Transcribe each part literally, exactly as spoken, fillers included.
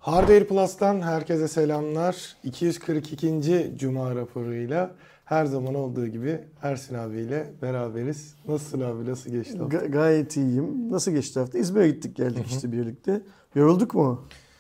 Hardware Plus'tan herkese selamlar. iki yüz kırk ikinci Cuma raporuyla her zaman olduğu gibi Ersin abiyle beraberiz. Nasılsın abi? Nasıl geçti hafta? Ga- gayet iyiyim. Nasıl geçti hafta? İzmir'e gittik geldik Hı hı. işte birlikte. Yorulduk mu?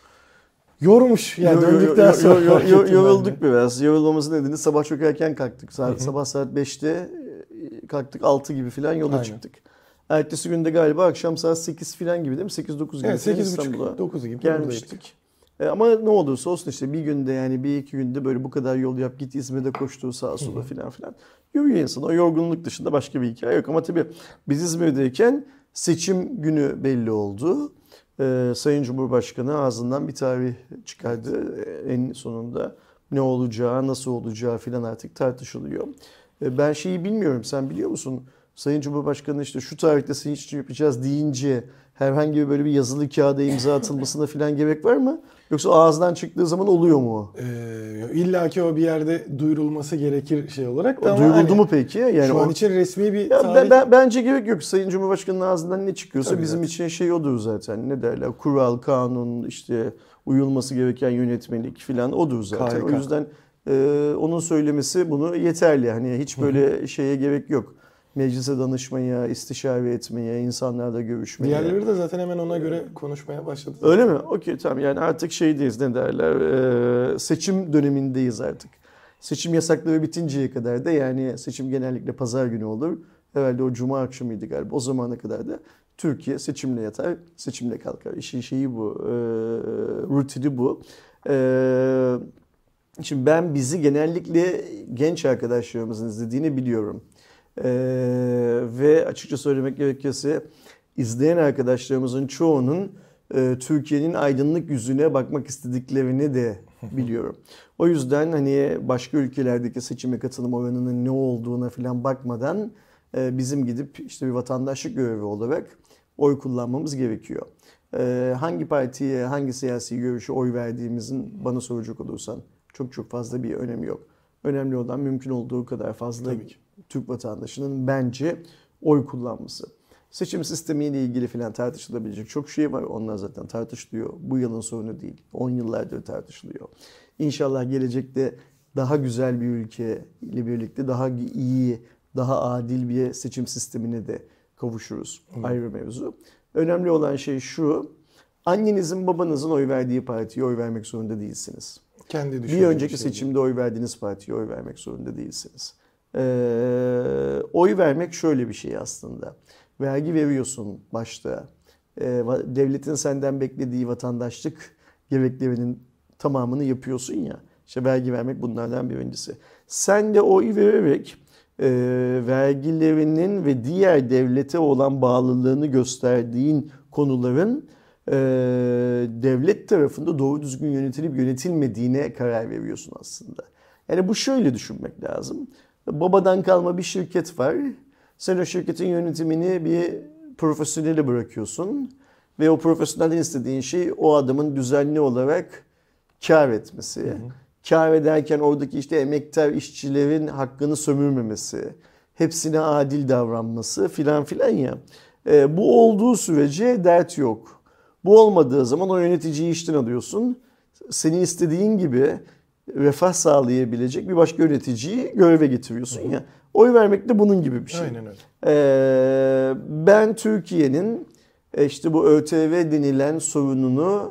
Yormuş. Yani Yo- yo- döndükten yo- sonra yo- yo- fark ettim ben de. Yorulduk biraz. Yorulmamızın nedeni sabah çok erken kalktık. Saat, Hı hı. sabah saat beşte kalktık, altı gibi falan yola Aynen. çıktık. Ertesi günde galiba akşam saat sekiz falan gibi değil mi? sekiz dokuz gibi Evet, falan sekiz İstanbul'a buçuk dokuz gibi buradaydık. gelmiştik. E, ama ne olursa olsun işte bir günde yani bir iki günde böyle bu kadar yol yap git İzmir'de koştuğu sağa sola filan filan. Yoruyor insan. O yorgunluk dışında başka bir hikaye yok. Ama tabii biz İzmir'deyken seçim günü belli oldu. Ee, Sayın Cumhurbaşkanı ağzından bir tarih çıkardı. Ee, en sonunda ne olacağı, nasıl olacağı filan artık tartışılıyor. Ee, ben şeyi bilmiyorum. Sen biliyor musun? Sayın Cumhurbaşkanı işte şu tarihte seçim için yapacağız deyince herhangi bir böyle bir yazılı kağıda imza atılmasına filan gerek var mı? Yoksa ağızdan çıktığı zaman oluyor mu? Ee, İlla ki o bir yerde duyurulması gerekir şey olarak da O ama duyuruldu hani mu peki? Yani şu o- an için resmi bir Ya tarih... ben, ben- bence gerek yok. Sayın Cumhurbaşkanı'nın ağzından ne çıkıyorsa Tabii bizim zaten. için şey odur zaten. Ne derler? Kural, kanun, işte uyulması gereken yönetmelik filan odur zaten. K Y K. O yüzden e, onun söylemesi bunu yeterli. Hani hiç böyle şeye gerek yok. Meclise danışmaya, istişare etmeye, insanlarla görüşmeye. Diğerleri de zaten hemen ona göre konuşmaya başladı. Öyle mi? Okey, tamam. Yani artık şeydeyiz, ne derler? Ee, seçim dönemindeyiz artık. Seçim yasakları bitinceye kadar da, yani seçim genellikle pazar günü olur. Herhalde o cuma akşamıydı galiba. O zamana kadar da Türkiye seçimle yatar, seçimle kalkar. İşin şeyi bu, e, rutini bu. E, şimdi ben bizi genellikle genç arkadaşlarımızın izlediğini biliyorum. E, ve açıkça söylemek gerekirse izleyen arkadaşlarımızın çoğunun e, Türkiye'nin aydınlık yüzüne bakmak istediklerini de biliyorum. O yüzden hani başka ülkelerdeki seçime katılım oranının ne olduğuna falan bakmadan e, bizim gidip işte bir vatandaşlık görevi olarak oy kullanmamız gerekiyor. E, hangi partiye, hangi siyasi görüşe oy verdiğimizin bana soracak olursan çok çok fazla bir önemi yok. Önemli olan mümkün olduğu kadar fazla Tabii ki. Türk vatandaşının bence oy kullanması. Seçim sistemiyle ilgili filan tartışılabilecek çok şey var. Onlar zaten tartışılıyor. Bu yılın sorunu değil. on yıllardır tartışılıyor. İnşallah gelecekte daha güzel bir ülke ile birlikte daha iyi, daha adil bir seçim sistemine de kavuşuruz. Hı. Ayrı mevzu. Önemli olan şey şu: annenizin, babanızın oy verdiği partiye oy vermek zorunda değilsiniz. Kendi Bir önceki şey seçimde oy verdiğiniz partiye oy vermek zorunda değilsiniz. Ee, oy vermek şöyle bir şey aslında. Vergi veriyorsun başta. Ee, devletin senden beklediği vatandaşlık gereklerinin tamamını yapıyorsun ya. İşte vergi vermek bunlardan birincisi. Sen de oy vererek e, vergilerinin ve diğer devlete olan bağlılığını gösterdiğin konuların e, devlet tarafında doğru düzgün yönetilip yönetilmediğine karar veriyorsun aslında. Yani bu şöyle düşünmek lazım. Babadan kalma bir şirket var. Sen o şirketin yönetimini bir profesyonele bırakıyorsun. Ve o profesyonelden istediğin şey o adamın düzenli olarak kar etmesi. Hı hı. Kar ederken oradaki işte emektar işçilerin hakkını sömürmemesi. Hepsine adil davranması filan filan ya. E, bu olduğu sürece dert yok. Bu olmadığı zaman o yöneticiyi işten alıyorsun. Senin istediğin gibi refah sağlayabilecek bir başka yöneticiyi göreve getiriyorsun ya. Ya. Oy vermek de bunun gibi bir şey. Aynen öyle. Ee, ben Türkiye'nin işte bu ÖTV denilen sorununu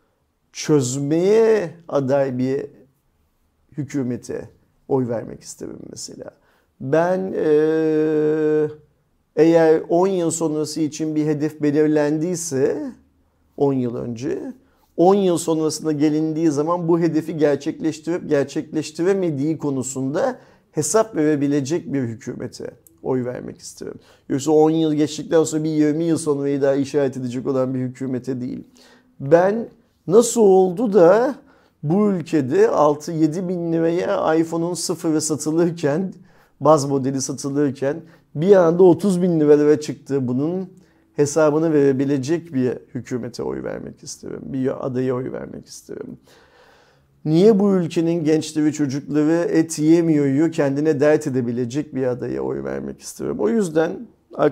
çözmeye aday bir hükümete oy vermek isterim mesela. Ben ee, eğer on yıl sonrası için bir hedef belirlendiyse on yıl önce, on yıl sonrasında gelindiği zaman bu hedefi gerçekleştirip gerçekleştiremediği konusunda hesap verebilecek bir hükümete oy vermek isterim. Yoksa on yıl geçtikten sonra bir yirmi yıl sonrayı daha işaret edecek olan bir hükümete değil. Ben nasıl oldu da bu ülkede altı yedi bin liraya iPhone'un sıfırı satılırken, baz modeli satılırken bir anda otuz bin liralara çıktı, bunun hesabını verebilecek bir hükümete oy vermek isterim. Bir adaya oy vermek isterim. Niye bu ülkenin gençleri, çocukları et yemiyor, kendine dert edebilecek bir adaya oy vermek isterim. O yüzden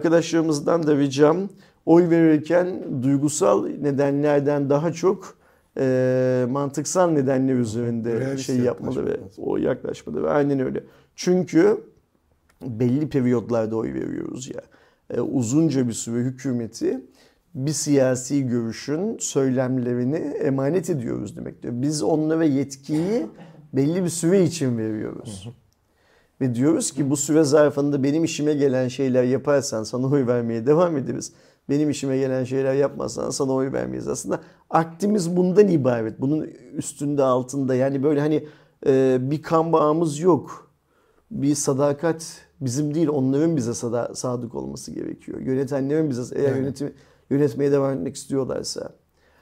arkadaşlarımızdan da ricam, oy verirken duygusal nedenlerden daha çok e, mantıksal nedenler üzerinde Realist şey yapmalı ve yaklaşmak. o yaklaşmalı ve aynen öyle. Çünkü belli periyotlarda oy veriyoruz ya. E, uzunca bir süre hükümeti bir siyasi görüşün söylemlerini emanet ediyoruz demektir. Biz onlara yetkiyi belli bir süre için veriyoruz. Hı hı. Ve diyoruz ki bu süre zarfında benim işime gelen şeyler yaparsan sana oy vermeye devam ederiz. Benim işime gelen şeyler yapmazsan sana oy vermeyiz. Aslında aktimiz bundan ibaret. Bunun üstünde altında yani böyle hani e, bir kan bağımız yok. Bir sadakat bizim değil onların bize sada- sadık olması gerekiyor. Yönetenlerin bize eğer Yani. yönetimi, yönetmeye devam etmek istiyorlarsa.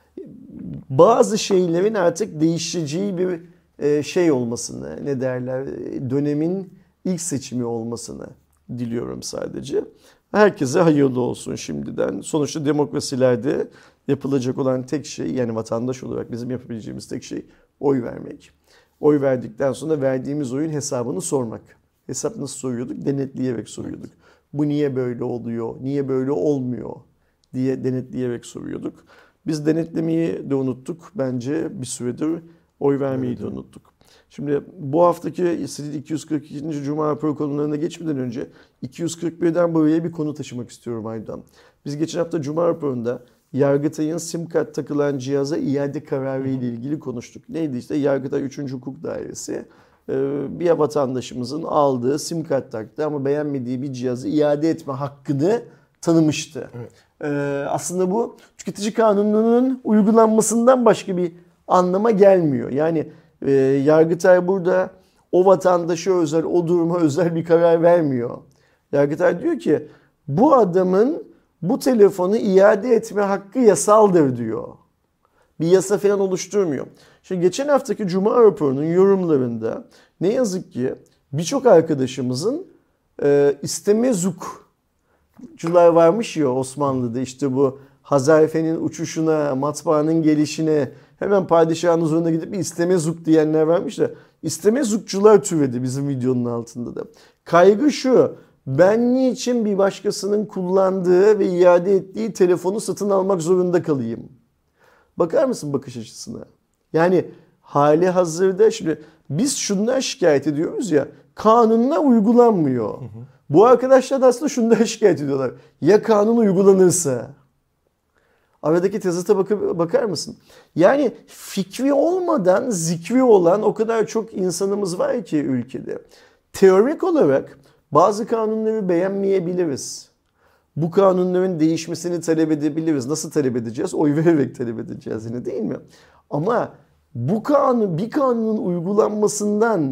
Bazı şeylerin artık değişeceği bir e, şey olmasını ne derler dönemin ilk seçimi olmasını diliyorum sadece. Herkese hayırlı olsun şimdiden. Sonuçta demokrasilerde yapılacak olan tek şey yani vatandaş olarak bizim yapabileceğimiz tek şey oy vermek. Oy verdikten sonra verdiğimiz oyun hesabını sormak. Hesap nasıl soruyorduk? Denetleyerek soruyorduk. Bu niye böyle oluyor? Niye böyle olmuyor? Diye denetleyerek soruyorduk. Biz denetlemeyi de unuttuk. Bence bir süredir oy vermeyi evet, de unuttuk. Şimdi bu haftaki iki yüz kırk ikinci Cuma raporu konularına geçmeden önce iki yüz kırk birden buraya bir konu taşımak istiyorum Aydan. Biz geçen hafta Cuma raporunda Yargıtay'ın sim kart takılan cihaza iade kararı ile ilgili konuştuk. Neydi işte Yargıtay üçüncü Hukuk Dairesi bir vatandaşımızın aldığı sim kart taktı ama beğenmediği bir cihazı iade etme hakkını tanımıştı. Evet. Ee, aslında bu tüketici kanununun uygulanmasından başka bir anlama gelmiyor. Yani e, Yargıtay burada o vatandaşa özel, o duruma özel bir karar vermiyor. Yargıtay diyor ki bu adamın bu telefonu iade etme hakkı yasaldır diyor. Bir yasa falan oluşturmuyor. Şimdi geçen haftaki Cuma raporunun yorumlarında ne yazık ki birçok arkadaşımızın e, istemezuk cular varmış ya Osmanlı'da işte bu Hazarfe'nin uçuşuna, matbaanın gelişine hemen padişahın huzuruna gidip istemezuk diyenler varmış da istemezukçular türedi bizim videonun altında da. Kaygı şu, ben niçin bir başkasının kullandığı ve iade ettiği telefonu satın almak zorunda kalayım? Bakar mısın bakış açısına? Yani hali hazırda şimdi biz şundan şikayet ediyoruz ya kanunla uygulanmıyor. Hı hı. Bu arkadaşlar da aslında şundan şikayet ediyorlar. Ya kanun uygulanırsa? Aradaki tezata bakar, bakar mısın? Yani fikri olmadan zikri olan o kadar çok insanımız var ki ülkede. Teorik olarak bazı kanunları beğenmeyebiliriz. Bu kanunların değişmesini talep edebiliriz. Nasıl talep edeceğiz? Oy vererek talep edeceğiz yine değil mi? Ama bu kanun, bir kanunun uygulanmasından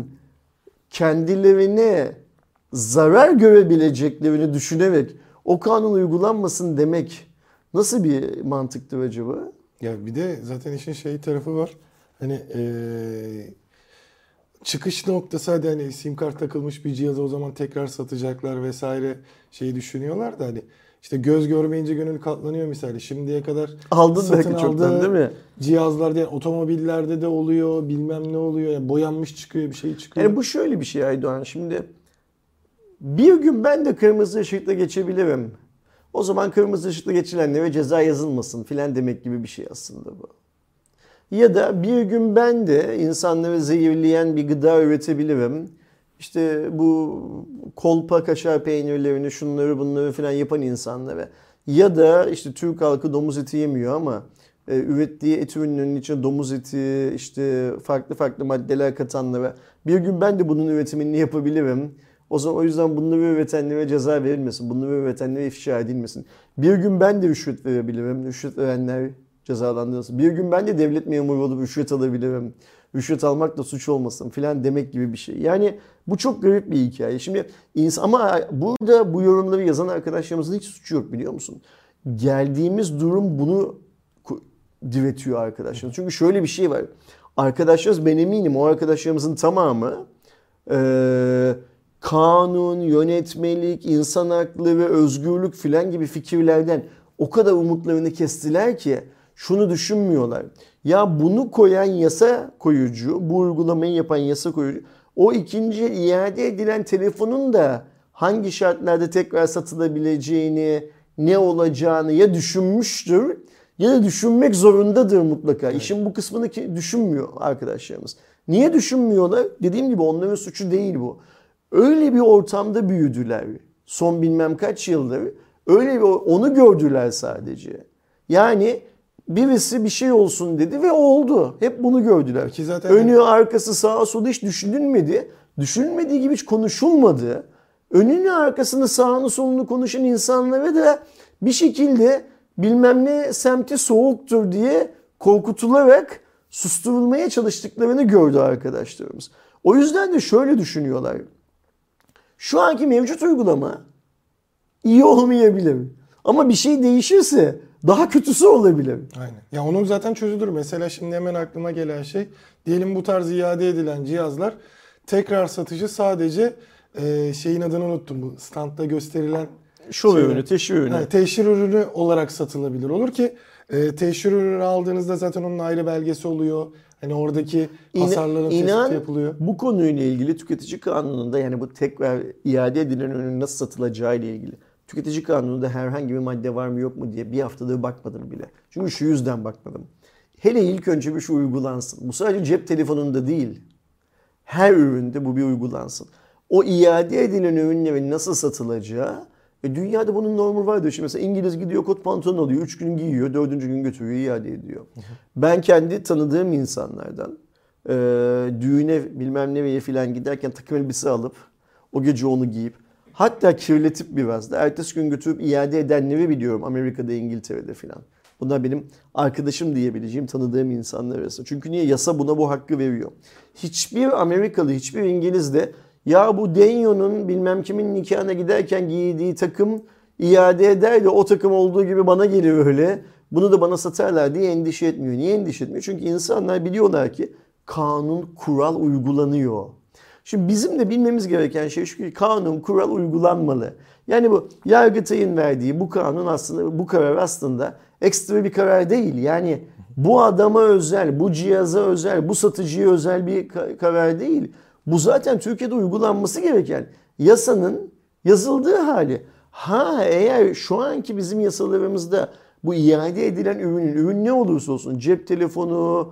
kendilerine zarar görebileceklerini düşünerek o kanun uygulanmasın demek nasıl bir mantıktır acaba? Ya bir de zaten işin şey tarafı var. Hani ee, çıkış noktası hadi hani sim kart takılmış bir cihazı o zaman tekrar satacaklar vesaire şeyi düşünüyorlar da hani işte göz görmeyince gönül katlanıyor misali. Şimdiye kadar aldın satın belki çoktan değil mi? Cihazlar diye otomobillerde de oluyor, bilmem ne oluyor. Yani boyanmış çıkıyor, bir şey çıkıyor. Yani bu şöyle bir şey Aydoğan. Şimdi bir gün ben de kırmızı ışıkla geçebilirim. O zaman kırmızı ışıkla geçilenlere ceza yazılmasın filan demek gibi bir şey aslında bu. Ya da bir gün ben de insanları zehirleyen bir gıda üretebilirim. İşte bu kolpa kaşar peynirlerini şunları bunları filan yapan insanlara. Ya da işte Türk halkı domuz eti yemiyor ama e, ürettiği et ürünlerinin içine domuz eti işte farklı farklı maddeler katanlara. Bir gün ben de bunun üretimini yapabilirim. O zaman o yüzden bunları üretenlere ceza verilmesin. Bunları üretenlere ifşa edilmesin. Bir gün ben de rüşvet verebilirim. Rüşvet verenler cezalandırılsın. Bir gün ben de devlet memuru olup rüşvet alabilirim. Rüşvet almak da suç olmasın filan demek gibi bir şey. Yani bu çok garip bir hikaye. Şimdi insan, ama burada bu yorumları yazan arkadaşlarımızın hiç suçu yok biliyor musun? Geldiğimiz durum bunu diretiyor arkadaşlar. Çünkü şöyle bir şey var. Arkadaşlarımız ben eminim o arkadaşlarımızın tamamı ee, kanun, yönetmelik, insan hakları ve özgürlük filan gibi fikirlerden o kadar umutlarını kestiler ki şunu düşünmüyorlar. Ya bunu koyan yasa koyucu, bu uygulamayı yapan yasa koyucu o ikinci iade edilen telefonun da hangi şartlarda tekrar satılabileceğini, ne olacağını ya düşünmüştür Ya da düşünmek zorundadır mutlaka. Evet. İşin bu kısmını ki düşünmüyor arkadaşlarımız. Niye düşünmüyorlar? Dediğim gibi onların suçu değil bu. Öyle bir ortamda büyüdüler. Son bilmem kaç yıldır. Öyle bir onu gördüler sadece. Yani birisi bir şey olsun dedi ve oldu. Hep bunu gördüler. Ki zaten önü, arkası, sağa, sola hiç düşünülmedi. Düşünülmediği gibi hiç konuşulmadı. Önünü, arkasını, sağını, solunu konuşan insanlara da bir şekilde bilmem ne semti soğuktur diye korkutularak susturulmaya çalıştıklarını gördü arkadaşlarımız. O yüzden de şöyle düşünüyorlar. Şu anki mevcut uygulama iyi olmayabilir. Ama bir şey değişirse daha kötüsü olabilir. Aynen. Ya onun zaten çözülür. Mesela şimdi hemen aklıma gelen şey, diyelim bu tarz iade edilen cihazlar tekrar satışı sadece e, şeyin adını unuttum, bu standta gösterilen şov şey, ürünü, teşhir ürünü. Yani teşhir ürünü olarak satılabilir olur ki e, teşhir ürünü aldığınızda zaten onun ayrı belgesi oluyor. Hani oradaki hasarların tespiti yapılıyor. Bu konuyla ilgili tüketici kanununda, yani bu tekrar iade edilen ürünün nasıl satılacağı ile ilgili tüketici kanununda herhangi bir madde var mı yok mu diye bir haftadır bakmadım bile. Çünkü şu yüzden bakmadım. Hele ilk önce bir şu uygulansın. Bu sadece cep telefonunda değil. Her üründe bu bir uygulansın. O iade edilen ürünlerin nasıl satılacağı, e dünyada bunun normu vardır. Şimdi mesela İngiliz gidiyor kot pantolon alıyor, üç gün giyiyor, dördüncü gün götürüyor, iade ediyor. Hı hı. Ben kendi tanıdığım insanlardan e, düğüne bilmem nereye filan giderken takım elbise alıp o gece onu giyip hatta kirletip biraz da ertesi gün götürüp iade edenleri biliyorum Amerika'da, İngiltere'de filan. Bunlar benim arkadaşım diyebileceğim, tanıdığım insanlar arasında. Çünkü niye? Yasa buna bu hakkı veriyor. Hiçbir Amerikalı, hiçbir İngiliz de ya bu Denyo'nun bilmem kimin nikahına giderken giydiği takım iade eder de o takım olduğu gibi bana geliyor öyle, bunu da bana satarlar diye endişe etmiyor. Niye endişe etmiyor? Çünkü insanlar biliyorlar ki kanun, kural uygulanıyor. Şimdi bizim de bilmemiz gereken şey şu ki kanun, kural uygulanmalı. Yani bu Yargıtay'ın verdiği bu kanun aslında, bu karar aslında ekstra bir karar değil. Yani bu adama özel, bu cihaza özel, bu satıcıya özel bir karar değil. Bu zaten Türkiye'de uygulanması gereken yasanın yazıldığı hali. Ha eğer şu anki bizim yasalarımızda bu iade edilen ürünün, ürün ne olursa olsun, cep telefonu,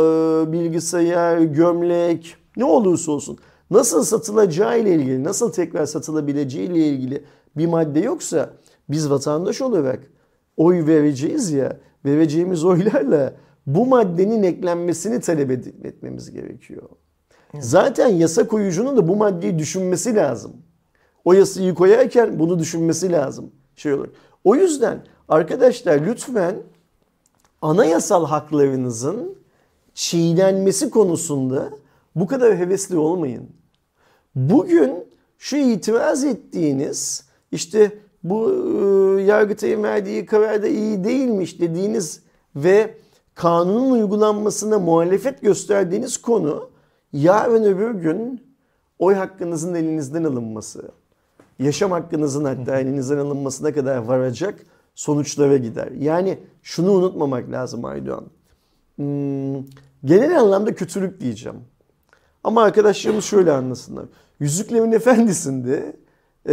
bilgisayar, gömlek, ne olursa olsun, nasıl satılacağı ile ilgili, nasıl tekrar satılabileceği ile ilgili bir madde yoksa biz vatandaş olarak oy vereceğiz ya, vereceğimiz oylarla bu maddenin eklenmesini talep etmemiz gerekiyor. Zaten yasa koyucunun da bu maddeyi düşünmesi lazım. O yasayı koyarken bunu düşünmesi lazım. Şey olur. O yüzden arkadaşlar lütfen anayasal haklarınızın çiğnenmesi konusunda bu kadar hevesli olmayın. Bugün şu itiraz ettiğiniz, işte bu e, Yargıtay'ın verdiği kararda iyi değilmiş dediğiniz ve kanunun uygulanmasına muhalefet gösterdiğiniz konu, yarın öbür gün oy hakkınızın elinizden alınması, yaşam hakkınızın hatta elinizden alınmasına kadar varacak sonuçlara gider. Yani şunu unutmamak lazım Aydoğan. Hmm, genel anlamda kötülük diyeceğim. Ama arkadaşlarımız şöyle anlasınlar. Yüzüklerin Efendisi'nde e,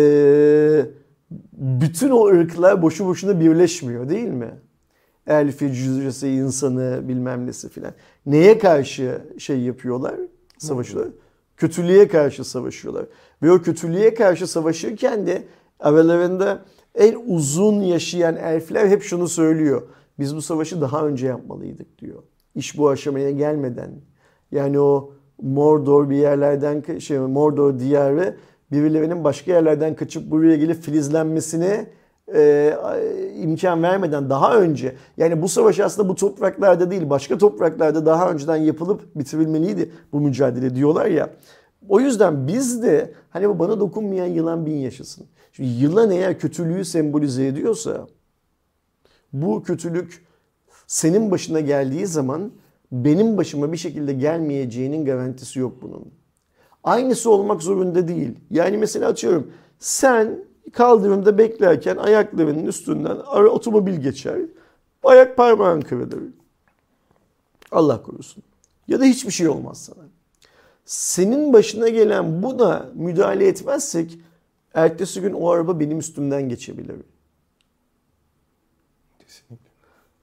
bütün o ırklar boşu boşuna birleşmiyor değil mi? Elfi, cüzcesi, insanı bilmem nesi filan. Neye karşı şey yapıyorlar? Savaşıyorlar. Kötülüğe karşı savaşıyorlar. Ve o kötülüğe karşı savaşırken de aralarında en uzun yaşayan elfler hep şunu söylüyor. Biz bu savaşı daha önce yapmalıydık diyor. İş bu aşamaya gelmeden. Yani o Mordor bir yerlerden, şey Mordor diyarı birilerinin başka yerlerden kaçıp buraya gelip filizlenmesine e, imkan vermeden daha önce, yani bu savaş aslında bu topraklarda değil başka topraklarda daha önceden yapılıp bitirilmeliydi bu mücadele diyorlar ya. O yüzden biz de hani bu bana dokunmayan yılan bin yaşasın. Şimdi yılan eğer kötülüğü sembolize ediyorsa bu kötülük senin başına geldiği zaman benim başıma bir şekilde gelmeyeceğinin garantisi yok bunun. Aynısı olmak zorunda değil. Yani mesela atıyorum sen kaldırımda beklerken ayaklarının üstünden otomobil geçer. Ayak parmağın kırılır. Allah korusun. Ya da hiçbir şey olmaz sana. Senin başına gelen buna müdahale etmezsek ertesi gün o araba benim üstümden geçebilir. Kesinlikle.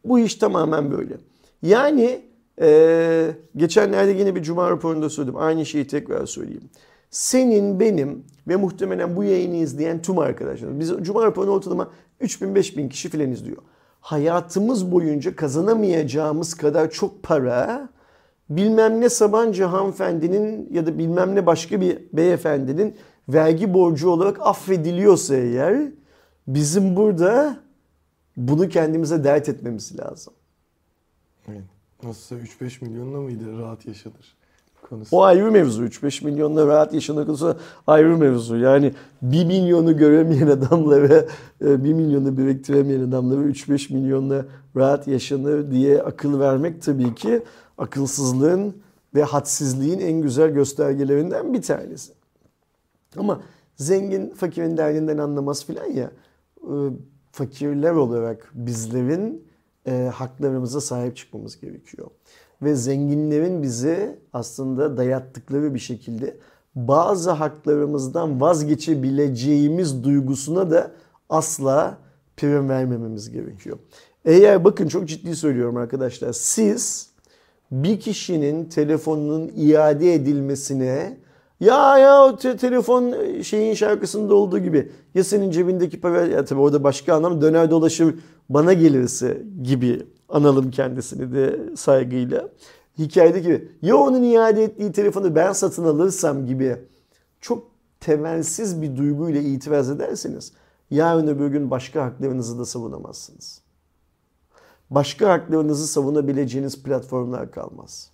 Bu iş tamamen böyle. Yani e, geçenlerde yine bir Cuma raporunda söyledim. Aynı şeyi tekrar söyleyeyim. Senin, benim ve muhtemelen bu yayını izleyen tüm arkadaşlarımız. Biz Cuma raporunu ortalama üç bin beş bin kişi filan izliyor. Hayatımız boyunca kazanamayacağımız kadar çok para bilmem ne Sabancı hanımefendinin ya da bilmem ne başka bir beyefendinin vergi borcu olarak affediliyorsa eğer bizim burada bunu kendimize dert etmemiz lazım. Evet. Nasılsa üç beş milyonla mıydı rahat yaşanır konusu. O ayrı mevzu. üç beş milyonla rahat yaşanır konusu ayrı mevzu. Yani bir milyonu göremeyen adamla ve bir milyonu biriktiremeyen adamla ve üç beş milyonla rahat yaşanır diye akıl vermek tabii ki akılsızlığın ve hadsizliğin en güzel göstergelerinden bir tanesi. Ama zengin fakirin derdinden anlamaz filan ya. Fakirler olarak bizlerin e, haklarımıza sahip çıkmamız gerekiyor. Ve zenginlerin bize aslında dayattıkları bir şekilde bazı haklarımızdan vazgeçebileceğimiz duygusuna da asla prim vermememiz gerekiyor. Eğer bakın çok ciddi söylüyorum arkadaşlar, siz bir kişinin telefonunun iade edilmesine ya ya o te- telefon şeyin şarkısında olduğu gibi ya senin cebindeki para ya tabii orada başka anlam döner dolaşır bana gelirse gibi analım kendisini de saygıyla. Hikayedeki gibi ya onun iade ettiği telefonu ben satın alırsam gibi çok temelsiz bir duyguyla itiraz ederseniz yarın öbür gün başka haklarınızı da savunamazsınız. Başka haklarınızı savunabileceğiniz platformlar kalmaz.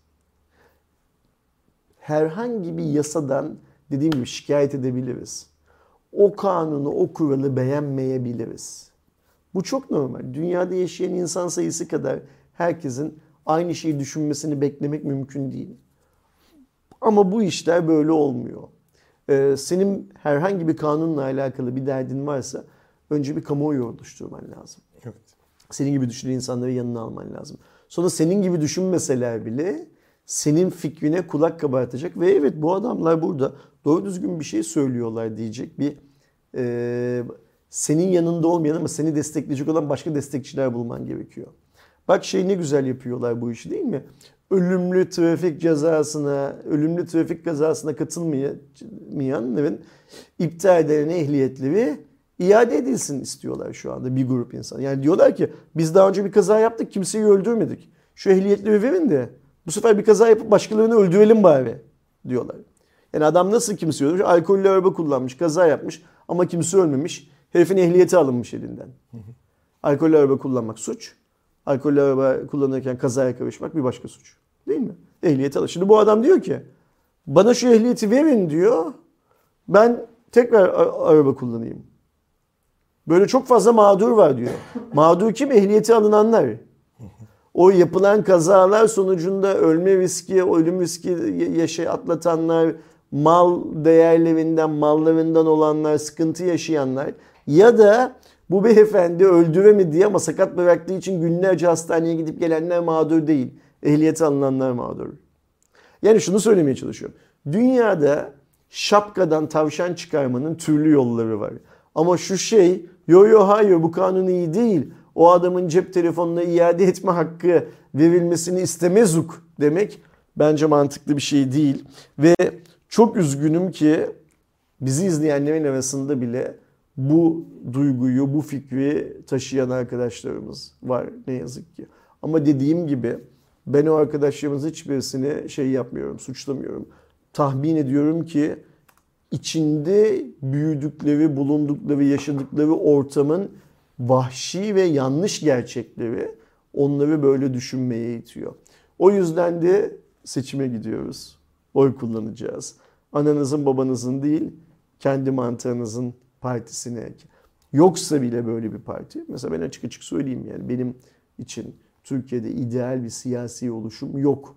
Herhangi bir yasadan dediğim gibi şikayet edebiliriz. O kanunu, o kuralı beğenmeyebiliriz. Bu çok normal. Dünyada yaşayan insan sayısı kadar herkesin aynı şeyi düşünmesini beklemek mümkün değil. Ama bu işler böyle olmuyor. Ee, senin herhangi bir kanunla alakalı bir derdin varsa önce bir kamuoyu oluşturman lazım. Evet. Senin gibi düşünen insanları yanına alman lazım. Sonra senin gibi düşünmeseler bile senin fikrine kulak kabartacak ve evet bu adamlar burada doğru düzgün bir şey söylüyorlar diyecek bir e, senin yanında olmayan ama seni destekleyecek olan başka destekçiler bulman gerekiyor. Bak şey ne güzel yapıyorlar bu işi değil mi? Ölümlü trafik cezasına, ölümlü trafik kazasına katılmayanların iptal edilen ehliyetleri iade edilsin istiyorlar şu anda bir grup insan. Yani diyorlar ki biz daha önce bir kaza yaptık, kimseyi öldürmedik. Şu ehliyetleri verin de bu sefer bir kaza yapıp başkalarını öldürelim bari diyorlar. Yani adam nasıl kimse öldürmüş? Alkollü araba kullanmış, kaza yapmış ama kimse ölmemiş. Herifin ehliyeti alınmış elinden. Hı hı. Alkollü araba kullanmak suç. Alkollü araba kullanırken kazaya karışmak bir başka suç. Değil mi? Ehliyeti alın. Şimdi bu adam diyor ki bana şu ehliyeti verin diyor. Ben tekrar araba kullanayım. Böyle çok fazla mağdur var diyor. Mağdur kim? Ehliyeti alınanlar. O yapılan kazalar sonucunda ölme riski, ölüm riski yaşa atlatanlar, mal değerlerinden, mallarından olanlar, sıkıntı yaşayanlar ya da bu beyefendi öldüremedi ama sakat bıraktığı için günlerce hastaneye gidip gelenler mağdur değil. Ehliyeti alınanlar mağdur. Yani şunu söylemeye çalışıyorum. Dünyada şapkadan tavşan çıkarmanın türlü yolları var. Ama şu şey, yo yo hayır bu kanun iyi değil. O adamın cep telefonuna iade etme hakkı verilmesini istemezuk demek bence mantıklı bir şey değil. Ve çok üzgünüm ki bizi izleyenlerin arasında bile bu duyguyu, bu fikri taşıyan arkadaşlarımız var ne yazık ki. Ama dediğim gibi ben o arkadaşlarımızın hiçbirisini şey yapmıyorum, suçlamıyorum. Tahmin ediyorum ki içinde büyüdükleri, bulundukları, yaşadıkları ortamın vahşi ve yanlış gerçekleri onları böyle düşünmeye itiyor. O yüzden de seçime gidiyoruz. Oy kullanacağız. Ananızın babanızın değil, kendi mantığınızın partisine. Yoksa bile böyle bir parti. Mesela ben açık açık söyleyeyim yani benim için Türkiye'de ideal bir siyasi oluşum yok.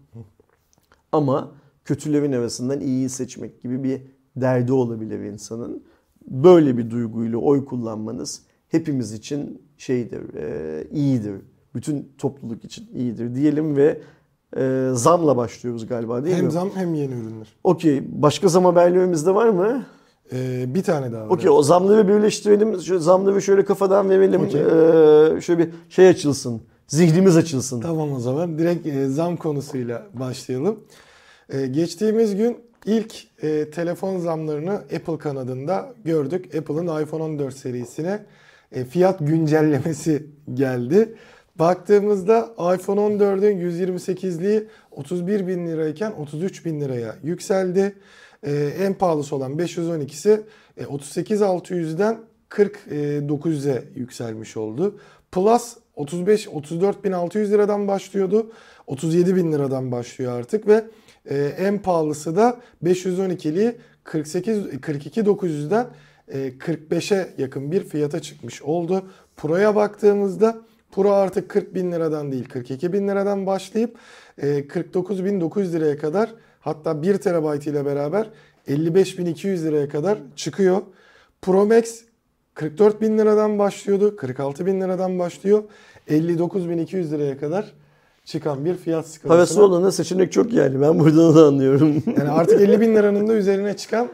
Ama kötülerin arasından iyiyi seçmek gibi bir derdi olabilir insanın. Böyle bir duyguyla oy kullanmanız hepimiz için şeydir, e, iyidir. Bütün topluluk için iyidir diyelim ve e, zamla başlıyoruz galiba değil hem mi? Hem zam hem yeni ürünler. Okey. Başka zam haberlerimiz de var mı? Ee, bir tane daha var. Okey, o zamları birleştirelim. Şu zamları şöyle kafadan verelim. Okay. Ee, şöyle bir şey açılsın. zihnimiz açılsın. Tamam, o zaman direkt e, zam konusuyla başlayalım. E, geçtiğimiz gün ilk e, telefon zamlarını Apple kanadında gördük. Apple'ın iPhone on dört serisine e, fiyat güncellemesi geldi. Baktığımızda iPhone on dördün yüz yirmi sekizliği otuz bir bin lirayken otuz üç bin liraya yükseldi. E, en pahalısı olan beş yüz on ikisi e, otuz sekiz bin altı yüzden kırk dokuz yüze yükselmiş oldu. Plus otuz beş otuz dört bin altı yüz liradan başlıyordu. otuz yedi bin liradan başlıyor artık ve e, en pahalısı da beş yüz on ikiliği kırk sekiz kırk iki bin dokuz yüzden e, kırk beşe yakın bir fiyata çıkmış oldu. Pro'ya baktığımızda Pro artık kırk bin liradan değil kırk iki bin liradan başlayıp e, kırk dokuz bin dokuz yüz liraya kadar, hatta bir terabayt ile beraber elli beş bin iki yüz liraya kadar çıkıyor. Pro Max kırk dört bin liradan başlıyordu. kırk altı bin liradan başlıyor. elli dokuz bin iki yüz liraya kadar çıkan bir fiyat skalasına. Parası olana seçenek çok yani. Ben buradan da anlıyorum. Yani artık elli bin liranın da üzerine çıkan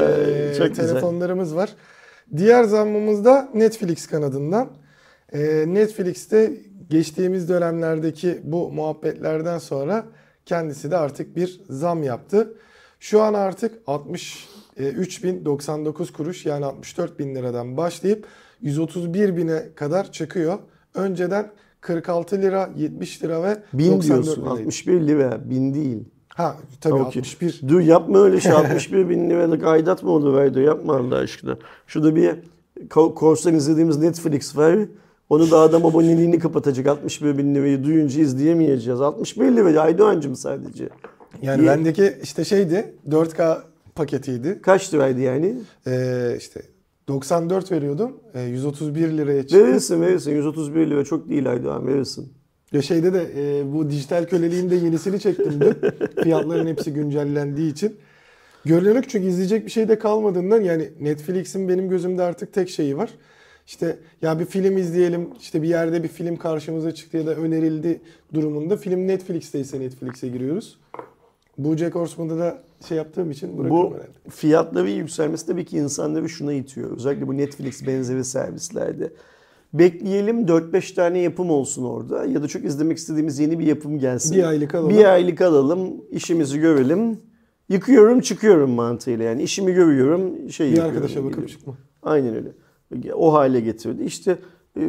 e, çok telefonlarımız güzel. Var. Diğer zammımız da Netflix kanadından. E, Netflix'te geçtiğimiz dönemlerdeki bu muhabbetlerden sonra kendisi de artık bir zam yaptı. Şu an artık altmış üç bin doksan dokuz kuruş, yani altmış dört bin liradan başlayıp yüz otuz bir bine kadar çıkıyor. Önceden kırk altı lira, yetmiş lira ve bin doksan dört diyorsun, liraydı. altmış bir lira, bin değil. Ha tabii Okay. altmış bir. Dur yapma öyle şey, altmış bir bin liralık aidat mı olur verdi? Yapma Allah aşkına. Şurada bir korsan izlediğimiz Netflix var. Onu da adam aboneliğini kapatacak. altmış bir bin lirayı duyunca izleyemeyeceğiz. altmış bir lira Aydoğan'cım sadece. Yani İyi. bendeki işte şeydi, dört K paketiydi. Kaç liraydı yani? Ee, işte doksan dört veriyordum. Ee, yüz otuz bir liraya çıktı. Verirsin verirsin. yüz otuz bir lira çok değil Aydoğan, verirsin. Ya şeyde de e, bu dijital köleliğin de yenisini çektim dün. Fiyatların hepsi güncellendiği için. Görünürlük, çünkü izleyecek bir şey de kalmadığından, yani Netflix'in benim gözümde artık tek şeyi var. İşte ya bir film izleyelim, işte bir yerde bir film karşımıza çıktı ya da önerildi durumunda, film Netflix'teyse Netflix'e giriyoruz. BoJack Horseman'da da şey yaptığım için bırakıyorum Bu herhalde. fiyatların yükselmesi tabii ki insanları şuna itiyor. Özellikle bu Netflix benzeri servislerde. Bekleyelim dört beş tane yapım olsun orada ya da çok izlemek istediğimiz yeni bir yapım gelsin. Bir aylık alalım. Bir aylık alalım, işimizi görelim. Yıkıyorum çıkıyorum mantığıyla, yani işimi görüyorum, şey Bir yapıyorum. arkadaşa bakıp gidiyorum. çıkma. Aynen öyle. O hale getirdi. İşte ee,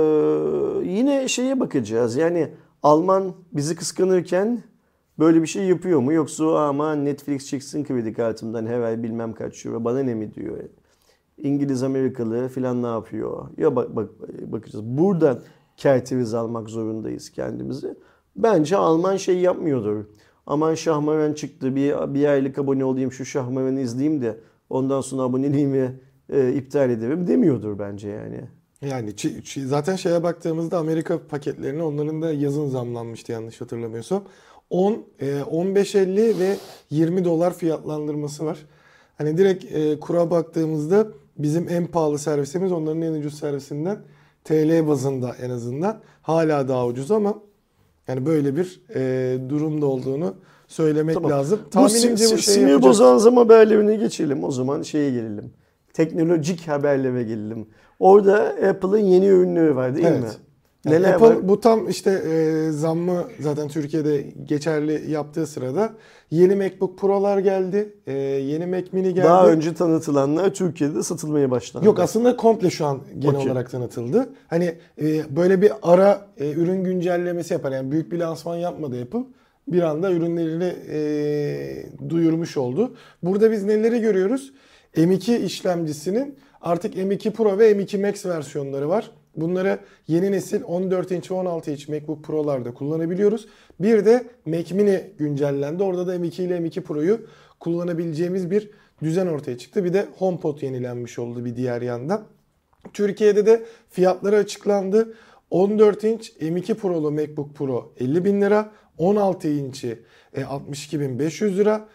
yine şeye bakacağız. Yani Alman bizi kıskanırken böyle bir şey yapıyor mu? Yoksa aman Netflix çıksın kredi kartımdan her ay bilmem kaç euro, bana ne mi diyor. İngiliz Amerikalı filan ne yapıyor? Ya bak, bak bakacağız. Buradan kerteriz almak zorundayız kendimizi. Bence Alman şey yapmıyordur. Aman Şahmaran çıktı, bir, bir aylık abone olayım, şu Şahmaran'ı izleyeyim de ondan sonra aboneliğimi e, iptal ederim demiyordur bence yani. Yani çi- çi- zaten şeye baktığımızda Amerika paketlerine, onların da yazın zamlanmıştı yanlış hatırlamıyorsam. on, e, on beş elli ve yirmi dolar fiyatlandırması var. Hani direkt e, kura baktığımızda bizim en pahalı servisimiz onların en ucuz servisinden T L bazında en azından hala daha ucuz, ama yani böyle bir e, durumda olduğunu söylemek Tamam. lazım. Bu Tahminimce si- bu şeyi sinir yapacak. bozan zam haberlerine geçelim. O zaman şeye gelelim. Teknolojik haberlere gelelim. Orada Apple'ın yeni ürünleri var değil Evet. mi? Yani Neler Apple var? bu tam işte e, zammı zaten Türkiye'de geçerli yaptığı sırada yeni MacBook Pro'lar geldi. E, yeni Mac Mini geldi. Daha önce tanıtılanlar Türkiye'de satılmaya başlandı. Yok, aslında komple şu an genel Okey. olarak tanıtıldı. Hani e, böyle bir ara e, ürün güncellemesi yapar. Yani büyük bir lansman yapmadı Apple. Bir anda ürünlerini e, duyurmuş oldu. Burada biz neleri görüyoruz? M iki işlemcisinin artık M iki Pro ve M iki Max versiyonları var. Bunları yeni nesil on dört inç ve on altı inç MacBook Pro'larda kullanabiliyoruz. Bir de Mac Mini güncellendi. Orada da M iki ile M iki Pro'yu kullanabileceğimiz bir düzen ortaya çıktı. Bir de HomePod yenilenmiş oldu bir diğer yandan. Türkiye'de de fiyatları açıklandı. on dört inç M iki Pro'lu MacBook Pro elli bin lira. on altı inç'i altmış iki bin beş yüz lira.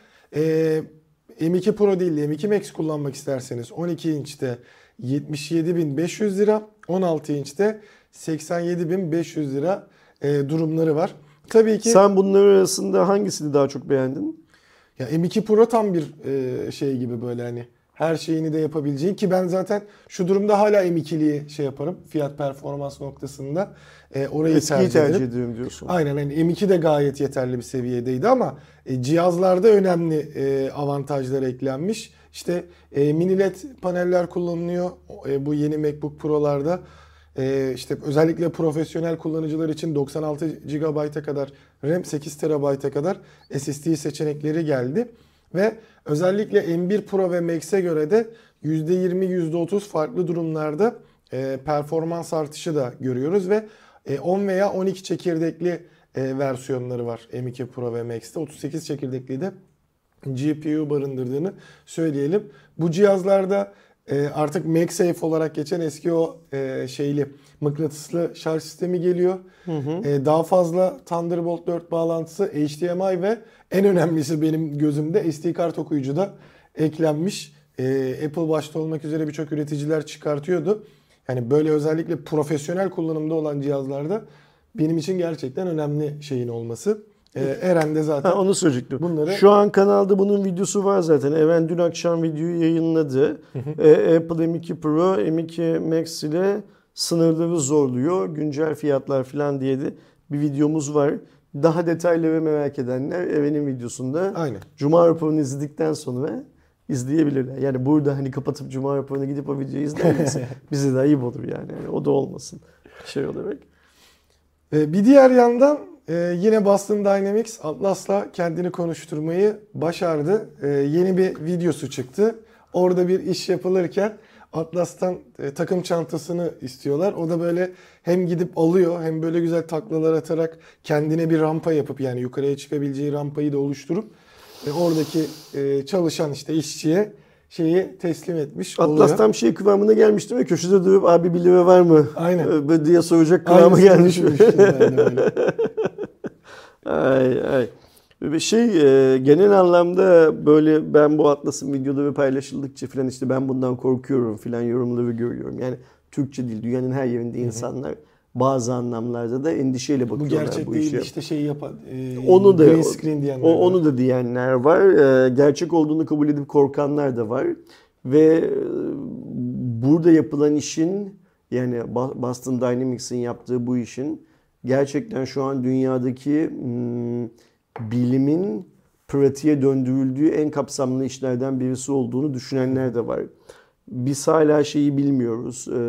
M iki Pro değil de M iki Max kullanmak isterseniz on iki inçte yetmiş yedi bin beş yüz lira. on altı inçte seksen yedi bin beş yüz lira durumları var. Tabii ki Sen bunların arasında hangisini daha çok beğendin? ya M iki Pro tam bir şey gibi, böyle hani her şeyini de yapabileceğin, ki ben zaten şu durumda hala M ikiliyi şey yaparım fiyat performans noktasında. E, orayı Eskiyi tercih, tercih ederim. ediyorum diyorsun. Aynen, yani M iki de gayet yeterli bir seviyedeydi ama e, cihazlarda önemli e, avantajlar eklenmiş. İşte e, mini led paneller kullanılıyor e, bu yeni MacBook Pro'larda. E, işte özellikle profesyonel kullanıcılar için doksan altı gigabayta kadar RAM, sekiz terabayta kadar S S D seçenekleri geldi. Ve özellikle M bir Pro ve Max'e göre de yüzde yirmi yüzde otuz farklı durumlarda e, performans artışı da görüyoruz ve e, on veya on iki çekirdekli e, versiyonları var M iki Pro ve Max'te. otuz sekiz çekirdekli de G P U barındırdığını söyleyelim. Bu cihazlarda e, artık MagSafe olarak geçen eski o e, şeyli mıknatıslı şarj sistemi geliyor. Hı hı. E, daha fazla Thunderbolt dört bağlantısı, H D M I ve en önemlisi benim gözümde S D kart okuyucu da eklenmiş. E, Apple başta olmak üzere birçok üreticiler çıkartıyordu. Yani böyle özellikle profesyonel kullanımda olan cihazlarda benim için gerçekten önemli şeyin olması. Ee, Eren de zaten ha, onu söyleyecektim. Bunları... Şu an kanalda bunun videosu var zaten. Eren dün akşam videoyu yayınladı. Hı hı. Ee, Apple M iki Pro, M iki Max ile sınırları zorluyor. Güncel fiyatlar falan diye de bir videomuz var. Daha detaylı ve merak edenler Eren'in videosunda Aynen. Cuma raporunu izledikten sonra izleyebilirler. Yani burada hani kapatıp Cuma raporuna gidip o videoyu izlerlerse bize de ayıp olur yani. yani. O da olmasın şey olarak. Ee, bir diğer yandan Ee, yine Boston Dynamics Atlas'la kendini konuşturmayı başardı. Ee, yeni bir videosu çıktı. Orada bir iş yapılırken Atlas'tan e, takım çantasını istiyorlar. O da böyle hem gidip alıyor hem böyle güzel taklalar atarak kendine bir rampa yapıp, yani yukarıya çıkabileceği rampayı da oluşturup e, oradaki e, çalışan işte işçiye şeyi teslim etmiş Atlas oluyor. tam şey kıvamına gelmiş değil mi? Köşede durup abi bir lira var mı? Aynen. Böyle diye soracak kıvama gelmiş. ay ay. Şey e, genel anlamda böyle ben bu Atlas'ın videoları paylaşıldıkça falan işte ben bundan korkuyorum falan yorumları görüyorum. Yani Türkçe değil, dünyanın her yerinde insanlar hı hı. bazı anlamlarda da endişeyle bakıyorlar bu, gerçek bu değil işe. işte şey yapan e, onu da green screen diyenler o, onu da diyenler var. E, gerçek olduğunu kabul edip korkanlar da var. Ve e, burada yapılan işin, yani Boston Dynamics'in yaptığı bu işin gerçekten şu an dünyadaki hmm, bilimin pratiğe döndürüldüğü en kapsamlı işlerden birisi olduğunu düşünenler de var. Biz hala şeyi bilmiyoruz. Ee,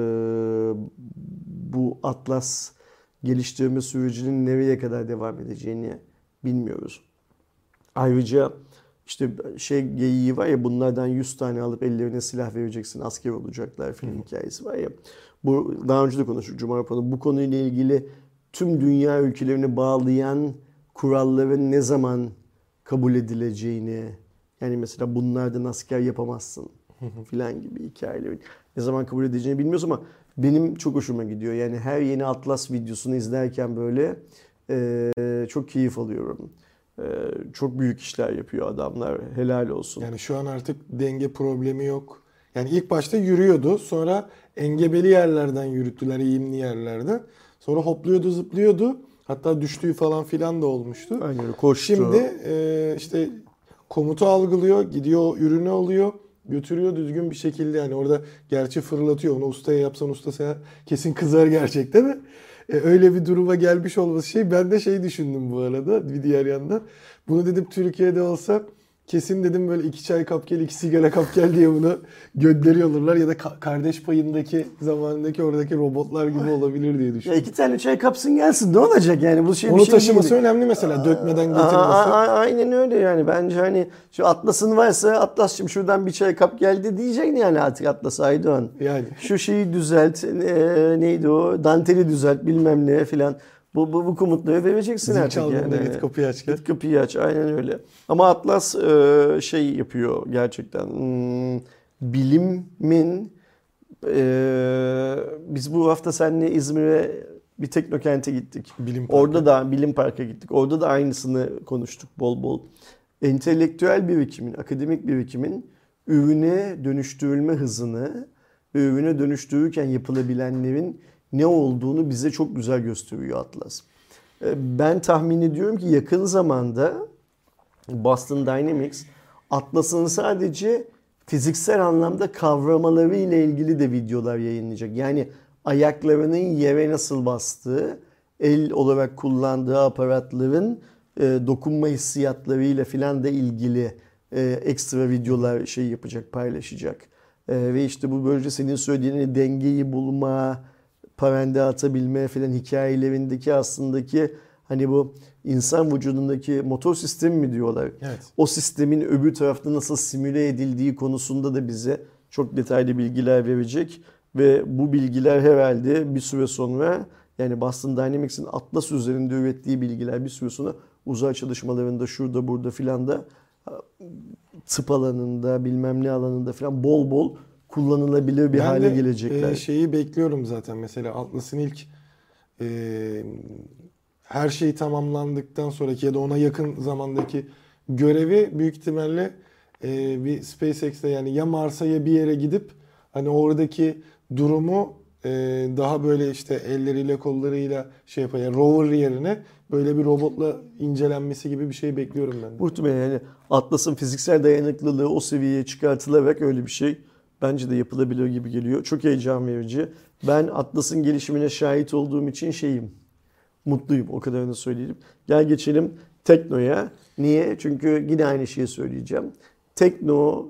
bu Atlas geliştirme sürecinin nereye kadar devam edeceğini bilmiyoruz. Ayrıca işte şey geyiği var ya, bunlardan yüz tane alıp ellerine silah vereceksin, asker olacaklar film hikayesi var ya. Bu daha önce de konuştuk Cuma raporunda. Bu konuyla ilgili tüm dünya ülkelerini bağlayan kuralların ne zaman kabul edileceğini, yani mesela bunlardan asker yapamazsın filan gibi hikayeleri ne zaman kabul edileceğini bilmiyoruz ama benim çok hoşuma gidiyor. Yani her yeni Atlas videosunu izlerken böyle e, çok keyif alıyorum. E, çok büyük işler yapıyor adamlar. Helal olsun. Yani şu an artık denge problemi yok. Yani ilk başta yürüyordu. Sonra engebeli yerlerden yürüttüler, eğimli yerlerden. Sonra hopluyordu, zıplıyordu. Hatta düştüğü falan filan da olmuştu. Aynen, koştu. Şimdi e, işte komutu algılıyor, gidiyor ürünü alıyor, götürüyor düzgün bir şekilde. Yani orada gerçi fırlatıyor. Onu ustaya yapsan ustasa kesin kızar gerçekten de. E, öyle bir duruma gelmiş olması şey. Ben de şey düşündüm bu arada bir diğer yandan. Bunu dedim Türkiye'de olsa kesin dedim böyle iki çay kap gel, iki sigara kap gel diye bunu gönderiyorlar ya da ka- kardeş payındaki zamanındaki oradaki robotlar gibi olabilir diye düşündüm. Ya iki tane çay kapsın gelsin, ne olacak yani bu şey. Onu bir şey taşıması değil. önemli mesela, dökmeden getirmesi. A- a- aynen öyle yani, bence hani şu Atlas'ın varsa Atlas'cığım şuradan bir çay kap geldi diyeceksin yani artık Atlas Aydoğan. Yani. Şu şeyi düzelt, e, neydi o, danteli düzelt bilmem ne filan. Bu, bu, bu komutları vereceksin Zil artık çaldığında yani. git kapıyı aç gel. Git kapıyı aç, aynen öyle. Ama Atlas e, şey yapıyor gerçekten. Hmm, bilimin e, biz bu hafta seninle İzmir'e bir teknokente gittik. Bilim Parkı. Orada da Bilim Park'a gittik. Orada da aynısını konuştuk bol bol. Entelektüel birikimin, akademik birikimin ürüne dönüştürülme hızını, ürüne dönüştürürken yapılabilenlerin ne olduğunu bize çok güzel gösteriyor Atlas. Ben tahmin ediyorum ki yakın zamanda Boston Dynamics Atlas'ın sadece fiziksel anlamda kavramaları ile ilgili de videolar yayınlayacak. Yani ayaklarının yere nasıl bastığı, el olarak kullandığı aparatların e, dokunma hissiyatlarıyla filan da ilgili e, ekstra videolar şey yapacak, paylaşacak. E, ve işte bu böylece senin söylediğin dengeyi bulma, parende atabilme filan hikayelerindeki aslındaki hani bu insan vücudundaki motor sistemi mi diyorlar? Evet. O sistemin öbür tarafta nasıl simüle edildiği konusunda da bize çok detaylı bilgiler verecek. Ve bu bilgiler herhalde bir süre sonra yani Boston Dynamics'in Atlas üzerinde ürettiği bilgiler bir süre sonra uzay çalışmalarında şurada burada filan da tıp alanında bilmem ne alanında filan bol bol kullanılabilir bir Ben hale de, gelecekler. E, şeyi bekliyorum zaten mesela Atlas'ın ilk e, her şey tamamlandıktan sonraki ya da ona yakın zamandaki görevi büyük ihtimalle e, bir SpaceX'te yani ya Mars'a ya bir yere gidip hani oradaki durumu e, daha böyle işte elleriyle kollarıyla şey yapar. Yani rover yerine böyle bir robotla incelenmesi gibi bir şey bekliyorum ben de. Muhtemelen yani Atlas'ın fiziksel dayanıklılığı o seviyeye çıkartılarak öyle bir şey bence de yapılabilir gibi geliyor. Çok heyecan verici. Ben Atlas'ın gelişimine şahit olduğum için şeyim. Mutluyum, o kadarını söyleyelim. Gel geçelim Tekno'ya. Niye? Çünkü yine aynı şeyi söyleyeceğim. Tekno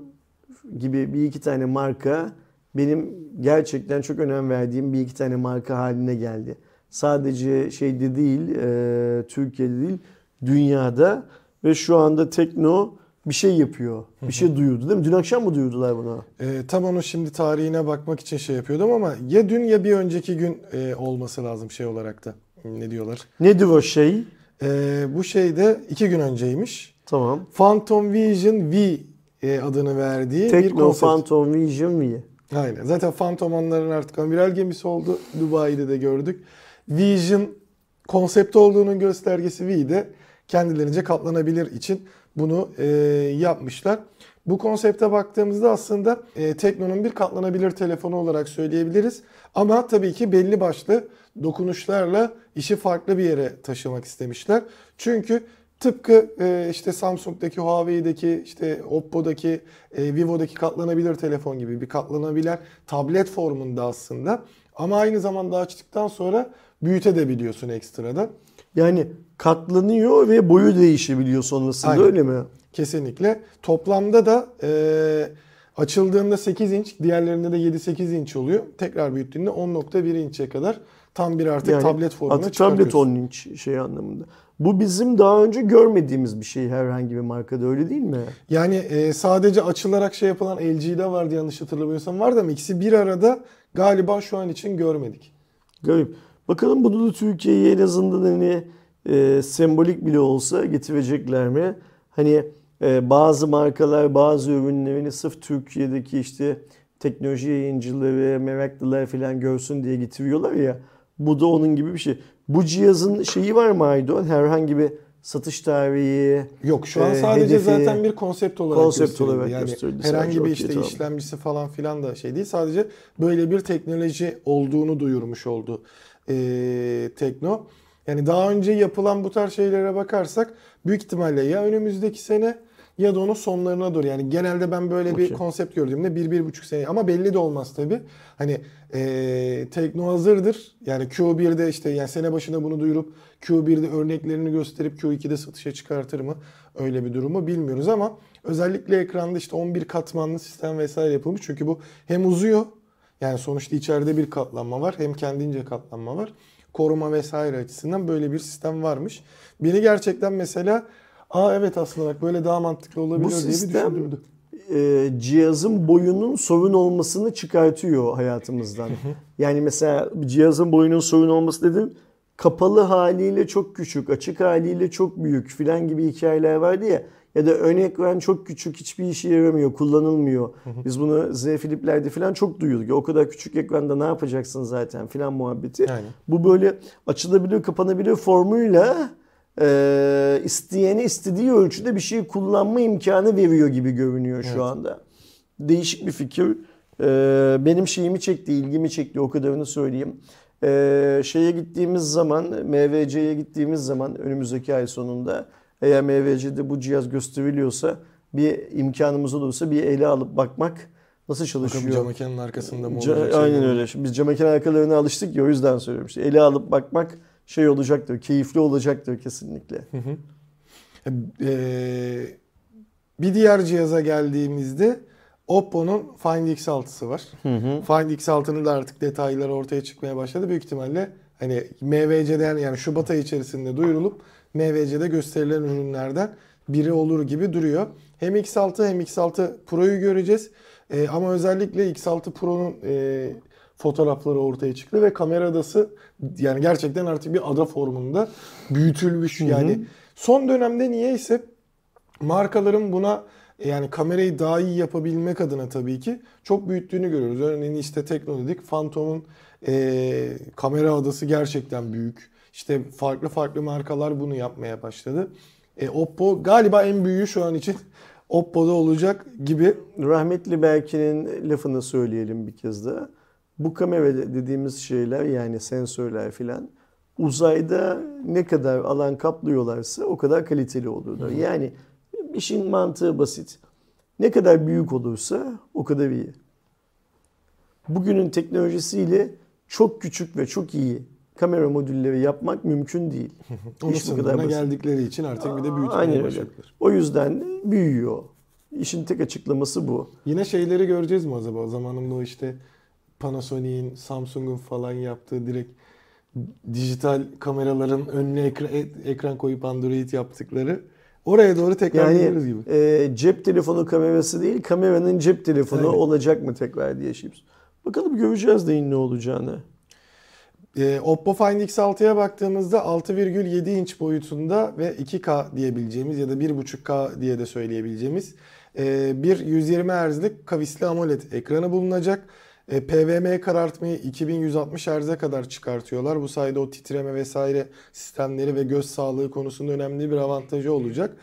gibi bir iki tane marka benim gerçekten çok önem verdiğim bir iki tane marka haline geldi. Sadece şeyde değil, e, Türkiye'de değil, dünyada ve şu anda Tekno bir şey yapıyor. Bir şey duyurdu değil mi? Dün akşam mı duyurdular bunu? E, tam onu şimdi tarihine bakmak için şey yapıyordum ama ya dün ya bir önceki gün e, olması lazım şey olarak da. Ne diyorlar? Nedir o şey? E, bu şey de iki gün önceymiş. Tamam. Phantom Vision V e, adını verdiği bir Tekno konsept. Phantom Vision V. Aynen. Zaten Phantom'ların artık amiral gemisi oldu. Dubai'de de gördük. Vision konsept olduğunun göstergesi V'de kendilerince katlanabilir için bunu e, yapmışlar. Bu konsepte baktığımızda aslında e, Tekno'nun bir katlanabilir telefonu olarak söyleyebiliriz. Ama tabii ki belli başlı dokunuşlarla işi farklı bir yere taşımak istemişler. Çünkü tıpkı e, işte Samsung'daki, Huawei'deki, işte Oppo'daki, e, Vivo'daki katlanabilir telefon gibi bir katlanabilir tablet formunda aslında. Ama aynı zamanda açtıktan sonra büyütebiliyorsun ekstradan. Yani katlanıyor ve boyu değişebiliyor sonrasında. Aynen. Öyle mi? Kesinlikle. Toplamda da e, açıldığında sekiz inç, diğerlerinde de yedi sekiz inç oluyor. Tekrar büyüttüğünde on nokta bir inçe kadar tam bir artık Yani tablet formuna artık çıkartıyorsun. tablet on inç şey anlamında. Bu bizim daha önce görmediğimiz bir şey herhangi bir markada, öyle değil mi? Yani e, sadece açılarak şey yapılan L G'de vardı yanlış hatırlamıyorsam, vardı ama ikisi bir arada galiba şu an için görmedik. Garip. Bakalım bunu da Türkiye'ye en azından hani e, sembolik bile olsa getirecekler mi? Hani e, bazı markalar bazı ürünlerini sırf Türkiye'deki işte teknoloji yayıncıları, meraklılar falan görsün diye getiriyorlar ya. Bu da onun gibi bir şey. Bu cihazın şeyi var mı Aydoğan? Herhangi bir satış tarihi? Yok, şu an e, sadece hedefi, zaten bir konsept olarak konsept gösterildi. olarak Yani gösterildi. herhangi Sadece bir okey, işte tamam. işlemcisi falan filan da şey değil. Sadece böyle bir teknoloji olduğunu duyurmuş oldu ee, Tekno. Yani daha önce yapılan bu tarz şeylere bakarsak büyük ihtimalle ya önümüzdeki sene ya da onun sonlarına doğru. Yani genelde ben böyle bir Okey. konsept gördüğümde bir bir buçuk sene, ama belli de olmaz tabii. Hani ee, Tekno hazırdır. Yani Q bir'de işte yani sene başında bunu duyurup Q bir'de örneklerini gösterip Q iki'de satışa çıkartır mı? Öyle bir durumu bilmiyoruz ama özellikle ekranda işte on bir katmanlı sistem vesaire yapılmış. Çünkü bu hem uzuyor, yani sonuçta içeride bir katlanma var, hem kendince katlanma var. Koruma vesaire açısından böyle bir sistem varmış. Beni gerçekten mesela aa evet aslında bak böyle daha mantıklı olabilir Bu diye bir sistem düşündürdü. e, cihazın boyunun sorun olmasını çıkartıyor hayatımızdan. Yani mesela cihazın boyunun sorun olması dedim, kapalı haliyle çok küçük, açık haliyle çok büyük filan gibi hikayeler vardı ya. Ya da ön ekran çok küçük, hiçbir işe yaramıyor, kullanılmıyor. Biz bunu Z Flip'lerde filan çok duyuyorduk. Ya, o kadar küçük ekranda ne yapacaksın zaten filan muhabbeti. Aynen. Bu böyle açılabilir, kapanabilir formuyla e, isteyene istediği ölçüde bir şey kullanma imkanı veriyor gibi görünüyor şu Evet. anda. Değişik bir fikir. E, benim şeyimi çekti, ilgimi çekti, o kadarını söyleyeyim. E, şeye gittiğimiz zaman, M V C'ye gittiğimiz zaman önümüzdeki ay sonunda, eğer M V C'de bu cihaz gösteriliyorsa bir imkanımız olursa bir ele alıp bakmak nasıl çalışıyor. Bakalım cam mekanın arkasında mı Ca- olacak şey Aynen mi? öyle. Şimdi biz cam mekan arkalarına alıştık ya, o yüzden söylüyorum. İşte ele alıp bakmak şey olacaktır, keyifli olacaktır kesinlikle. Hı hı. Ee, bir diğer cihaza geldiğimizde Oppo'nun Find X altısı var. Hı hı. Find X altının da artık detayları ortaya çıkmaya başladı. Büyük ihtimalle hani M V C'den, yani Şubat ayı içerisinde duyurulup M V C'de gösterilen ürünlerden biri olur gibi duruyor. Hem X altı hem X altı Pro'yu göreceğiz. Ee, ama özellikle X altı Pro'nun e, fotoğrafları ortaya çıktı ve kamera adası yani gerçekten artık bir ada formunda büyütülmüş. Hı hı. Yani son dönemde niyeyse markaların buna yani kamerayı daha iyi yapabilmek adına tabii ki çok büyüttüğünü görüyoruz. Örneğin işte Teknodedik Phantom'un e, kamera adası gerçekten büyük. İşte farklı farklı markalar bunu yapmaya başladı. E, Oppo galiba en büyüğü şu an için Oppo'da olacak gibi. Rahmetli Berkin'in lafını söyleyelim bir kez daha. Bu kamera dediğimiz şeyler, yani sensörler filan, uzayda ne kadar alan kaplıyorlarsa o kadar kaliteli olurlar. Yani işin mantığı basit. Ne kadar büyük olursa o kadar iyi. Bugünün teknolojisiyle çok küçük ve çok iyi kamera modülleri yapmak mümkün değil. Onun İş bu kadar sınırına basit. geldikleri için artık bir de Aynen büyütmeye öyle. başladılar. O yüzden büyüyor. İşin tek açıklaması bu. Yine şeyleri göreceğiz mi acaba? Zamanında o işte Panasonic'in, Samsung'un falan yaptığı direkt dijital kameraların önüne ekran, ekran koyup Android yaptıkları. Oraya doğru tekrar gidiyoruz Yani gibi. e, cep telefonu kamerası değil, kameranın cep telefonu Aynen. olacak mı tekrar diye şey. Bakalım, göreceğiz neyin ne olacağını. Ee, Oppo Find X altıya baktığımızda altı virgül yedi inç boyutunda ve iki K diyebileceğimiz ya da bir buçuk K diye de söyleyebileceğimiz e, bir yüz yirmi Hz'lik kavisli AMOLED ekranı bulunacak. E, P V M karartmayı iki bin yüz altmış Hz'e kadar çıkartıyorlar. Bu sayede o titreme vesaire sistemleri ve göz sağlığı konusunda önemli bir avantajı olacak.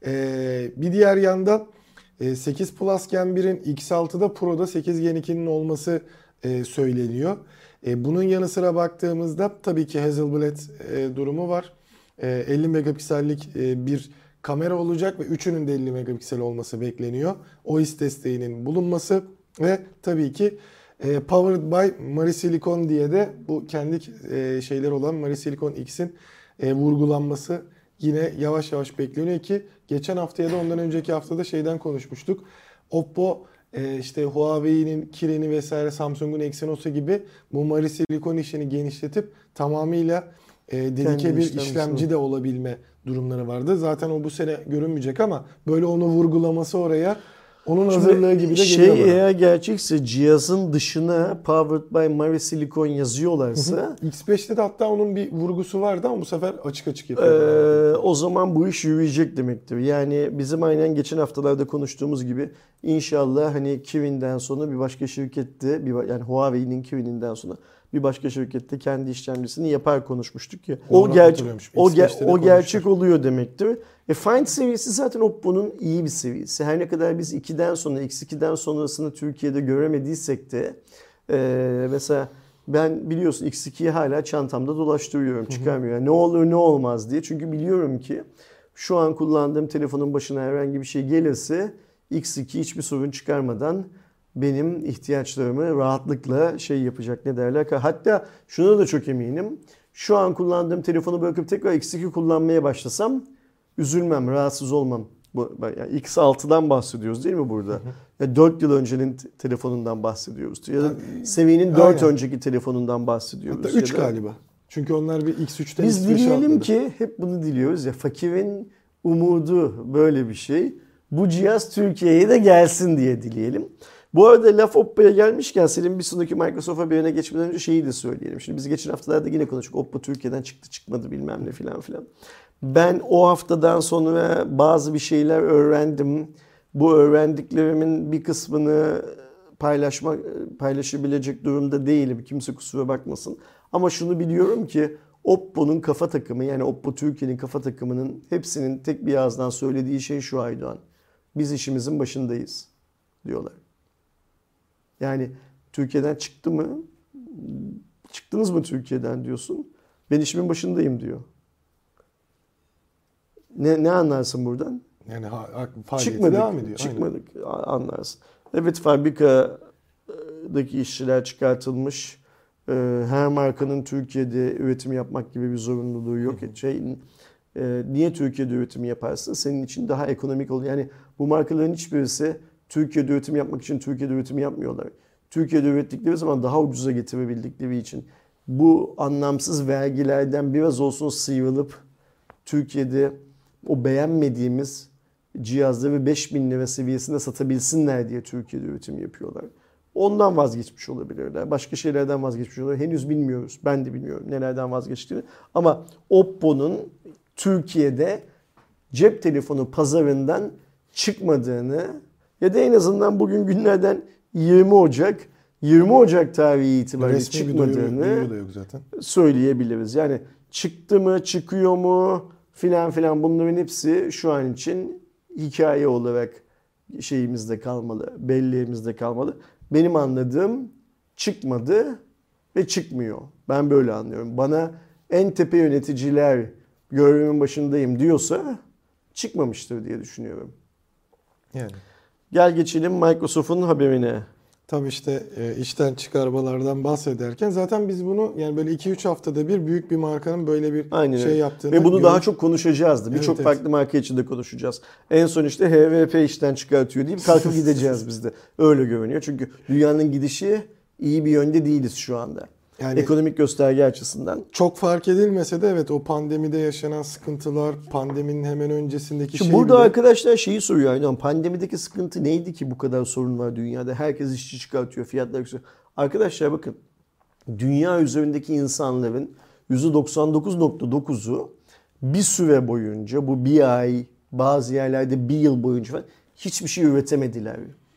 E, bir diğer yandan e, sekiz Plus Gen bir'in X altıda Pro'da sekiz Gen ikinin olması e, söyleniyor. E, bunun yanı sıra baktığımızda tabii ki Hasselblad e, durumu var. E, elli megapiksellik e, bir kamera olacak ve üçünün de elli megapiksel olması bekleniyor. O I S desteğinin bulunması ve tabii ki e, Powered by Marisilicon diye de bu kendi e, şeyler olan Marisilicon X'in e, vurgulanması yine yavaş yavaş bekleniyor ki geçen hafta ya da ondan önceki haftada şeyden konuşmuştuk. Oppo e, işte Huawei'nin Kirin'i vesaire, Samsung'un Exynos'u gibi bu Marisilicon işini genişletip tamamıyla e, dedike Kendi bir işlemcisini. işlemci de olabilme durumları vardı. Zaten o bu sene görünmeyecek ama böyle onu vurgulaması oraya onun hazırlığı gibi de şey geliyor bana. eğer gerçekse, cihazın dışına Powered by Marisilicon yazıyorlarsa X beşte de hatta onun bir vurgusu vardı ama bu sefer açık açık yapıyor. Ee, o zaman bu iş yürüyecek demektir. Yani bizim aynen geçen haftalarda konuştuğumuz gibi inşallah hani Kirin'den sonra bir başka şirkette, bir, yani Huawei'nin Kirin'inden sonra bir başka şirkette kendi işlemcisini yapar konuşmuştuk ya. O Doğru gerçek hatırlıyormuşum. o, X ger- beşte de o gerçek konuşmuşlar. oluyor demektir. E Find seviyesi zaten Oppo'nun iyi bir seviyesi. Her ne kadar biz ikiden sonra, X ikiden sonrasını Türkiye'de göremediysek de e, mesela ben biliyorsun X ikiyi hala çantamda dolaştırıyorum, çıkarmıyorum. Yani ne olur ne olmaz diye. Çünkü biliyorum ki şu an kullandığım telefonun başına herhangi bir şey gelirse X iki hiçbir sorun çıkarmadan benim ihtiyaçlarımı rahatlıkla şey yapacak, ne derler. Hatta şuna da çok eminim. Şu an kullandığım telefonu bırakıp tekrar X iki kullanmaya başlasam üzülmem, rahatsız olmam. Bu, yani X altıdan bahsediyoruz değil mi burada? Hı hı. Ya dört yıl öncenin te- telefonundan bahsediyoruz. Ya da Sevi'nin dört önceki telefonundan bahsediyoruz. Hatta üç ya da... galiba. Çünkü onlar bir X üçten Biz X beşe dileyelim atladı. ki, hep bunu diliyoruz ya, fakirin umudu böyle bir şey. Bu cihaz Türkiye'ye de gelsin diye dileyelim. Bu arada laf Oppo'ya gelmişken, senin bir sonraki Microsoft haberine geçmeden önce şeyi de söyleyelim. Şimdi biz geçen haftalarda yine konuştuk. Oppo Türkiye'den çıktı çıkmadı bilmem ne filan filan. Ben o haftadan sonra bazı bir şeyler öğrendim. Bu öğrendiklerimin bir kısmını paylaşmak paylaşabilecek durumda değilim. Kimse kusura bakmasın. Ama şunu biliyorum ki Oppo'nun kafa takımı, yani Oppo Türkiye'nin kafa takımının hepsinin tek bir ağızdan söylediği şey şu Aydoğan. Biz işimizin başındayız diyorlar. Yani Türkiye'den çıktı mı? Çıktınız mı Türkiye'den diyorsun. Ben işimin başındayım diyor. Ne, ne anlarsın buradan? Yani ha, ha- faaliyeti Çıkmadık. devam ediyor. Çıkmadık. Aynen. Anlarsın. Evet, fabrikadaki işçiler çıkartılmış. Her markanın Türkiye'de üretim yapmak gibi bir zorunluluğu yok. Şey, niye Türkiye'de üretim yaparsın? Senin için daha ekonomik oluyor. Yani bu markaların hiçbirisi Türkiye'de üretim yapmak için Türkiye'de üretim yapmıyorlar. Türkiye'de ürettikleri zaman daha ucuza getirebildikleri için bu anlamsız vergilerden biraz olsun sıyrılıp Türkiye'de o beğenmediğimiz cihazları beş bin lira seviyesinde satabilsinler diye Türkiye'de üretim yapıyorlar. Ondan vazgeçmiş olabilirler. Başka şeylerden vazgeçmiş olabilirler. Henüz bilmiyoruz. Ben de bilmiyorum nelerden vazgeçtiğini. Ama Oppo'nun Türkiye'de cep telefonu pazarından çıkmadığını ya da en azından bugün günlerden yirmi Ocak yirmi Ocak tarihi itibariyle Resmi çıkmadığını bir duyuru, duyuru da yok zaten. söyleyebiliriz. Yani çıktı mı, çıkıyor mu filan filan, bunların hepsi şu an için hikaye olarak şeyimizde kalmalı, belleğimizde kalmalı. Benim anladığım çıkmadı ve çıkmıyor. Ben böyle anlıyorum. Bana en tepe yöneticiler görevimin başındayım diyorsa çıkmamıştır diye düşünüyorum. Yani. Gel geçelim Microsoft'un haberine. Tabii işte e, işten çıkarmalardan bahsederken zaten biz bunu yani böyle iki üç haftada bir büyük bir markanın böyle bir Aynen şey öyle. yaptığını Ve bunu görüp- daha çok konuşacağız da. Birçok Evet, farklı marka içinde konuşacağız. En son işte H V P işten çıkartıyor deyip kalkıp gideceğiz biz de. Öyle görünüyor. Çünkü dünyanın gidişi iyi bir yönde değiliz şu anda. Yani Ekonomik gösterge açısından. çok fark edilmese de evet o pandemide yaşanan sıkıntılar, pandeminin hemen öncesindeki Şimdi şey burada bile- arkadaşlar şeyi soruyor Aydan. Pandemideki sıkıntı neydi ki bu kadar sorun var dünyada? Herkes işçi çıkartıyor, fiyatlar yükseliyor. Arkadaşlar bakın, dünya üzerindeki insanların yüzde doksan dokuz nokta dokuzu bir süre boyunca, bu bir ay, bazı yerlerde bir yıl boyunca falan hiçbir şey üretemediler.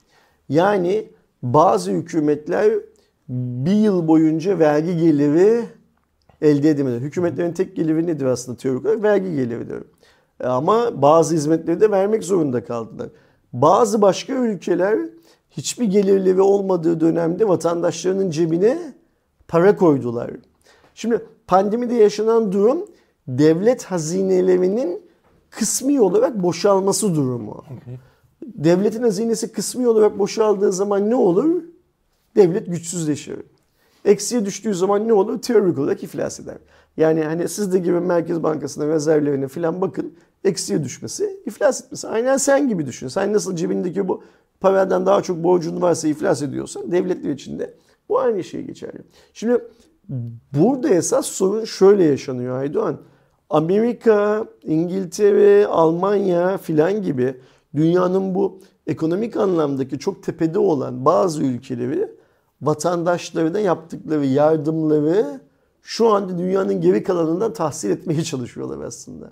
Yani bazı hükümetler bir yıl boyunca vergi geliri elde edemediler. Hükümetlerin tek geliri nedir aslında teorik olarak? Vergi geliridir. Ama bazı hizmetleri de vermek zorunda kaldılar. Bazı başka ülkeler hiçbir gelirleri olmadığı dönemde vatandaşlarının cebine para koydular. Şimdi pandemide yaşanan durum devlet hazinelerinin kısmi olarak boşalması durumu. Devletin hazinesi kısmi olarak boşaldığı zaman ne olur? Devlet güçsüzleşir. Eksiye düştüğü zaman ne olur? Teorik olarak iflas eder. Yani hani siz de gibi Merkez Bankası'na rezervlerine falan bakın. Eksiye düşmesi, iflas etmesi. Aynen sen gibi düşün. Sen nasıl cebindeki bu paradan daha çok borcun varsa iflas ediyorsan devletler için de bu aynı şey geçerli. Şimdi burada esas sorun şöyle yaşanıyor Aydoğan. Amerika, İngiltere, Almanya filan gibi dünyanın bu ekonomik anlamdaki çok tepede olan bazı ülkeleri vatandaşlarına yaptıkları yardımları şu anda dünyanın geri kalanından tahsil etmeye çalışıyorlar aslında.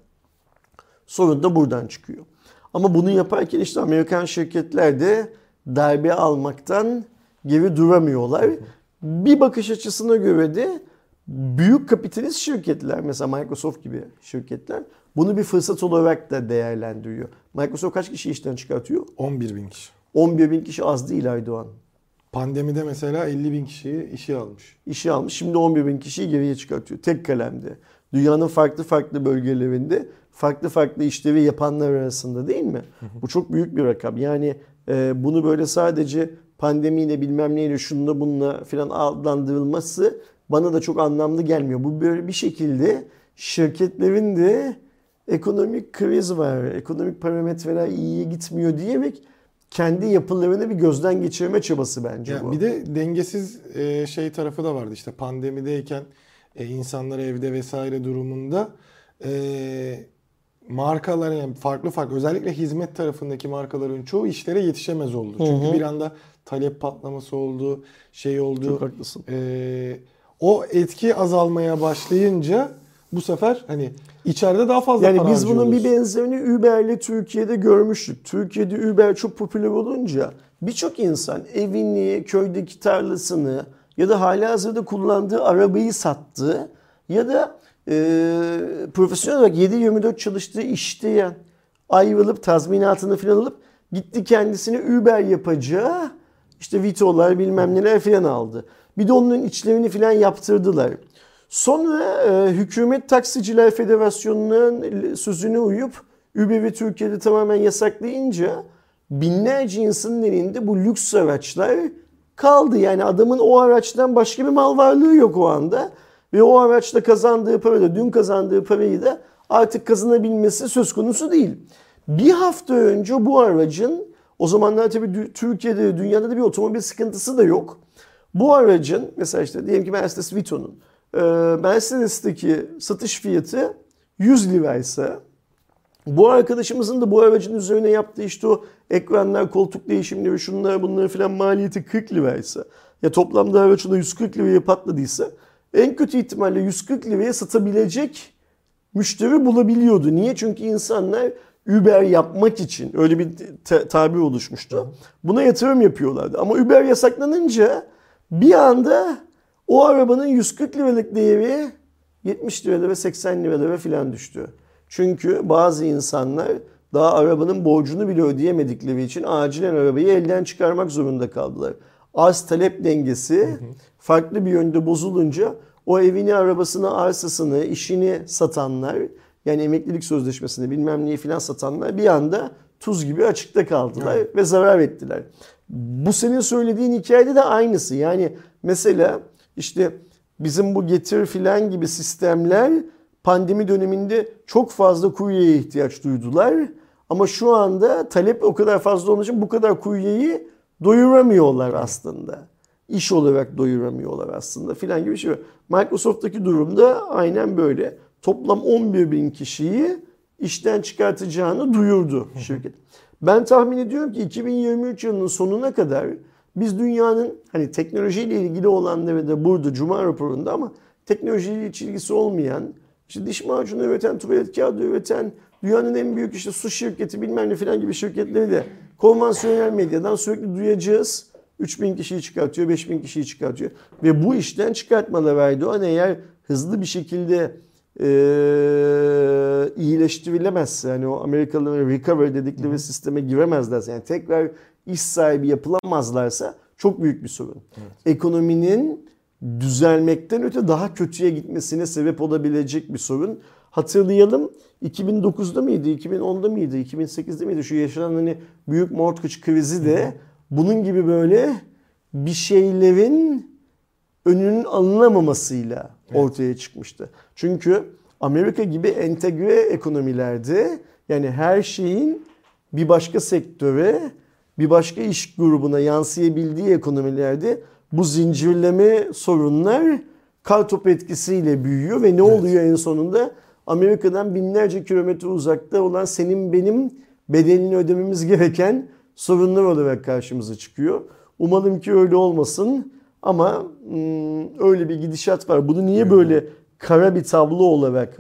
Sorun da buradan çıkıyor. Ama bunu yaparken işte Amerikan şirketler de darbe almaktan geri duramıyorlar. Bir bakış açısına göre de büyük kapitalist şirketler, mesela Microsoft gibi şirketler bunu bir fırsat olarak da değerlendiriyor. Microsoft kaç kişi işten çıkartıyor? on bir bin kişi. on bir bin kişi az değil Aydoğan. Pandemide mesela elli bin kişiyi işe almış. İşe almış. Şimdi on bir bin kişiyi geriye çıkartıyor. Tek kalemde. Dünyanın farklı farklı bölgelerinde farklı farklı işlevi yapanlar arasında, değil mi? Bu çok büyük bir rakam. Yani e, bunu böyle sadece pandemiyle bilmem neyle şununla bununla falan adlandırılması bana da çok anlamlı gelmiyor. Bu böyle bir şekilde şirketlerin de ekonomik kriz var, ekonomik parametreler iyiye gitmiyor diyerek kendi yapılarını bir gözden geçirme çabası bence Yani bu. bir de dengesiz e, şey tarafı da vardı işte pandemideyken e, insanlar evde vesaire durumunda e, markaların yani farklı farklı özellikle hizmet tarafındaki markaların çoğu işlere yetişemez oldu. Çünkü Hı hı. bir anda talep patlaması oldu, şey oldu. Çok haklısın. E, o etki azalmaya başlayınca bu sefer hani içeride daha fazla Yani para biz bunun harcıyoruz. bir benzerini Uber'le Türkiye'de görmüştük. Türkiye'de Uber çok popüler olunca birçok insan evini, köydeki tarlasını ya da halihazırda kullandığı arabayı sattı. Ya da e, profesyonel olarak yedi yirmi dört çalıştığı işte ayrılıp tazminatını falan alıp gitti kendisine Uber yapacağı işte Vito'lar bilmem neler falan aldı. Bir de onun içlerini falan yaptırdılar. Sonra e, Hükümet Taksiciler Federasyonu'nun sözüne uyup Uber'i Türkiye'de tamamen yasaklayınca binlerce insanın elinde bu lüks araçlar kaldı. Yani adamın o araçtan başka bir mal varlığı yok o anda. Ve o araçla kazandığı para da, dün kazandığı parayı da artık kazanabilmesi söz konusu değil. Bir hafta önce bu aracın, o zamanlar tabii Türkiye'de, dünyada da bir otomobil sıkıntısı da yok. Bu aracın mesela işte diyelim ki Mercedes Vito'nun Mercedes'teki satış fiyatı yüz liraysa, bu arkadaşımızın da bu aracın üzerine yaptığı işte o ekranlar, koltuk değişimleri, şunlar bunları filan maliyeti kırk liraysa, ya toplamda aracına yüz kırk liraya patladıysa, en kötü ihtimalle yüz kırk liraya satabilecek müşteri bulabiliyordu. Niye? Çünkü insanlar Uber yapmak için öyle bir tabir oluşmuştu. Buna yatırım yapıyorlardı. Ama Uber yasaklanınca bir anda o arabanın yüz kırk liralık değeri yetmiş liralara, seksen liralara filan düştü. Çünkü bazı insanlar daha arabanın borcunu bile ödeyemedikleri için acilen arabayı elden çıkarmak zorunda kaldılar. Arz talep dengesi farklı bir yönde bozulunca o evini, arabasını, arsasını, işini satanlar, yani emeklilik sözleşmesini bilmem neyi filan satanlar bir anda tuz gibi açıkta kaldılar evet. ve zarar ettiler. Bu senin söylediğin hikayede de aynısı. Yani mesela işte bizim bu Getir filan gibi sistemler pandemi döneminde çok fazla kuryeye ihtiyaç duydular. Ama şu anda talep o kadar fazla olduğu için bu kadar kuryeyi doyuramıyorlar aslında. İş olarak doyuramıyorlar aslında filan gibi bir şey var. Microsoft'taki durumda aynen böyle. Toplam on bir bin kişiyi işten çıkartacağını duyurdu şirket. Ben tahmin ediyorum ki iki bin yirmi üç yılının sonuna kadar biz dünyanın hani teknolojiyle ilgili olanları da burada Cuma raporunda ama teknolojiyle hiç ilgisi olmayan, işte diş macunu üreten, tuvalet kağıdı üreten, dünyanın en büyük işte su şirketi bilmem ne filan gibi şirketleri de konvansiyonel medyadan sürekli duyacağız. üç bin kişiyi çıkartıyor, beş bin kişiyi çıkartıyor. Ve bu işten çıkartmalar Erdoğan eğer hızlı bir şekilde e, iyileştirilemezse, hani o Amerikalıların recovery dedikleri sisteme giremezlerse, yani tekrar iş sahibi yapılamazlarsa çok büyük bir sorun. Evet. Ekonominin düzelmekten öte daha kötüye gitmesine sebep olabilecek bir sorun. Hatırlayalım, iki bin dokuzda mıydı, iki bin onda mıydı, iki bin sekizde miydi şu yaşanan hani büyük mortgage krizi de bunun gibi böyle bir şeylerin önünün alınamamasıyla ortaya evet. çıkmıştı. Çünkü Amerika gibi entegre ekonomilerde yani her şeyin bir başka sektöre, bir başka iş grubuna yansıyabildiği ekonomilerde bu zincirleme sorunlar kartopu etkisiyle büyüyor ve ne evet. oluyor en sonunda? Amerika'dan binlerce kilometre uzakta olan senin benim bedelini ödememiz gereken sorunlar olarak karşımıza çıkıyor. Umalım ki öyle olmasın ama öyle bir gidişat var. Bunu niye böyle kara bir tablo olarak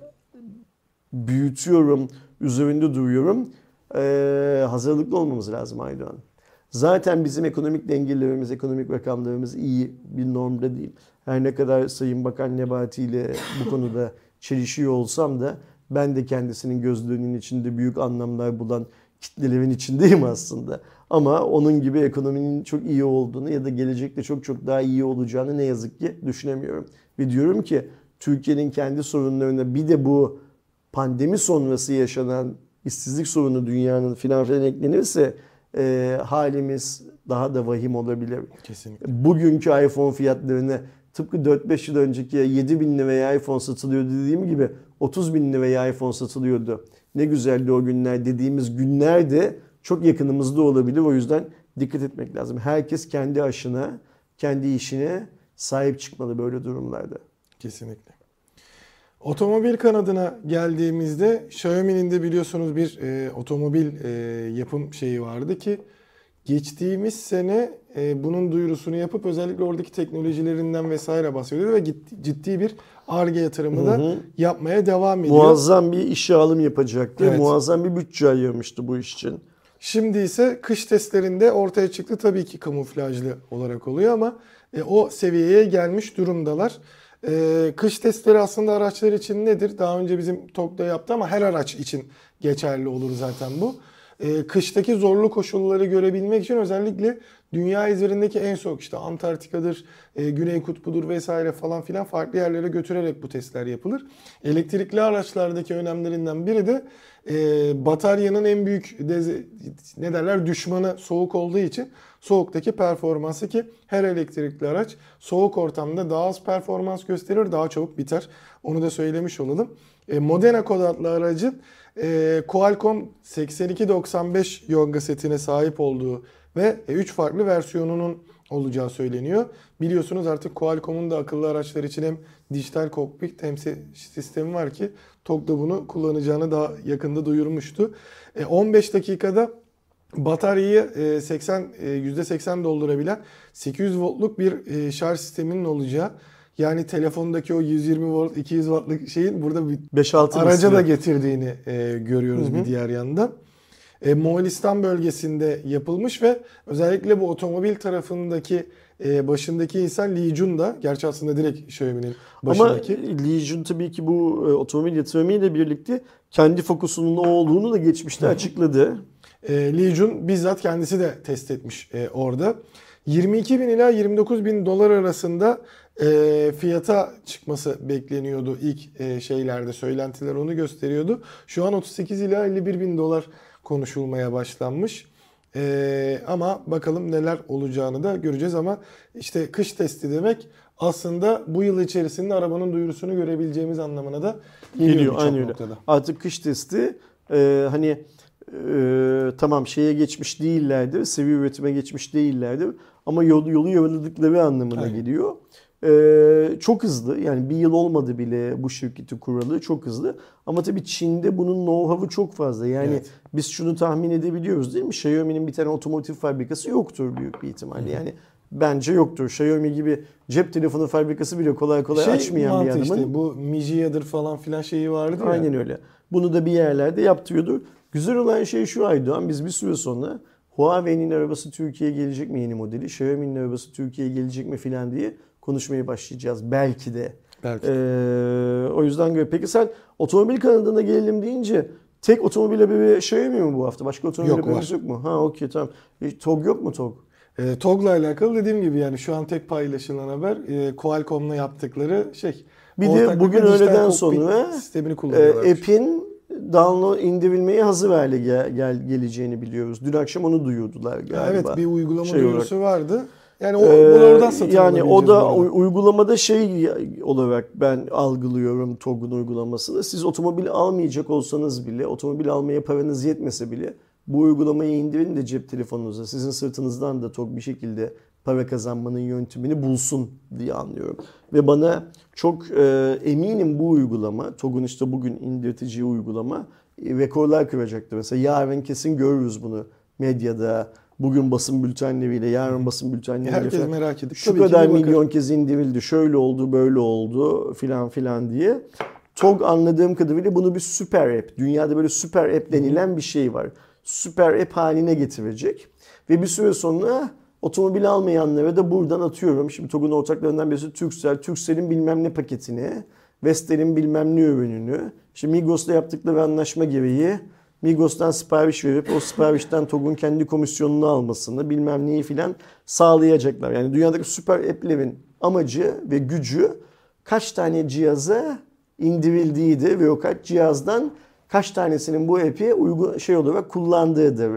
büyütüyorum, üzerinde duruyorum? Ee, hazırlıklı olmamız lazım Aydoğan. Zaten bizim ekonomik dengelerimiz, ekonomik rakamlarımız iyi bir normda değil. Her ne kadar Sayın Bakan Nebati ile bu konuda çelişiyor olsam da ben de kendisinin gözlüğünün içinde büyük anlamlar bulan kitlelerin içindeyim aslında. Ama onun gibi ekonominin çok iyi olduğunu ya da gelecekte çok çok daha iyi olacağını ne yazık ki düşünemiyorum. Ve diyorum ki Türkiye'nin kendi sorunlarına bir de bu pandemi sonrası yaşanan işsizlik sorunu dünyanın filan filan eklenirse e, halimiz daha da vahim olabilir. Kesinlikle. Bugünkü iPhone fiyatlarını tıpkı dört beş yıl önceki yedi bin liraya iPhone satılıyordu dediğim gibi otuz bin liraya iPhone satılıyordu. Ne güzeldi o günler dediğimiz günler de çok yakınımızda olabilir. O yüzden dikkat etmek lazım. Herkes kendi aşına, kendi işine sahip çıkmalı böyle durumlarda. Kesinlikle. Otomobil kanadına geldiğimizde Xiaomi'nin de biliyorsunuz bir e, otomobil e, yapım şeyi vardı ki geçtiğimiz sene e, bunun duyurusunu yapıp özellikle oradaki teknolojilerinden vesaire bahsediyordu ve ciddi bir Ar-Ge yatırımı da hı hı. yapmaya devam ediyor. Muazzam bir işe alım yapacaktı. Evet. Muazzam bir bütçe ayırmıştı bu iş için. Şimdi ise kış testlerinde ortaya çıktı. Tabii ki kamuflajlı olarak oluyor ama e, o seviyeye gelmiş durumdalar. E, kış testleri aslında araçlar için nedir? Daha önce bizim T O G'da yaptı ama her araç için geçerli olur zaten bu. e, kıştaki zorlu koşulları görebilmek için özellikle dünya üzerindeki en soğuk işte Antarktika'dır, e, Güney Kutbu'dur vesaire falan filan farklı yerlere götürerek bu testler yapılır. Elektrikli araçlardaki önemlerinden biri de e, bataryanın en büyük deze, ne derler düşmanı soğuk olduğu için soğuktaki performansı, ki her elektrikli araç soğuk ortamda daha az performans gösterir, daha çabuk biter. Onu da söylemiş olalım. E, Modena kod adlı aracın e, Qualcomm seksen iki doksan beş Yonga setine sahip olduğu ve üç farklı versiyonunun olacağı söyleniyor. Biliyorsunuz artık Qualcomm'un da akıllı araçlar için hem dijital kokpit hem sistemi var ki T O G da bunu kullanacağını daha yakında duyurmuştu. E, on beş dakikada bataryayı seksen yüzde seksen doldurabilen sekiz yüz voltluk bir şarj sisteminin olacağı, yani telefondaki o yüz yirmi volt iki yüz wattlık şeyin burada bir beş altı araca misli da getirdiğini görüyoruz. Hı hı. Bir diğer yandan. E, Moğolistan bölgesinde yapılmış ve özellikle bu otomobil tarafındaki e, başındaki insan Lee Jun da, gerçi aslında direkt Xiaomi'nin başındaki. Ama Lee Jun tabii ki bu e, otomobil yatırımıyla birlikte kendi fokusunun o olduğunu da geçmişte açıkladı. E, Lee Jun bizzat kendisi de test etmiş e, orada. yirmi iki bin ila yirmi dokuz bin dolar arasında e, fiyata çıkması bekleniyordu ilk e, şeylerde, söylentiler onu gösteriyordu. Şu an otuz sekiz ila elli bir bin dolar konuşulmaya başlanmış. E, ama bakalım neler olacağını da göreceğiz, ama işte kış testi demek aslında bu yıl içerisinde arabanın duyurusunu görebileceğimiz anlamına da geliyor birçok noktada. Artık kış testi e, hani Ee, tamam şeye geçmiş değillerdir, seviye üretime geçmiş değillerdir ama yolu, yolu yavaladıkları anlamına Aynen. geliyor. Ee, çok hızlı, yani bir yıl olmadı bile bu şirketi kuralı, çok hızlı. Ama tabii Çin'de bunun know-how'ı çok fazla. Yani evet. biz şunu tahmin edebiliyoruz değil mi? Xiaomi'nin bir tane otomotiv fabrikası yoktur büyük bir ihtimalle. Yani bence yoktur. Xiaomi gibi cep telefonu fabrikası bile kolay kolay şey, açmayan bir adamın. Işte, bu Mijia'dır falan filan şeyi vardı ya. Aynen öyle. Bunu da bir yerlerde yaptırıyordur. Güzel olan şey şu Aydoğan, biz bir süre sonra Huawei'nin arabası Türkiye'ye gelecek mi yeni modeli, Xiaomi'nin arabası Türkiye'ye gelecek mi filan diye konuşmaya başlayacağız. Belki de. Belki. Ee, o yüzden göre. Peki sen otomobil kanadına gelelim deyince tek otomobil haberi Xiaomi mi bu hafta? Başka otomobil yok, haberimiz yok mu? Ha okey tamam. E, T O G yok mu T O G? E, T O G'la alakalı dediğim gibi yani şu an tek paylaşılan haber e, Qualcomm'la yaptıkları şey. Bir de bugün öğleden sonra sistemini kullanıyorlar. E, app'in download indirilmeye hazır hale gel, gel, geleceğini biliyoruz. Dün akşam onu duyurdular galiba. Evet, bir uygulama şey duyurusu olarak vardı. Yani o ee, oradan satın yani o da uygulamada şey olarak ben algılıyorum T O G'un uygulamasını. Siz otomobil almayacak olsanız bile, otomobil almaya paranız yetmese bile bu uygulamayı indirin de cep telefonunuza, sizin sırtınızdan da T O G bir şekilde para kazanmanın yöntemini bulsun diye anlıyorum. Ve bana çok e, eminim bu uygulama, T O G'un işte bugün indirteceği uygulama e, rekorlar kıracaktır. Mesela yarın kesin görürüz bunu medyada, bugün basın bültenleriyle, yarın basın bültenleriyle. Herkes falan. Merak edip şu kadar milyon kez indirildi, şöyle oldu, böyle oldu filan filan diye. T O G anladığım kadarıyla bunu bir süper app, dünyada böyle süper app denilen bir şey var. Süper app haline getirecek ve bir süre sonra otomobil almayanlara da buradan atıyorum. Şimdi T O G'un ortaklarından birisi Turkcell. Turkcell'in bilmem ne paketini, Vestel'in bilmem ne ürününü. Şimdi Migros'la yaptıkları anlaşma gereği Migros'tan sipariş verip o siparişten T O G'un kendi komisyonunu almasını bilmem neyi filan sağlayacaklar. Yani dünyadaki süper app'lerin amacı ve gücü kaç tane cihaza indirildiğidir ve o kaç cihazdan kaç tanesinin bu app'i uygun şey olarak kullandığıdır.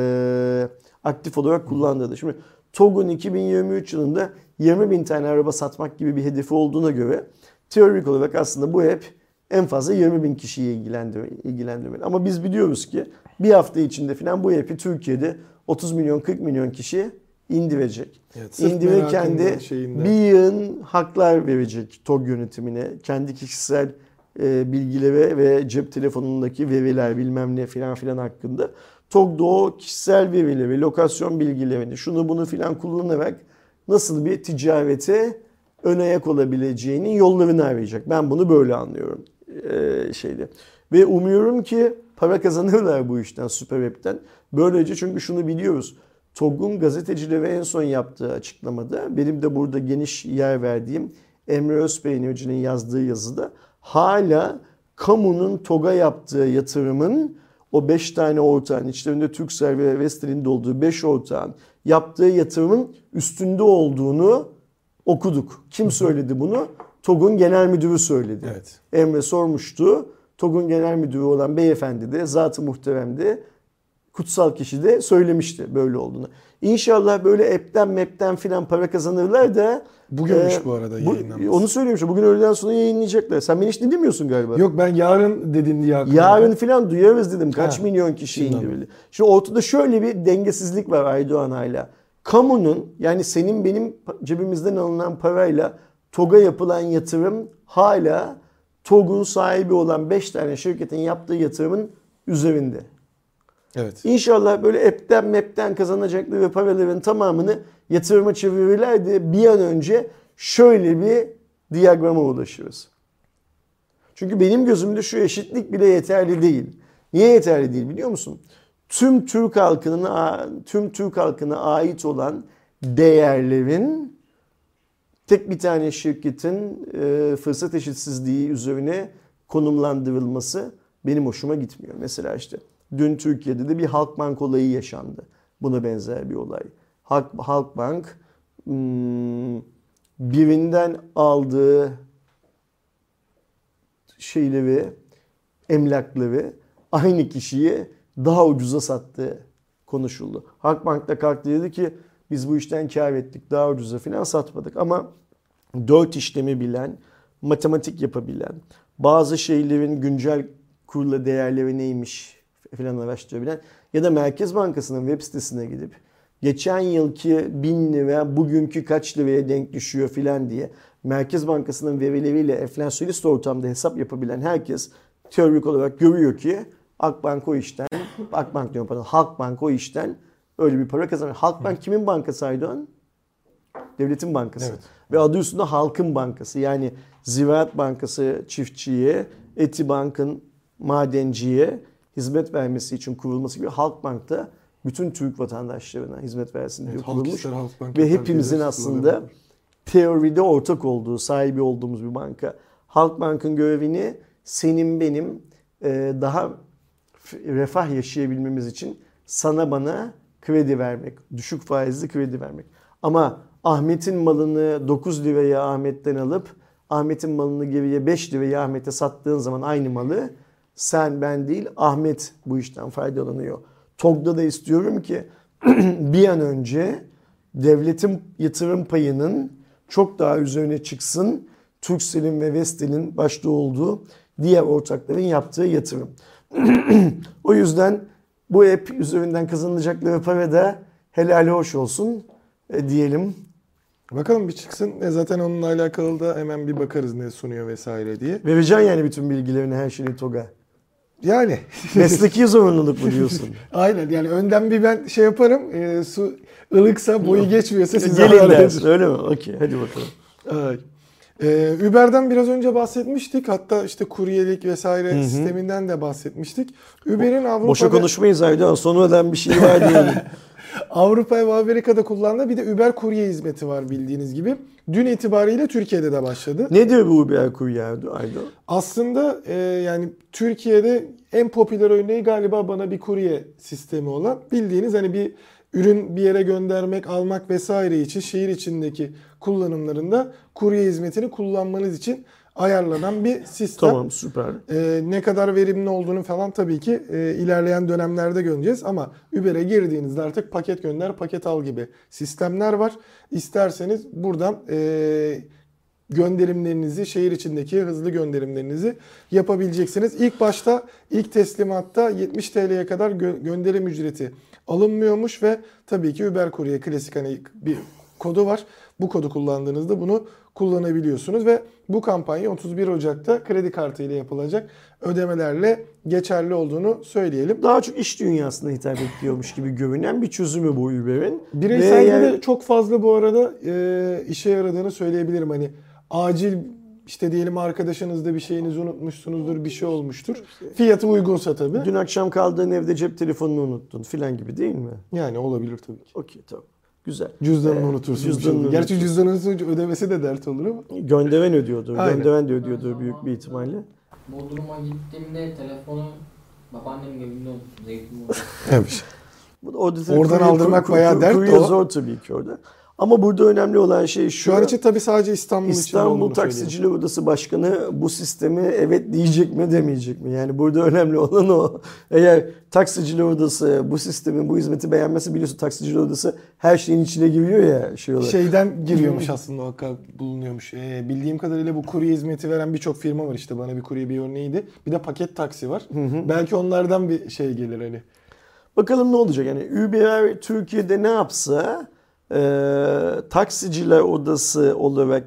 Ee, aktif olarak kullandığıdır. Şimdi T O G'un iki bin yirmi üç yılında yirmi bin tane araba satmak gibi bir hedefi olduğuna göre teorik olarak aslında bu app en fazla yirmi bin kişiyi ilgilendirmeli. Ama biz biliyoruz ki bir hafta içinde falan bu app'i Türkiye'de otuz milyon kırk milyon kişi indirecek. Evet, İndirirken de bir yığın haklar verecek T O G yönetimine. Kendi kişisel e, bilgilere ve cep telefonundaki veriler bilmem ne filan filan hakkında. T O G da o kişisel verileri, lokasyon bilgilerini, şunu bunu filan kullanarak nasıl bir ticarete ön ayak olabileceğinin yollarını arayacak. Ben bunu böyle anlıyorum. Ee, şeyde. Ve umuyorum ki para kazanırlar bu işten, süper app'ten. Böylece çünkü şunu biliyoruz. T O G'un gazetecilere en son yaptığı açıklamada, benim de burada geniş yer verdiğim Emre Özpeynirci'nin yazdığı yazıda hala kamunun T O G'a yaptığı yatırımın o beş tane ortağın, içlerinde Turkcell ve Vestel'in de olduğu beş ortağın yaptığı yatırımın üstünde olduğunu okuduk. Kim söyledi bunu? TOG'un genel müdürü söyledi. Evet. Emre sormuştu. TOG'un genel müdürü olan beyefendi de, zat-ı muhteremdi, kutsal kişi de söylemişti böyle olduğunu. İnşallah böyle app'ten map'ten filan para kazanırlar da. Bugünmüş e, bu arada bu, yayınlanması. Onu söylüyorum. Bugün öğleden sonra yayınlayacaklar. Sen beni hiç dinlemiyorsun galiba. Yok, ben yarın dedin diye aklımda. Yarın filan duyarız dedim. Kaç Ha, milyon kişi şimdi indirildi. Şimdi ortada şöyle bir dengesizlik var Aydoğan hala. Kamunun, yani senin benim cebimizden alınan parayla TOG'a yapılan yatırım hala TOG'un sahibi olan beş tane şirketin yaptığı yatırımın üzerinde. Evet. İnşallah böyle app'ten map'ten kazanacakları paraların tamamını yatırıma çevirirler de bir an önce şöyle bir diyagrama ulaşırız. Çünkü benim gözümde şu eşitlik bile yeterli değil. Niye yeterli değil biliyor musun? Tüm Türk halkının tüm Türk halkına ait olan değerlerin tek bir tane şirketin e, fırsat eşitsizliği üzerine konumlandırılması benim hoşuma gitmiyor. Mesela işte dün Türkiye'de de bir Halkbank olayı yaşandı. Buna benzer bir olay. Halk, Halkbank hmm, birinden aldığı şeyleri, emlakları aynı kişiye daha ucuza sattığı konuşuldu. Halkbank da kalktı dedi ki biz bu işten kâr ettik, daha ucuza falan satmadık. Ama dört işlemi bilen, matematik yapabilen, bazı şeylerin güncel kurla değerleri neymiş falan araştırabilen ya da Merkez Bankası'nın web sitesine gidip geçen yılki bin lira bugünkü kaç liraya denk düşüyor filan diye Merkez Bankası'nın verileriyle enflasyonist ortamda hesap yapabilen herkes teorik olarak görüyor ki Akbank o işten, Akbank diyorum pardon, Halkbank o işten öyle bir para kazanıyor. Halkbank kimin bankası Aydoğan? Devletin bankası. Evet. Ve adı üstünde Halkın Bankası. Yani Ziraat Bankası çiftçiye, Etibank'ın madenciye hizmet vermesi için kurulması gibi Halkbank da bütün Türk vatandaşlarına hizmet versin diye Evet, kurulmuş. Halk ister, Halkbank Ve yapar hepimizin diye aslında kullanılır. teoride ortak olduğu, sahibi olduğumuz bir banka. Halkbank'ın görevini senin benim daha refah yaşayabilmemiz için sana bana kredi vermek, düşük faizli kredi vermek. Ama Ahmet'in malını dokuz liraya Ahmet'ten alıp Ahmet'in malını geriye beş liraya Ahmet'e sattığın zaman aynı malı sen ben değil Ahmet bu işten faydalanıyor. TOG'da da istiyorum ki bir an önce devletin yatırım payının çok daha üzerine çıksın. Turkcell'in ve Vestel'in başta olduğu diğer ortakların yaptığı yatırım. O yüzden bu app üzerinden kazanılacakları para da helali hoş olsun e, diyelim. Bakalım bir çıksın. E zaten onunla alakalı da hemen bir bakarız ne sunuyor vesaire diye. Vereceksin yani bütün bilgilerini, her şeyini TOG'a. Yani. Mesleki zorunluluk mu diyorsun? Aynen, yani önden bir ben şey yaparım. E, su ılıksa, boyu geçmiyorsa size Gelin haber dersin ederim. öyle mi? Okey, hadi bakalım. Ay. Ee, Uber'den biraz önce bahsetmiştik. Hatta işte kuryelik vesaire Hı hı. sisteminden de bahsetmiştik. Uber'in Avrupa'da, Boşa konuşmayız Aydoğan. Sonradan bir şey var diyelim. Avrupa ve Amerika'da kullandığı bir de Uber kurye hizmeti var bildiğiniz gibi. Dün itibariyle Türkiye'de de başladı. Nedir bu Uber kurye Aydoğan? Aslında e, yani Türkiye'de en popüler örneği galiba bana bir kurye sistemi olan. Bildiğiniz hani bir ürün bir yere göndermek, almak vesaire için şehir içindeki kullanımlarında kurye hizmetini kullanmanız için ayarlanan bir sistem. Tamam, süper. Ee, ne kadar verimli olduğunu falan tabii ki e, ilerleyen dönemlerde göreceğiz. Ama Uber'e girdiğinizde artık paket gönder, paket al gibi sistemler var. İsterseniz buradan e, gönderimlerinizi, şehir içindeki hızlı gönderimlerinizi yapabileceksiniz. İlk başta ilk teslimatta yetmiş T L'ye kadar gö- gönderim ücreti alınmıyormuş ve tabii ki Uber Kurye klasik hani bir kodu var. Bu kodu kullandığınızda bunu kullanabiliyorsunuz ve bu kampanya otuz bir Ocak'ta kredi kartı ile yapılacak ödemelerle geçerli olduğunu söyleyelim. Daha çok iş dünyasına hitap ediyormuş gibi görünen bir çözümü bu Uber'in. Bireyselde yani... de çok fazla bu arada e, işe yaradığını söyleyebilirim. Hani acil işte diyelim arkadaşınızda bir şeyinizi unutmuşsunuzdur, bir şey olmuştur. Fiyatı uygunsa tabii. Dün akşam kaldığın evde cep telefonunu unuttun filan gibi değil mi? Yani olabilir tabii ki. Okey, tamam. Güzel. Cüzdanını Ee, unutursun. cüzdanını Gerçi unutursun. cüzdanınızın ödemesi de dert olur ama. Gönderen ödüyordur. Aynen. Gönderen de ödüyordur büyük bir ihtimalle. Bodrum'a gittiğimde telefonu Babaannemin evinde oldu. Zeytin oldu. Evet. Orada Oradan aldırmak bayağı dert kurye o. zor tabii ki orada. Ama burada önemli olan şey şu. Şu an için tabii sadece İstanbul, için İstanbul olduğunu Taksiciler söyleyelim. Odası Başkanı bu sistemi evet diyecek mi demeyecek mi? Yani burada önemli olan o. Eğer Taksiciler Odası bu sistemi, bu hizmeti beğenmesi, biliyorsun Taksiciler Odası her şeyin içine giriyor ya. Şey olarak. Şeyden giriyormuş aslında o ka- bulunuyormuş. Ee, bildiğim kadarıyla bu kurye hizmeti veren birçok firma var işte. Bana bir kurye bir örneğiydi. Bir de paket taksi var. Belki onlardan bir şey gelir hani. Bakalım ne olacak? Yani Uber Türkiye'de ne yapsa e, Taksiciler Odası olarak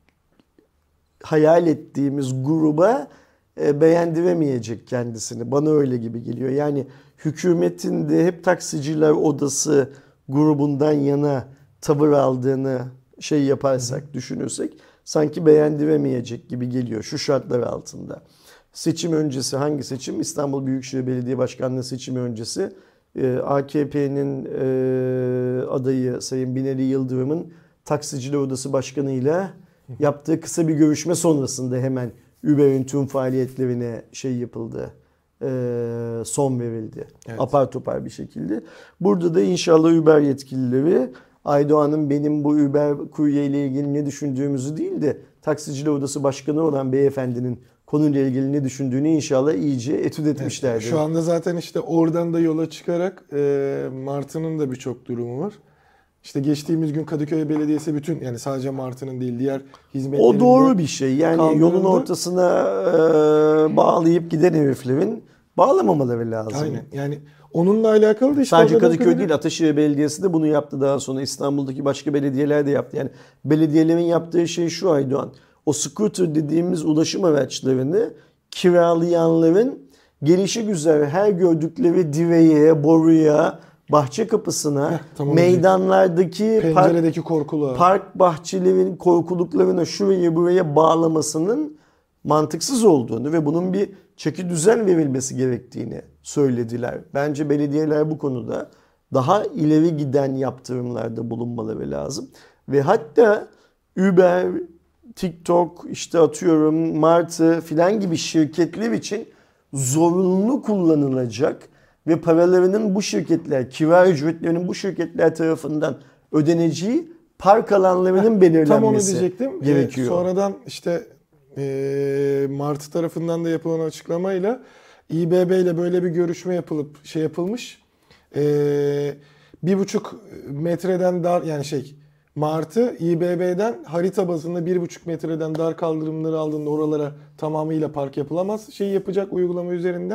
hayal ettiğimiz gruba e, beğendiremeyecek kendisini. Bana öyle gibi geliyor. Yani hükümetin de hep Taksiciler Odası grubundan yana tavır aldığını şey yaparsak, hı, düşünürsek sanki beğendiremeyecek gibi geliyor şu şartlar altında. Seçim öncesi, hangi seçim? İstanbul Büyükşehir Belediye Başkanlığı seçimi öncesi A K P'nin adayı Sayın Binali Yıldırım'ın Taksiciler Odası Başkanı ile yaptığı kısa bir görüşme sonrasında hemen Uber'in tüm faaliyetlerine şey yapıldı, son verildi. Evet. Apar topar bir şekilde. Burada da inşallah Uber yetkilileri Aydoğan'ın benim bu Uber kurye ile ilgili ne düşündüğümüzü değil de Taksiciler Odası Başkanı olan beyefendinin konuyla ilgili ne düşündüğünü inşallah iyice etüt etmişlerdir. Evet, şu anda zaten işte oradan da yola çıkarak e, Martı'nın da birçok durumu var. İşte geçtiğimiz gün Kadıköy Belediyesi bütün, yani sadece Martı'nın değil diğer hizmetlerin o doğru bir şey. Yani kaldırıldı. Yolun ortasına e, bağlayıp giden heriflerin bağlamamaları lazım. Aynen. Yani onunla alakalı da işte sadece Kadıköy değil, Ataşehir Belediyesi de bunu yaptı, daha sonra İstanbul'daki başka belediyeler de yaptı. Yani belediyelerin yaptığı şey şu Aydoğan. O scooter dediğimiz ulaşım araçlarını kiralayanların gelişigüzel her gördükleri direğe, boruya, bahçe kapısına, heh, tamam, meydanlardaki penceredeki park, korkuluğa, park bahçelerin korkuluklarına şuraya buraya bağlamasının mantıksız olduğunu ve bunun bir çeki düzen verilmesi gerektiğini söylediler. Bence belediyeler bu konuda daha ileri giden yaptırımlarda bulunmaları lazım. Ve hatta Uber, TikTok, işte atıyorum Martı filan gibi şirketler için zorunlu kullanılacak ve paralarının bu şirketler, kira ücretlerinin bu şirketler tarafından ödeneceği park alanlarının belirlenmesi tam onu diyecektim. gerekiyor. Ee, sonradan işte e, Martı tarafından da yapılan açıklamayla İBB ile böyle bir görüşme yapılıp şey yapılmış. Ee, bir buçuk metreden dar, yani şey Martı İBB'den harita bazında bir buçuk metreden dar kaldırımları aldığında oralara tamamıyla park yapılamaz. Şey yapacak uygulama üzerinden.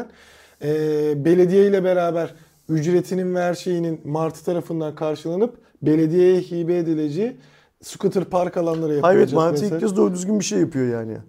Ee, belediye ile beraber ücretinin ve her şeyinin Martı tarafından karşılanıp belediyeye hibe edileceği scooter park alanları yapılacak. Hayır, Martı ilk kez doğru düzgün bir şey yapıyor yani.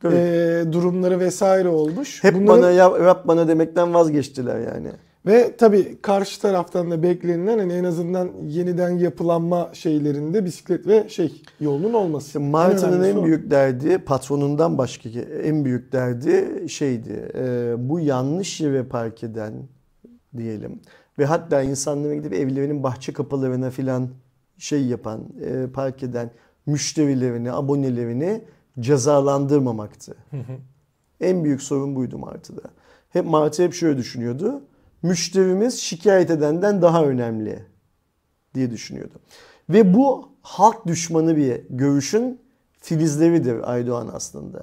Ee, durumları vesaire olmuş. Hep Bunların... bana yap, yap bana demekten vazgeçtiler yani. Ve tabii karşı taraftan da beklenilen hani en azından yeniden yapılanma şeylerinde bisiklet ve şey yolunun olması. Martı'nın en, en büyük derdi, patronundan başka en büyük derdi şeydi. E, bu yanlış yere park eden diyelim ve hatta insanlara gidip evlerinin bahçe kapılarına filan şey yapan, e, park eden müşterilerini, abonelerini cezalandırmamaktı. Hı hı. En büyük sorun buydu Martı'da. Hep Martı hep şöyle düşünüyordu. Müşterimiz şikayet edenden daha önemli diye düşünüyordu. Ve bu halk düşmanı bir görüşün filizleridir Aydoğan aslında.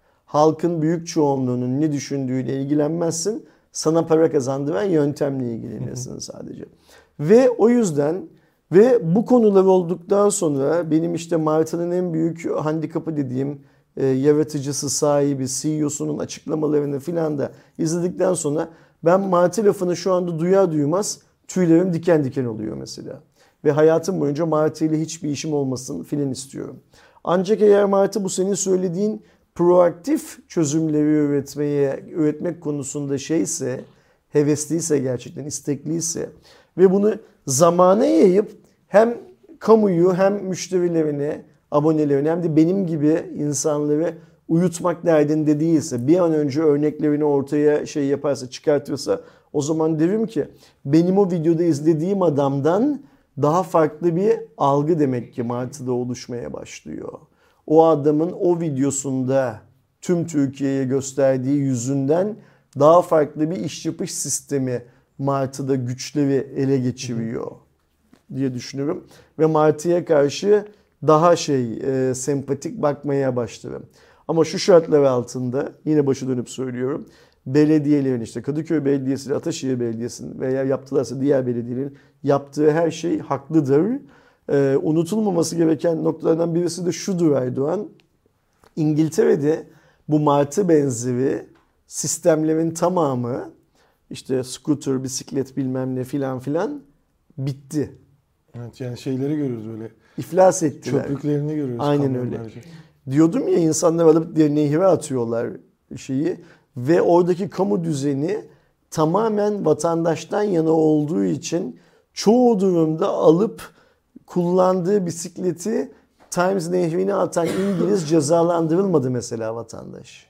Halkın büyük çoğunluğunun ne düşündüğüyle ilgilenmezsin. Sana para kazandıran yöntemle ilgilenirsin sadece. Ve o yüzden ve bu konular olduktan sonra benim işte Martı'nın en büyük handikapı dediğim e, yaratıcısı, sahibi, C E O'sunun açıklamalarını filan da izledikten sonra ben Martı lafını şu anda duyar duymaz tüylerim diken diken oluyor mesela. Ve hayatım boyunca Martı ile hiçbir işim olmasın filan istiyorum. Ancak eğer Martı bu senin söylediğin proaktif çözümleri üretmeye, üretmek konusunda şeyse, hevesliyse, gerçekten istekliyse ve bunu zamana yayıp hem kamuyu hem müşterilerini, abonelerini hem de benim gibi insanları uyutmak derdinde değilse, bir an önce örneklerini ortaya şey yaparsa, çıkartırsa, o zaman derim ki benim o videoda izlediğim adamdan daha farklı bir algı demek ki Martı'da oluşmaya başlıyor. O adamın o videosunda tüm Türkiye'ye gösterdiği yüzünden daha farklı bir iş yapış sistemi Martı'da güçleri ele geçiriyor diye düşünüyorum. Ve Martı'ya karşı daha şey e, sempatik bakmaya başladım. Ama şu şartlar altında yine başı dönüp söylüyorum. Belediyelerin işte Kadıköy Belediyesi, Ataşehir Belediyesi'nin veya yaptılarsa diğer belediyelerin yaptığı her şey haklıdır. Ee, unutulmaması gereken noktalardan birisi de şudur Erdoğan. İngiltere'de bu martı benzeri sistemlerin tamamı işte scooter, bisiklet bilmem ne filan filan bitti. Evet, yani şeyleri görüyoruz böyle. İflas ettiler. Çöplüklerini görüyoruz. Aynen öyle. kamyonlarca. Diyordum ya insanlar alıp nehire atıyorlar şeyi ve oradaki kamu düzeni tamamen vatandaştan yana olduğu için çoğu durumda alıp kullandığı bisikleti Thames Nehri'ne atan İngiliz cezalandırılmadı mesela vatandaş.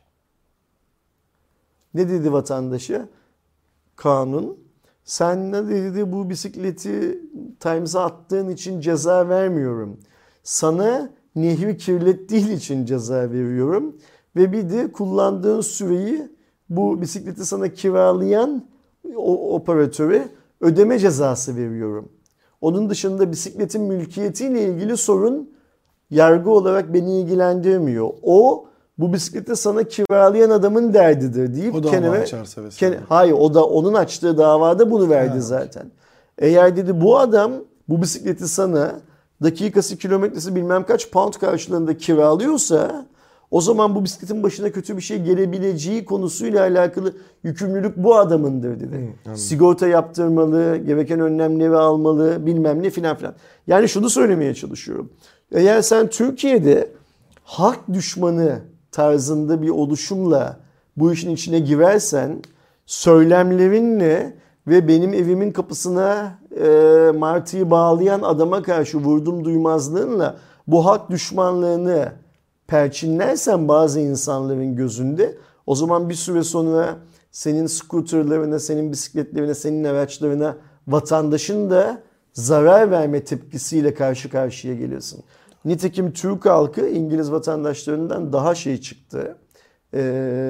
Ne dedi vatandaşı? Kanun. Sen ne dedi bu bisikleti Thames'e attığın için ceza vermiyorum. Sana nehri kirlettiğin için ceza veriyorum. Ve bir de kullandığın süreyi bu bisikleti sana kiralayan o operatöre ödeme cezası veriyorum. Onun dışında bisikletin mülkiyetiyle ilgili sorun yargı olarak beni ilgilendirmiyor. O bu bisikleti sana kiralayan adamın derdidir deyip O da kenara, açarsa vesaire. ken, hayır o da onun açtığı davada bunu verdi Ha. zaten. Eğer dedi bu adam bu bisikleti sana dakikası kilometresi bilmem kaç pound karşılığında kiralıyorsa o zaman bu bisikletin başına kötü bir şey gelebileceği konusuyla alakalı yükümlülük bu adamındır dedi. Hı, Sigorta yaptırmalı, gereken önlemleri almalı, bilmem ne filan filan. Yani şunu söylemeye çalışıyorum. Eğer sen Türkiye'de halk düşmanı tarzında bir oluşumla bu işin içine girersen söylemlerinle ve benim evimin kapısına e, martıyı bağlayan adama karşı vurdum duymazlığınla bu halk düşmanlığını perçinlersen bazı insanların gözünde o zaman bir süre sonra senin scooterlarına, senin bisikletlerine, senin araçlarına vatandaşın da zarar verme tepkisiyle karşı karşıya gelirsin. Nitekim Türk halkı İngiliz vatandaşlarından daha şey çıktı. Ee,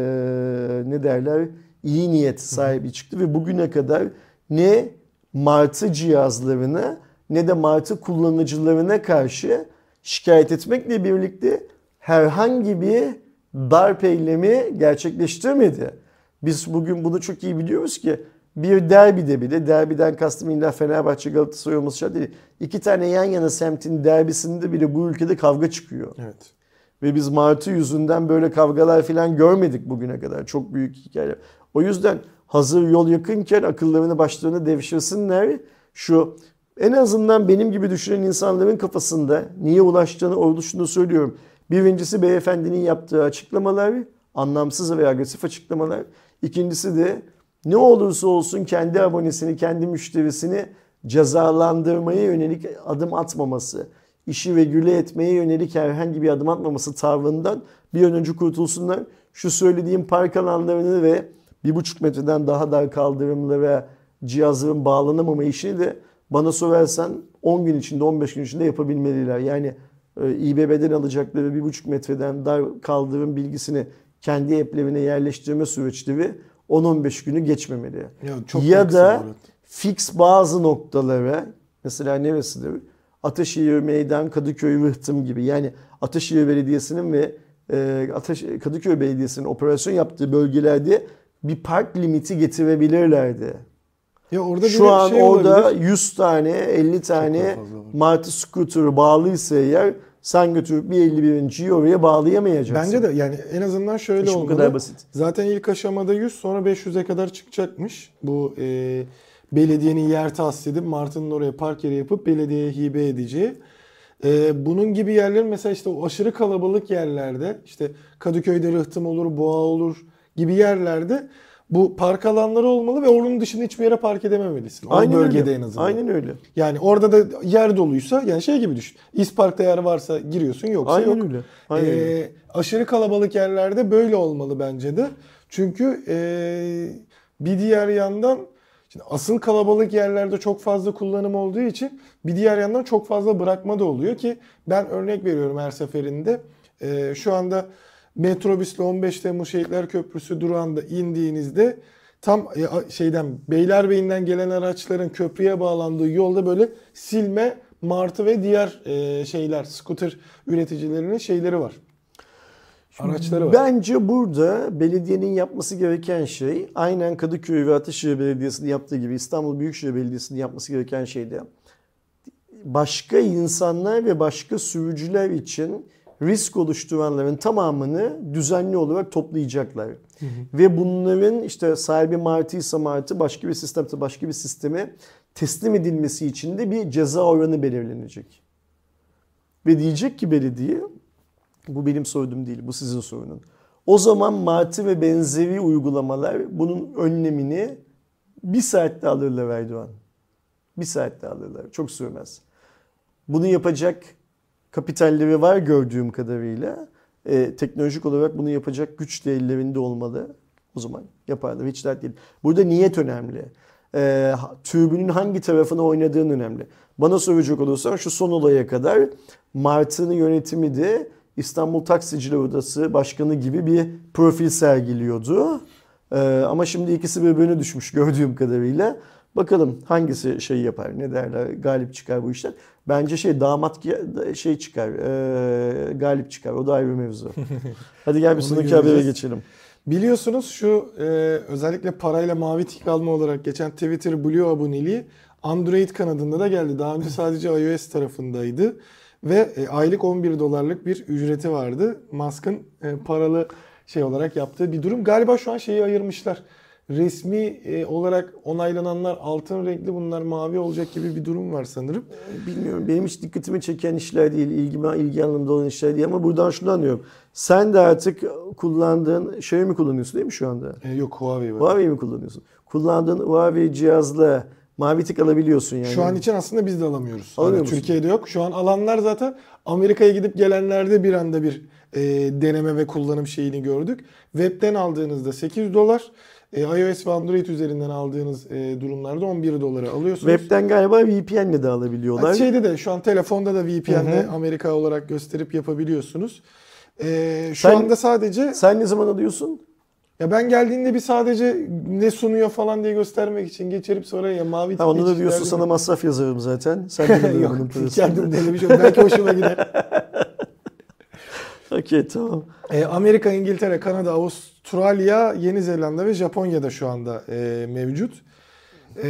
ne derler? İyi niyet sahibi çıktı ve bugüne kadar ne martı cihazlarına ne de martı kullanıcılarına karşı şikayet etmekle birlikte herhangi bir darp eylemi gerçekleştirmedi. Biz bugün bunu çok iyi biliyoruz ki bir derbide bile, derbiden kastım illa Fenerbahçe Galatasaray olması şart değil. İki tane yan yana semtin derbisinde bile bu ülkede kavga çıkıyor. Evet. Ve biz martı yüzünden böyle kavgalar falan görmedik bugüne kadar. Çok büyük hikaye. O yüzden hazır yol yakınken akıllarını başlarına devşirsinler. Şu en azından benim gibi düşünen insanların kafasında niye ulaştığını oluştuğunu söylüyorum. Birincisi beyefendinin yaptığı açıklamalar, anlamsız ve agresif açıklamalar. İkincisi de ne olursa olsun kendi abonesini, kendi müşterisini cezalandırmaya yönelik adım atmaması, işi regüle etmeye yönelik herhangi bir adım atmaması tavrından bir an önce kurtulsunlar. Şu söylediğim park alanlarını ve bir buçuk metreden daha dar kaldırımlara cihazların bağlanamama işini de bana sorarsan on gün içinde, on beş gün içinde yapabilmeliler. Yani İBB'den alacakları bir buçuk metreden dar kaldırım bilgisini kendi app'lerine yerleştirme süreçleri on on beş günü geçmemeli. Ya, çok ya da haklısın, fix bazı noktalara mesela neresidir? Ataşehir Meydan, Kadıköy Rıhtım gibi. Yani Ataşehir Belediyesi'nin ve e, Ataş- Kadıköy Belediyesi'nin operasyon yaptığı bölgelerde bir park limiti getirebilirlerdi. Ya orada Şu bir an şey orada olabilir. yüz tane, elli tane daha fazla var. martı scooter'ı bağlıysa eğer sen götürüp bir elli birinciyi oraya bağlayamayacaksın. Bence de yani en azından şöyle İş bu olmalı. kadar basit. Zaten ilk aşamada yüz sonra beş yüze kadar çıkacakmış. Bu e, belediyenin yer tahsis edip Martı'nın oraya park yeri yapıp belediyeye hibe edeceği. E, bunun gibi yerlerin mesela işte o aşırı kalabalık yerlerde işte Kadıköy'de Rıhtım olur, Boğa olur gibi yerlerde bu park alanları olmalı ve onun dışında hiçbir yere park edememelisin. O Aynen bölgede öyle. en azından. Aynen öyle. Yani orada da yer doluysa yani şey gibi düşün. İspark'ta yer varsa giriyorsun yoksa Aynen yok. öyle. Aynen Ee, öyle. aşırı kalabalık yerlerde böyle olmalı bence de. Çünkü ee, bir diğer yandan şimdi asıl kalabalık yerlerde çok fazla kullanım olduğu için bir diğer yandan çok fazla bırakma da oluyor ki ben örnek veriyorum her seferinde. Ee, şu anda metrobüsle on beş Temmuz Şehitler Köprüsü durağında indiğinizde tam e, şeyden Beylerbeyi'nden gelen araçların köprüye bağlandığı yolda böyle silme, martı ve diğer e, şeyler, scooter üreticilerinin şeyleri var. Araçları var. Bence burada belediyenin yapması gereken şey aynen Kadıköy ve Ataşehir Belediyesi'nin yaptığı gibi İstanbul Büyükşehir Belediyesi'nin yapması gereken şey de başka insanlar ve başka sürücüler için risk oluşturanların tamamını düzenli olarak toplayacaklar. Hı hı. Ve bunların işte sahibi martıysa martı başka bir sistemde başka bir sisteme teslim edilmesi için de bir ceza oranı belirlenecek. Ve diyecek ki belediye bu benim sorunum değil, bu sizin sorunun. O zaman martı ve benzeri uygulamalar bunun önlemini bir saatte alırlar Erdoğan. Bir saatte alırlar. Çok sürmez. Bunu yapacak kapitalleri var gördüğüm kadarıyla. E, teknolojik olarak bunu yapacak güç de ellerinde olmalı. O zaman yaparlar. Hiç dert değil. Burada niyet önemli. E, türbünün hangi tarafına oynadığın önemli. Bana soracak olursan şu son olaya kadar Martı'nın yönetimi de İstanbul Taksiciler Odası Başkanı gibi bir profil sergiliyordu. Ee, ama şimdi ikisi birbirine düşmüş gördüğüm kadarıyla. Bakalım hangisi şey yapar, ne derler, galip çıkar bu işler. Bence şey damat şey çıkar, e, galip çıkar. O da ayrı bir mevzu. Hadi gel bir sonraki habere geçelim. Biliyorsunuz şu e, özellikle parayla mavi tik alma olarak geçen Twitter Blue aboneliği Android kanadında da geldi. Daha önce sadece iOS tarafındaydı. Ve e, aylık on bir dolarlık bir ücreti vardı. Musk'ın e, paralı şey olarak yaptığı bir durum. Galiba şu an şeyi ayırmışlar. Resmi e, olarak onaylananlar altın renkli, bunlar mavi olacak gibi bir durum var sanırım. Bilmiyorum. Benim hiç dikkatimi çeken işler değil. İlgime, ilgi alanımda olan işler değil. Ama buradan şunu anlıyorum. Sen de artık kullandığın şey mi kullanıyorsun değil mi şu anda? E, yok Huawei var. Huawei mi kullanıyorsun? Kullandığın Huawei cihazla mavi tik alabiliyorsun yani. Şu an için aslında biz de alamıyoruz. Alamıyor Yani Türkiye'de yok. Şu an alanlar zaten Amerika'ya gidip gelenlerde bir anda bir e, deneme ve kullanım şeyini gördük. Web'den aldığınızda sekiz dolar, e, iOS ve Android üzerinden aldığınız e, durumlarda on bir dolara alıyorsunuz. Web'den galiba V P N'le de alabiliyorlar. Ha, şeyde de şu an telefonda da V P N'le Amerika olarak gösterip yapabiliyorsunuz. E, şu Sen- anda sadece Sen ne zaman alıyorsun? ya ben geldiğinde bir sadece ne sunuyor falan diye göstermek için geçirip sonra ya mavi Ha, onu da tıklayıcı diyorsun derdim. sana masraf yazarım zaten. Sen de biliyorsun Yok, bunun parasını. kendim denemiş oldum. Belki hoşuma gider. Okey tamam. E, Amerika, İngiltere, Kanada, Avustralya, Yeni Zelanda ve Japonya'da şu anda e, mevcut. E,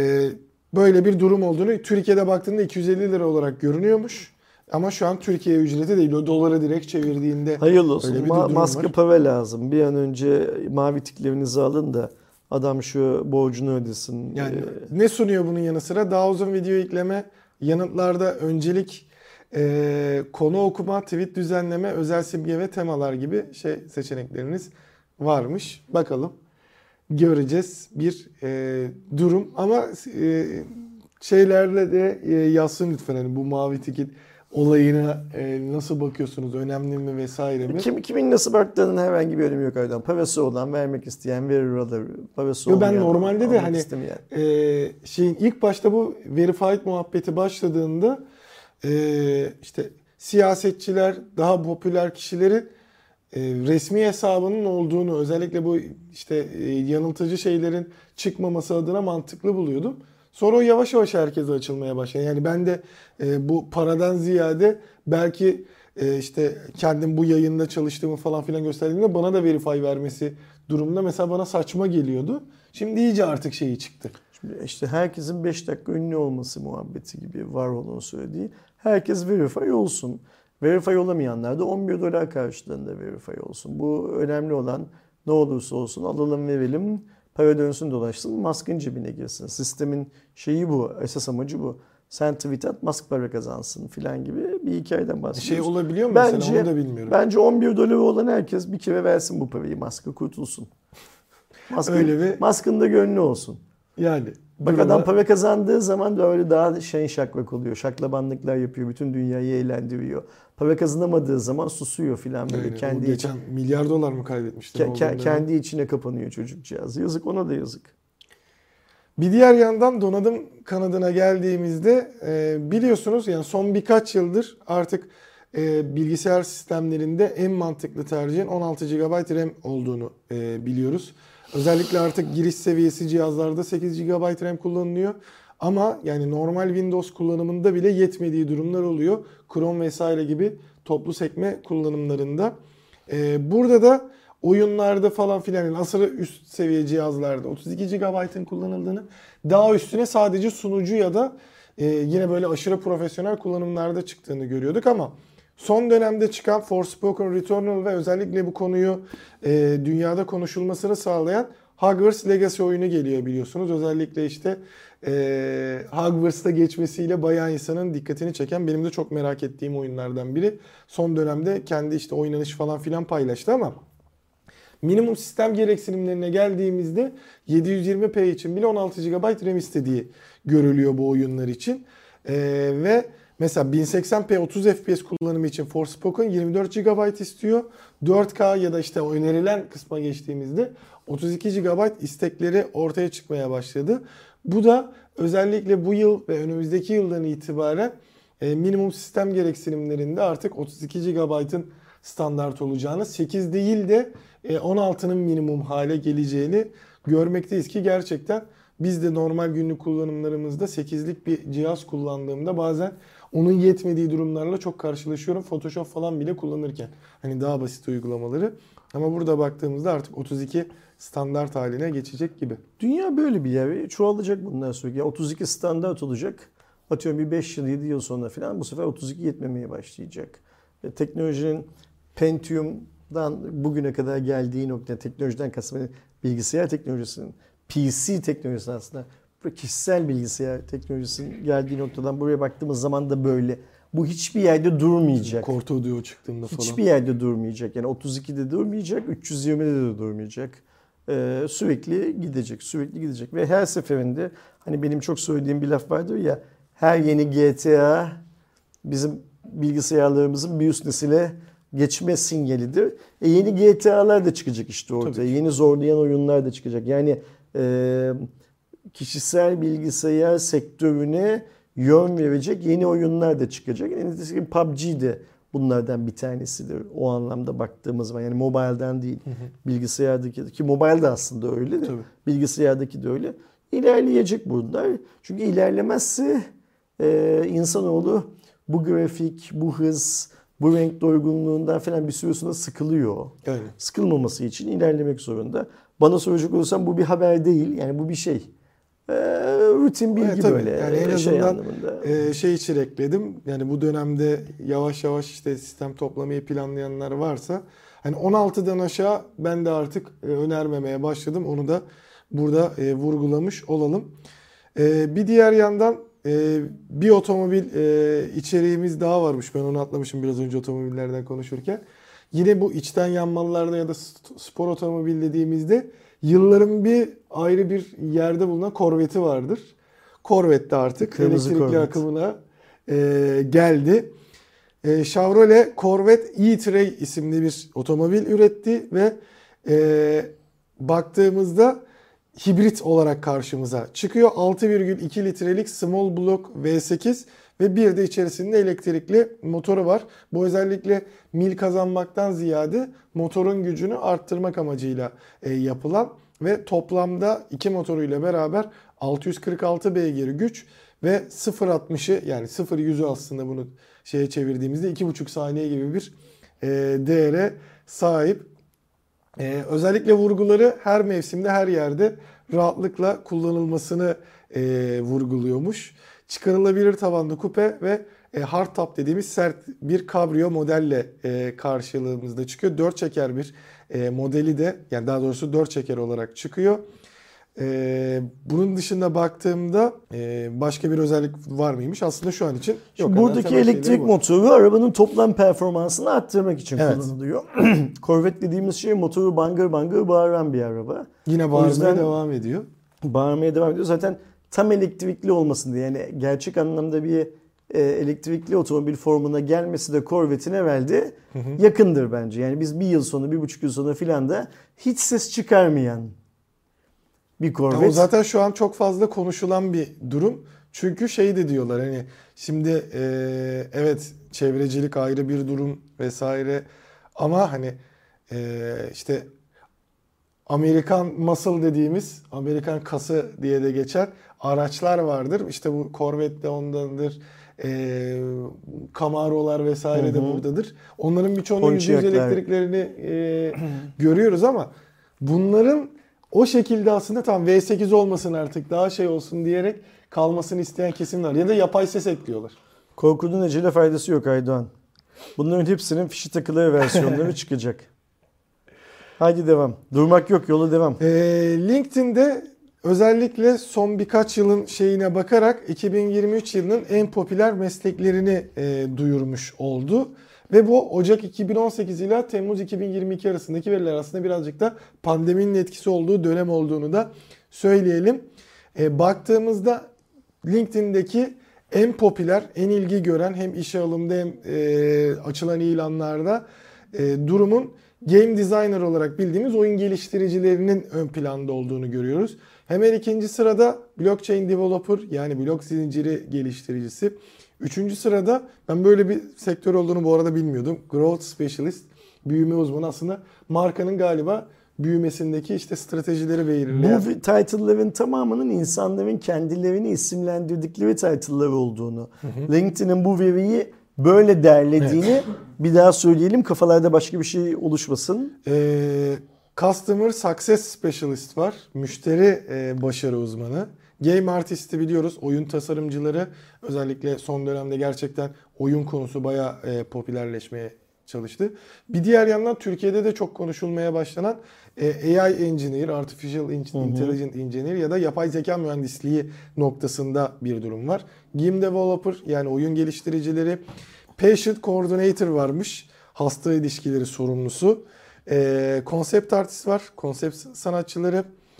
böyle bir durum olduğunu Türkiye'de baktığında iki yüz elli lira olarak görünüyormuş. Ama şu an Türkiye ücreti değil. O dolara direkt çevirdiğinde Hayırlı olsun. öyle bir Ma- durum maske var. para lazım. Bir an önce mavi tiklerinizi alın da adam şu borcunu ödesin. Yani Ee, ne sunuyor bunun yanı sıra? Daha uzun video yükleme, yanıtlarda öncelik, e, konu okuma, tweet düzenleme, özel simge ve temalar gibi şey seçenekleriniz varmış. Bakalım. Göreceğiz bir e, durum ama e, şeylerle de e, yazsın lütfen hani bu mavi tiket olayına e, nasıl bakıyorsunuz? Önemli mi vesaire mi? Kim, kimin nasıl baktığının herhangi bir önemi yok Aydan. Parası olan vermek isteyen verir alır. Parası Yo, ben olmayan normalde de almak hani istemeyen. e, şeyin ilk başta bu verified muhabbeti başladığında e, işte siyasetçiler, daha popüler kişilerin e, resmi hesabının olduğunu, özellikle bu işte e, yanıltıcı şeylerin çıkmaması adına mantıklı buluyordum. Sonra o yavaş yavaş herkese açılmaya başladı. Yani ben de e, bu paradan ziyade belki e, işte kendim bu yayında çalıştığımı falan filan gösterdiğimde bana da verify vermesi durumunda mesela bana saçma geliyordu. Şimdi iyice artık şeyi çıktı. Şimdi işte herkesin beş dakika ünlü olması muhabbeti gibi var onun söylediği. Herkes verify olsun. Verify olamayanlar da on bir dolar karşılığında verify olsun. Bu önemli olan ne olursa olsun alalım verelim. Para dönsün dolaşsın, Musk'ın cebine girsin. Sistemin şeyi bu, esas amacı bu. Sen tweet at, Musk para kazansın filan gibi bir hikayeden bahsediyoruz. Şey olabiliyor mu bence, mesela onu da bilmiyorum. Bence on bir doları olan herkes bir kere versin bu parayı, Musk'a kurtulsun. Musk'ın, Öyle bir- Musk'ın da gönlü olsun. Yani. Bak duruma- adam para kazandığı zaman böyle daha şen şakrak oluyor. Şaklabanlıklar yapıyor, bütün dünyayı eğlendiriyor. Para kazanamadığı zaman susuyor filan böyle Aynen. kendi O geçen milyar dolar mı kaybetmişti? ke- ke- kendi içine kapanıyor çocukcağız. Yazık ona da yazık. Bir diğer yandan donanım kanadına geldiğimizde e, biliyorsunuz yani son birkaç yıldır artık e, bilgisayar sistemlerinde en mantıklı tercihin on altı gigabayt RAM olduğunu e, biliyoruz. Özellikle artık giriş seviyesi cihazlarda sekiz gigabayt RAM kullanılıyor. Ama yani normal Windows kullanımında bile yetmediği durumlar oluyor. Chrome vesaire gibi toplu sekme kullanımlarında. E, burada da oyunlarda falan filan yani asıl üst seviye cihazlarda otuz iki gigabaytın kullanıldığını, daha üstüne sadece sunucu ya da e, yine böyle aşırı profesyonel kullanımlarda çıktığını görüyorduk ama son dönemde çıkan Forspoken Returnal ve özellikle bu konuyu e, dünyada konuşulmasını sağlayan Hogwarts Legacy oyunu geliyor biliyorsunuz. Özellikle işte e, Hogwarts'ta geçmesiyle bayağı insanın dikkatini çeken, benim de çok merak ettiğim oyunlardan biri. Son dönemde kendi işte oynanış falan filan paylaştı ama minimum sistem gereksinimlerine geldiğimizde yedi yüz yirmi p için bile on altı gigabayt RAM istediği görülüyor bu oyunlar için. Ee, ve mesela bin seksen p otuz F P S kullanımı için Forspoken yirmi dört gigabayt istiyor. dört K ya da işte o önerilen kısma geçtiğimizde otuz iki gigabayt istekleri ortaya çıkmaya başladı. Bu da özellikle bu yıl ve önümüzdeki yıldan itibaren e, minimum sistem gereksinimlerinde artık otuz iki gigabaytın standart olacağını, sekiz değil de on altının minimum hale geleceğini görmekteyiz ki gerçekten biz de normal günlük kullanımlarımızda sekizlik bir cihaz kullandığımda bazen onun yetmediği durumlarla çok karşılaşıyorum. Photoshop falan bile kullanırken. Hani daha basit uygulamaları. Ama burada baktığımızda artık otuz iki standart haline geçecek gibi. Dünya böyle bir yer. Çoğalacak bundan sonra. Yani otuz iki standart olacak. Atıyorum bir beş yıl, yedi yıl sonra falan bu sefer otuz iki yetmemeye başlayacak. Ve teknolojinin Pentium'dan bugüne kadar geldiği nokta, teknolojiden kastım bilgisayar teknolojisinin, P C teknolojisi aslında, kişisel bilgisayar teknolojisinin geldiği noktadan buraya baktığımız zaman da böyle. Bu hiçbir yerde durmayacak. Korto Duo çıktığında falan. Hiçbir yerde durmayacak. Yani otuz ikide durmayacak, üç yüz yirmide de durmayacak. Ee, sürekli gidecek, sürekli gidecek. Ve her seferinde hani benim çok söylediğim bir laf vardır ya, her yeni G T A bizim bilgisayarlarımızın bir üst nesile geçme sinyalidir. E yeni G T A'lar da çıkacak işte ortaya. Yeni zorlayan oyunlar da çıkacak. Yani e, kişisel bilgisayar sektörüne yön verecek yeni oyunlar da çıkacak. Yani P U B G de bunlardan bir tanesidir. O anlamda baktığımız zaman yani mobile'den değil. Hı hı. Bilgisayardaki ki mobile de aslında öyle de. Tabii. Bilgisayardaki de öyle. İlerleyecek bunlar. Çünkü ilerlemezse e, insanoğlu bu grafik, bu hız, bu renk doygunluğundan falan bir süre sonra sıkılıyor. Öyle. Sıkılmaması için ilerlemek zorunda. Bana soracak olursam bu bir haber değil. Yani bu bir şey. Ee, rutin bilgi evet, böyle. Yani en şey azından e, şey için ekledim. Yani bu dönemde yavaş yavaş işte sistem toplamayı planlayanlar varsa hani on altıdan aşağı ben de artık e, önermemeye başladım. Onu da burada e, vurgulamış olalım. E, bir diğer yandan e, bir otomobil e, içeriğimiz daha varmış. Ben onu atlamışım biraz önce otomobillerden konuşurken. Yine bu içten yanmalılarda ya da spor otomobil dediğimizde yılların bir ayrı bir yerde bulunan Corvette'i vardır. Corvette de artık Kırmızı elektrikli Corvette akımına e, geldi. E, Chevrolet Corvette E-Tray isimli bir otomobil üretti ve e, baktığımızda hibrit olarak karşımıza çıkıyor. altı virgül iki litrelik small block V sekiz ve bir de içerisinde elektrikli motoru var. Bu özellikle mil kazanmaktan ziyade motorun gücünü arttırmak amacıyla e, yapılan ve toplamda iki motoruyla beraber altı yüz kırk altı beygir güç ve sıfır altmışı yani sıfır yüzü aslında bunu şeye çevirdiğimizde iki buçuk saniye gibi bir e, değere sahip. E, özellikle vurguları her mevsimde her yerde rahatlıkla kullanılmasını e, vurguluyormuş. Çıkarılabilir tavanlı kupe ve e, hardtop dediğimiz sert bir kabrio modelle e, karşılığımızda çıkıyor. dört çeker bir e, modeli de yani daha doğrusu dört çeker olarak çıkıyor. E, bunun dışında baktığımda e, başka bir özellik var mıymış? Aslında şu an için yok. Buradaki elektrik motoru arabanın toplam performansını arttırmak için evet. kullanılıyor. Corvette dediğimiz şey motoru bangır bangır bağıran bir araba. Yine bağırmaya devam ediyor. Bağırmaya devam ediyor. Zaten tam elektrikli olmasın diye yani gerçek anlamda bir e, elektrikli otomobil formuna gelmesi de Corvette'in evvelde hı hı. yakındır bence. Yani biz bir yıl sonra, bir buçuk yıl sonra filan da hiç ses çıkarmayan bir Corvette. Ya o zaten şu an çok fazla konuşulan bir durum. Çünkü şey de diyorlar hani şimdi e, evet çevrecilik ayrı bir durum vesaire ama hani e, işte Amerikan muscle dediğimiz Amerikan kası diye de geçer araçlar vardır. İşte bu Corvette de ondandır. E, Camaro'lar vesaire Hı de hı. buradadır. Onların birçoğunun yüzde yüz Pontiac'lar. elektriklerini e, görüyoruz ama bunların o şekilde aslında tam V sekiz olmasın artık daha şey olsun diyerek kalmasını isteyen kesim var. Ya da yapay ses ekliyorlar. Korkunun ecele faydası yok Aydoğan. Bunların hepsinin fişi takılı versiyonları çıkacak. Haydi devam. Durmak yok, yola devam. E, LinkedIn'de özellikle son birkaç yılın şeyine bakarak iki bin yirmi üç yılının en popüler mesleklerini e, duyurmuş oldu. Ve bu Ocak iki bin on sekiz ile Temmuz iki bin yirmi iki arasındaki veriler aslında birazcık da pandeminin etkisi olduğu dönem olduğunu da söyleyelim. E, baktığımızda LinkedIn'deki en popüler, en ilgi gören hem işe alımda hem e, açılan ilanlarda e, durumun game designer olarak bildiğimiz oyun geliştiricilerinin ön planda olduğunu görüyoruz. Hemen ikinci sırada blockchain developer yani blok zinciri geliştiricisi. Üçüncü sırada ben böyle bir sektör olduğunu bu arada bilmiyordum. Growth specialist, büyüme uzmanı aslında markanın galiba büyümesindeki işte stratejileri belirleyen. Bu title'ların tamamının insanların kendilerini isimlendirdikleri title'lar olduğunu, hı hı. LinkedIn'in bu veriyi böyle derlediğini evet. bir daha söyleyelim. Kafalarda başka bir şey oluşmasın. Ee, Customer Success Specialist var. Müşteri e, başarı uzmanı. Game Artist'i biliyoruz. Oyun tasarımcıları özellikle son dönemde gerçekten oyun konusu bayağı e, popülerleşmeye çalıştı. Bir diğer yandan Türkiye'de de çok konuşulmaya başlanan e, A I Engineer, Artificial Intelligence Engineer ya da yapay zeka mühendisliği noktasında bir durum var. Game Developer yani oyun geliştiricileri, Patient Coordinator varmış. Hasta ilişkileri sorumlusu. E, Concept Artist var. Konsept sanatçıları.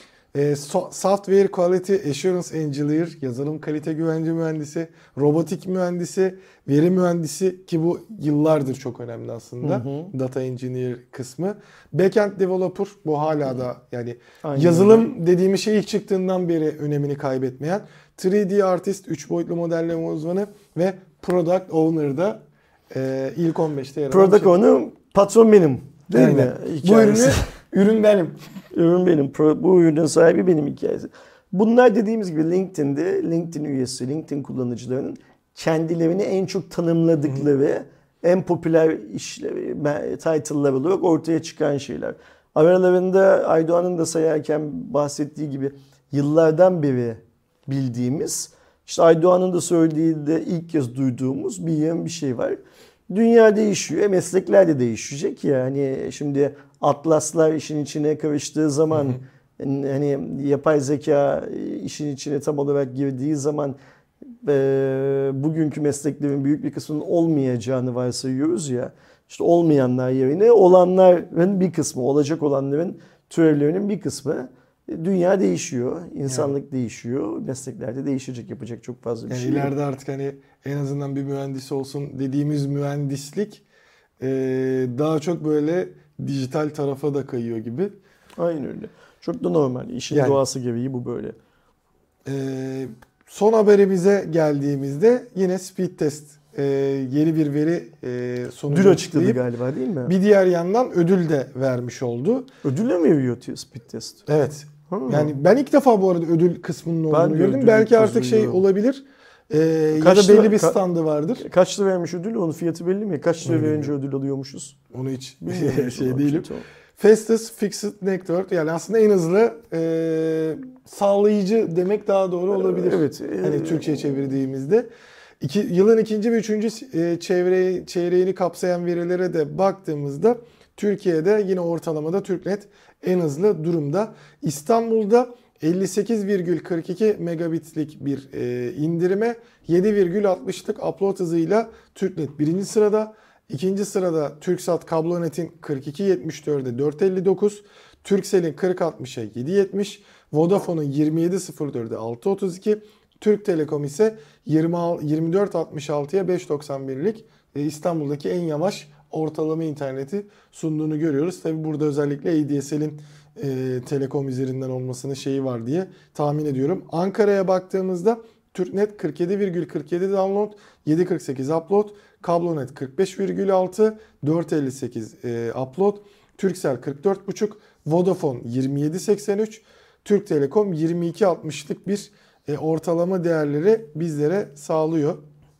E, so, Software Quality Assurance Engineer, yazılım kalite güvence mühendisi, robotik mühendisi, veri mühendisi ki bu yıllardır çok önemli aslında. Hı hı. Data Engineer kısmı. Backend Developer bu hala da yani aynen yazılım öyle. Dediğimiz şey ilk çıktığından beri önemini kaybetmeyen. üç D Artist, üç boyutlu modelleme uzmanı ve Product Owner'da e, ilk on beşte yer alan Product şey. Owner patron benim. Değil aynen. mi? Bu ürünü, ürün benim. Ürün benim. Bu ürünün sahibi benim hikayesi. Bunlar dediğimiz gibi LinkedIn'de LinkedIn üyesi, LinkedIn kullanıcılarının kendilerini en çok tanımladıkları, hı-hı. en popüler işleri, title'lar olarak ortaya çıkan şeyler. Aralarında Aydoğan'ın da sayarken bahsettiği gibi yıllardan beri bildiğimiz, işte Aydoğan'ın da söylediği de ilk kez duyduğumuz bir yön bir şey var. Dünya değişiyor, meslekler de değişecek ya. Hani şimdi atlaslar işin içine karıştığı zaman, hı hı. hani yapay zeka işin içine tam olarak girdiği zaman e, bugünkü mesleklerin büyük bir kısmının olmayacağını varsayıyoruz ya. İşte olmayanlar yerine olanların bir kısmı, olacak olanların türevlerinin bir kısmı. Dünya değişiyor, insanlık yani. Değişiyor, meslekler de değişecek, yapacak çok fazla bir yani şey yok. İleride yok. artık hani en azından bir mühendis olsun dediğimiz mühendislik e, daha çok böyle dijital tarafa da kayıyor gibi. Aynen öyle. Çok da normal. İşin yani, doğası gereği bu böyle. E, son haberimize geldiğimizde yine speed test e, yeni bir veri e, sonucu Dün açıkladı galiba değil mi? Bir diğer yandan ödül de vermiş oldu. Ödülle mi veriyor speed test? Evet. Ha. Yani ben ilk defa bu arada ödül kısmının olduğunu ben gördüm. Belki artık şey diyorum. Olabilir. Ee, ya da belli bir standı vardır. Kaç lira vermiş ödül? Onun fiyatı belli mi? Kaç lira verince ödül alıyormuşuz? Onu hiç şey değilim. Fastest Fixed Network yani aslında en hızlı e, sağlayıcı demek daha doğru olabilir. Evet. Hani Türkçe'ye çevirdiğimizde. İki, yılın ikinci ve üçüncü çevre, çeyreğini kapsayan verilere de baktığımızda Türkiye'de yine ortalamada TürkNet en hızlı durumda. İstanbul'da elli sekiz virgül kırk iki megabitlik bir e, indirime yedi virgül altmışlık upload hızıyla TürkNet birinci sırada. İkinci sırada Turkcell Kablonet'in kırk iki yetmiş dörde dört elli dokuz, Turkcell'in kırk altmışa yedi yetmiş, Vodafone'un yirmi yedi sıfır dörde altı otuz iki, Türk Telekom ise yirmi dört altmış altıya beş doksan birlik e, İstanbul'daki en yavaş ortalama interneti sunduğunu görüyoruz. Tabi burada özellikle A D S L'in e, Telekom üzerinden olmasının şeyi var diye tahmin ediyorum. Ankara'ya baktığımızda TürkNet kırk yedi virgül kırk yedi download, yedi virgül kırk sekiz upload, Kablonet kırk beş virgül altı, dört virgül elli sekiz e, upload, Turkcell kırk dört buçuk, Vodafone yirmi yedi virgül seksen üç, Türk Telekom yirmi iki virgül altmışlık bir e, ortalama değerleri bizlere sağlıyor.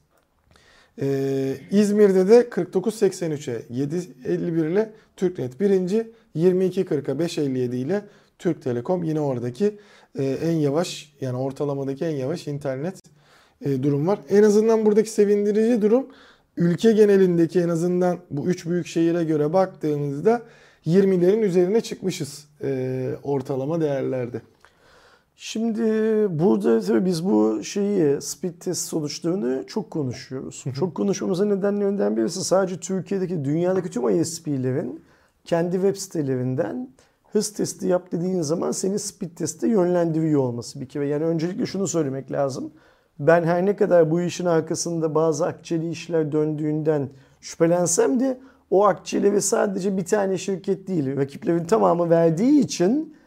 Ee, İzmir'de de kırk dokuz virgül seksen üçe yedi virgül elli bir ile TürkNet birinci, yirmi iki virgül kırka beş virgül elli yedi ile Türk Telekom yine oradaki e, en yavaş, yani ortalamadaki en yavaş internet e, durum var. En azından buradaki sevindirici durum, ülke genelindeki en azından bu üç büyük şehire göre baktığımızda yirmilerin üzerine çıkmışız e, ortalama değerlerde. Şimdi burada tabii biz bu şeyi, speed test sonuçlarını çok konuşuyoruz. Çok konuşmamızın nedenlerinden birisi sadece Türkiye'deki, dünyadaki tüm I S P'lerin kendi web sitelerinden hız testi yap dediğin zaman seni speed teste yönlendiriyor olması bir kere. Yani öncelikle şunu söylemek lazım. Ben her ne kadar bu işin arkasında bazı akçeli işler döndüğünden şüphelensem de o akçeleri sadece bir tane şirket değil, rakiplerin tamamı verdiği için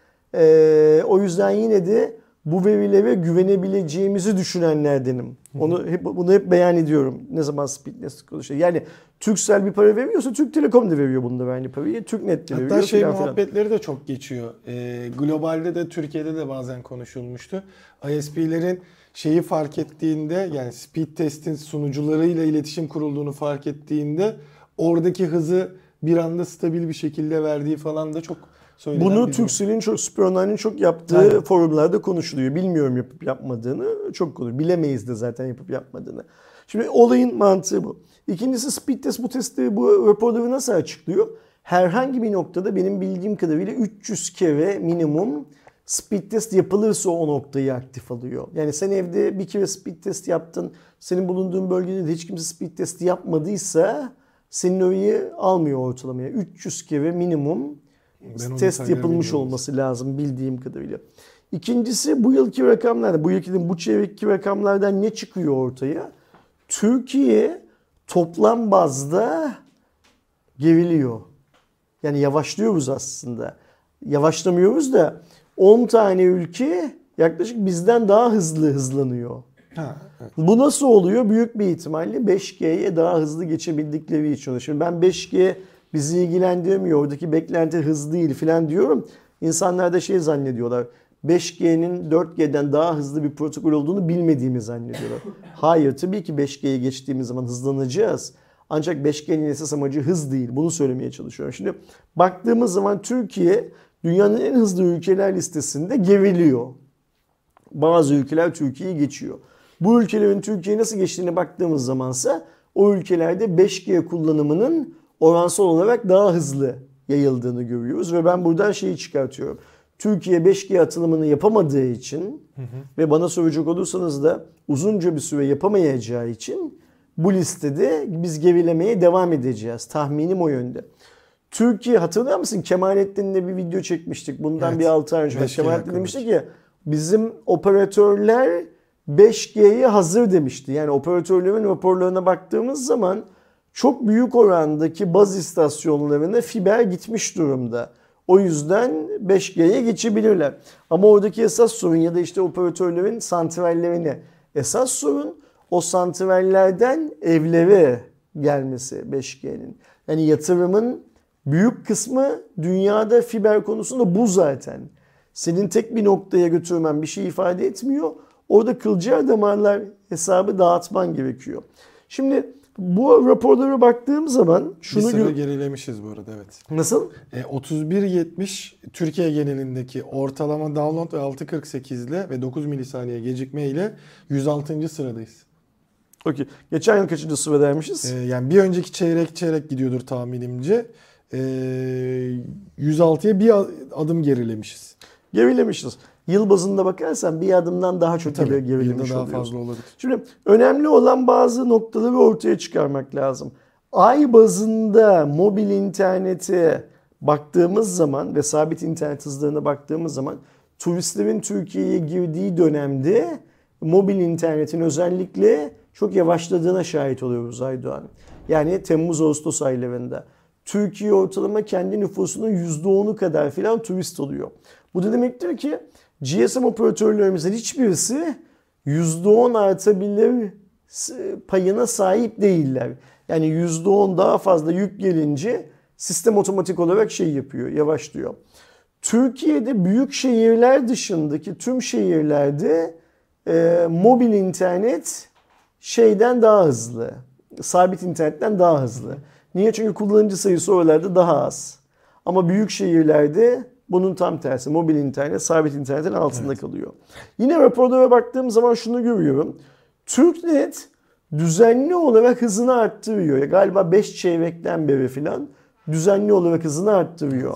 Ee, o yüzden yine de bu verilere güvenebileceğimizi düşünenlerdenim. Onu hep, bunu hep beyan ediyorum. Ne zaman speedness konuşuyor. Yani Turkcell bir para veriyorsa Türk Telekom da veriyor bunda aynı parayı. TürkNet de veriyor. Hatta şey falan muhabbetleri falan. de çok geçiyor. Ee, globalde de Türkiye'de de bazen konuşulmuştu. I S P'lerin şeyi fark ettiğinde, yani speed testin sunucularıyla iletişim kurulduğunu fark ettiğinde oradaki hızı bir anda stabil bir şekilde verdiği falan da çok söylenen. Bunu Turkcell'in çok, Superonline'ın çok yaptığı Aynen. forumlarda konuşuluyor. Bilmiyorum yapıp yapmadığını, çok konuşuluyor. Bilemeyiz de zaten yapıp yapmadığını. Şimdi olayın mantığı bu. İkincisi speed test bu testi, bu raporları nasıl açıklıyor? Herhangi bir noktada benim bildiğim kadarıyla üç yüz kere minimum speed test yapılırsa o noktayı aktif alıyor. Yani sen evde bir kere speed test yaptın, senin bulunduğun bölgede de hiç kimse speed testi yapmadıysa senin orayı almıyor ortalamaya. üç yüz kere minimum ben test yapılmış olması lazım bildiğim kadarıyla. İkincisi bu yılki rakamlar, bu yılki bu çeyrekki rakamlardan ne çıkıyor ortaya? Türkiye toplam bazda geriliyor. Yani yavaşlıyoruz aslında. Yavaşlamıyoruz da on tane ülke yaklaşık bizden daha hızlı hızlanıyor. Ha, evet. Bu nasıl oluyor? Büyük bir ihtimalle beş G'ye daha hızlı geçebildikleri için. Şimdi ben beş G bizi ilgilendirmiyor, oradaki beklenti hız değil falan diyorum. İnsanlar da şey zannediyorlar. beş G'nin dört G'den daha hızlı bir protokol olduğunu bilmediğimi zannediyorlar. Hayır, tabii ki beş G'ye geçtiğimiz zaman hızlanacağız. Ancak beş G'nin esas amacı hız değil. Bunu söylemeye çalışıyorum. Şimdi baktığımız zaman Türkiye dünyanın en hızlı ülkeler listesinde geriliyor. Bazı ülkeler Türkiye'yi geçiyor. Bu ülkelerin Türkiye'ye nasıl geçtiğine baktığımız zamansa o ülkelerde beş G kullanımının oransal olarak daha hızlı yayıldığını görüyoruz. Ve ben buradan şeyi çıkartıyorum. Türkiye beş G atılımını yapamadığı için hı hı. ve bana soracak olursanız da uzunca bir süre yapamayacağı için bu listede biz gerilemeye devam edeceğiz. Tahminim o yönde. Türkiye, hatırlar mısın? Kemalettin'le bir video çekmiştik. Bundan evet, bir altı ay önce. Kemalettin demişti ki bizim operatörler beş G'ye hazır demişti. Yani operatörlerin raporlarına baktığımız zaman çok büyük orandaki baz istasyonlarına fiber gitmiş durumda. O yüzden beş G'ye geçebilirler. Ama oradaki esas sorun ya da işte operatörlerin santrallerine esas sorun o santrallerden evlere gelmesi beş G'nin. Yani yatırımın büyük kısmı dünyada fiber konusunda bu zaten. Senin tek bir noktaya götürmen bir şey ifade etmiyor. Orada kılcal damarlar hesabı dağıtman gerekiyor. Şimdi bu raporlara baktığım zaman şunu... Bir sıra gerilemişiz bu arada, evet. Nasıl? E, otuz bir yetmiş Türkiye genelindeki ortalama download ve altı kırk sekiz ile ve dokuz milisaniye gecikme ile yüz altıncı sıradayız. Okey. Geçen yıl kaçıncı sıradaymışız? E, yani bir önceki çeyrek çeyrek gidiyordur tahminimce. E, yüz altıya bir adım gerilemişiz. Gerilemişiz. Yıl bazında bakarsan bir adımdan daha çok Tabii, gerilemiş daha oluyoruz. fazla olabilir. Şimdi önemli olan bazı noktaları ortaya çıkarmak lazım. Ay bazında mobil internete baktığımız zaman ve sabit internet hızlarına baktığımız zaman turistlerin Türkiye'ye girdiği dönemde mobil internetin özellikle çok yavaşladığına şahit oluyoruz Aydoğan. Yani Temmuz-Ağustos aylarında. Türkiye ortalama kendi nüfusunun yüzde onu kadar filan turist oluyor. Bu da demektir ki G S M operatörlerimizin hiçbirisi yüzde on artabilir payına sahip değiller. Yani yüzde on daha fazla yük gelince sistem otomatik olarak şey yapıyor, yavaşlıyor. Türkiye'de büyük şehirler dışındaki tüm şehirlerde e, mobil internet şeyden daha hızlı. Sabit internetten daha hızlı. Niye? Çünkü kullanıcı sayısı oralarda daha az. Ama büyük şehirlerde bunun tam tersi. Mobil internet sabit internetin altında evet. kalıyor. Yine raporlara baktığım zaman şunu görüyorum. TürkNet düzenli olarak hızını arttırıyor. Galiba beş çeyrekten beri filan düzenli olarak hızını arttırıyor.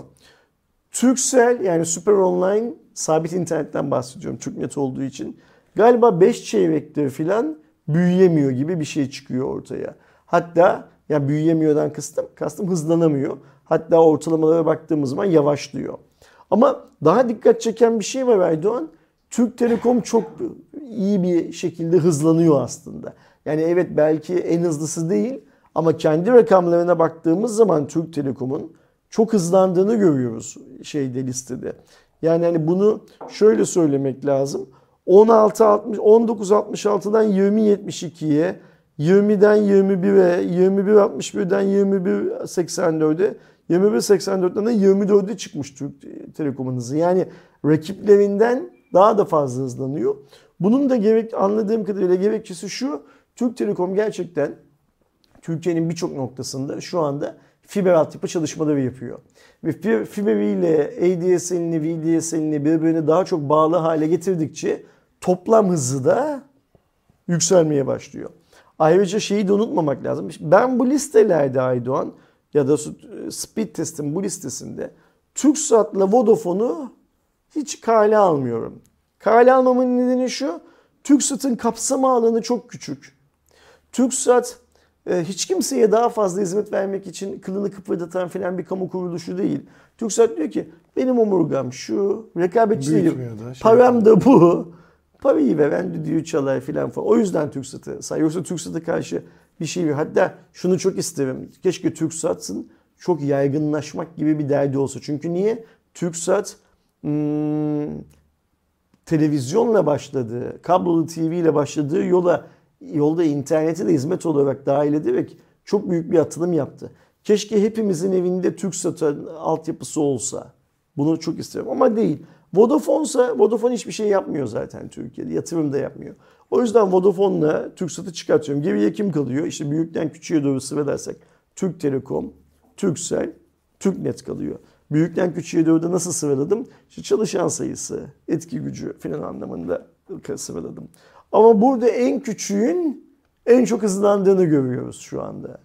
Turkcell yani Süper Online sabit internetten bahsediyorum TürkNet olduğu için. Galiba beş çeyrektir filan büyüyemiyor gibi bir şey çıkıyor ortaya. Hatta yani büyüyemiyordan kastım, kastım hızlanamıyor. Hatta ortalamalara baktığımız zaman yavaşlıyor. Ama daha dikkat çeken bir şey var Erdoğan. Türk Telekom çok iyi bir şekilde hızlanıyor aslında. Yani evet belki en hızlısı değil ama kendi rakamlarına baktığımız zaman Türk Telekom'un çok hızlandığını görüyoruz şeyde listede. Yani hani bunu şöyle söylemek lazım. on altı altmış on dokuz altmış altıdan yirmi yetmiş ikiye, yirmiden yirmi bire, yirmi bir altmış birden yirmi bir seksen dörde, yirmi bir seksen dörtten de yirmi dörde çıkmış Türk Telekom'un hızı. Yani rakiplerinden daha da fazla hızlanıyor. Bunun da gerek, anladığım kadarıyla gerekçesi şu. Türk Telekom gerçekten Türkiye'nin birçok noktasında şu anda fiber altyapı çalışmaları yapıyor. Ve fiberiyle A D S L'ini, V D S L'ini birbirine daha çok bağlı hale getirdikçe toplam hızı da yükselmeye başlıyor. Ayrıca şeyi de unutmamak lazım. Ben bu listelerde Aydoğan ya da Speed Test'in bu listesinde Turkcell'la Vodafone'u hiç kale almıyorum. Kale almamın nedeni şu. Turkcell'in kapsama alanı çok küçük. Turkcell hiç kimseye daha fazla hizmet vermek için kılını kıpırdatan filan bir kamu kuruluşu değil. Turkcell diyor ki benim omurgam şu, rekabetçi değilim. Şey param da bu. Parayı veren düdüğü çalar filan falan. O yüzden Turkcell'e say. Yoksa Turkcell'e karşı bir şey yok. Hatta şunu çok isterim. Keşke Turkcell'ın çok yaygınlaşmak gibi bir derdi olsa. Çünkü niye? Turkcell hmm, televizyonla başladığı, kablolu T V ile başladığı yola yolda interneti de hizmet olarak dahil ederek çok büyük bir atılım yaptı. Keşke hepimizin evinde Turkcell'in altyapısı olsa. Bunu çok isterim ama değil. Vodafone'sa, Vodafone hiçbir şey yapmıyor zaten Türkiye'de. Yatırım da yapmıyor. O yüzden Vodafone'la Turkcell'i çıkartıyorum. Geriye kim kalıyor? İşte büyükten küçüğe doğru sıralarsak Türk Telekom, Turkcell, TürkNet kalıyor. Büyükten küçüğe doğru da nasıl sıraladım? İşte çalışan sayısı, etki gücü filan anlamında sıraladım. Ama burada en küçüğün en çok hızlandığını görüyoruz şu anda.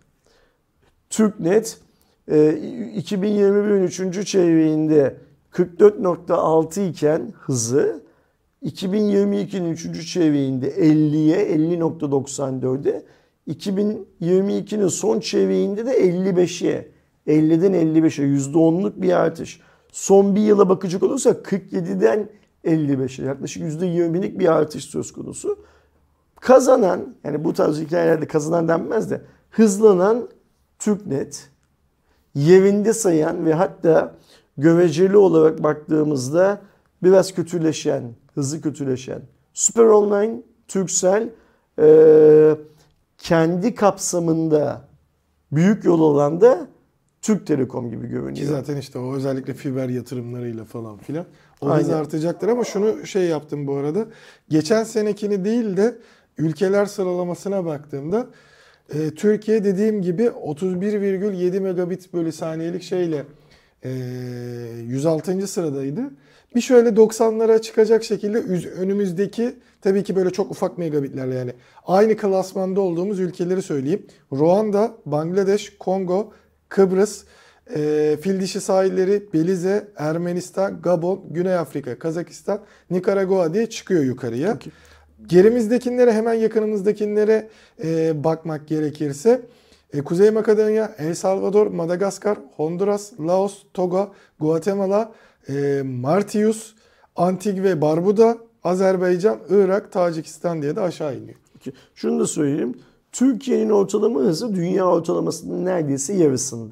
TürkNet iki bin yirmi bir'in üçüncü çeyreğinde kırk dört nokta altı iken hızı iki bin yirmi iki'nin üçüncü çeyreğinde elliye elli nokta doksan dört'e iki bin yirmi iki'nin son çeyreğinde de elli beş'e elliden elli beş'e yüzde on'luk bir artış. Son bir yıla bakacak olursak kırk yedi'den elli beş'e yaklaşık yüzde yirmi'lik bir artış söz konusu. Kazanan yani bu tarz hikayelerde kazanan denmez de hızlanan TürkNet, yerinde sayan ve hatta göreceli olarak baktığımızda biraz kötüleşen, hızı kötüleşen Süper Online, Turkcell e, kendi kapsamında büyük yol olan da Türk Telekom gibi görünüyor. Ki zaten işte o özellikle fiber yatırımlarıyla falan filan o hız artacaktır ama şunu şey yaptım bu arada. Geçen senekini değil de ülkeler sıralamasına baktığımda e, Türkiye dediğim gibi otuz bir virgül yedi megabit bölü saniyelik şeyle e, yüz altıncı sıradaydı. Bir şöyle doksan'lara çıkacak şekilde önümüzdeki tabii ki böyle çok ufak megabitlerle yani aynı klasmanda olduğumuz ülkeleri söyleyeyim. Ruanda, Bangladeş, Kongo, Kıbrıs, e, Fildişi sahilleri, Belize, Ermenistan, Gabon, Güney Afrika, Kazakistan, Nikaragua diye çıkıyor yukarıya. Okay. Gerimizdekinlere hemen yakınımızdakilere e, bakmak gerekirse e, Kuzey Makedonya, El Salvador, Madagaskar, Honduras, Laos, Togo, Guatemala, e, Mauritius, Antigua, Barbuda, Azerbaycan, Irak, Tacikistan diye de aşağı iniyor. Şunu da söyleyeyim. Türkiye'nin ortalama hızı dünya ortalamasının neredeyse yarısında.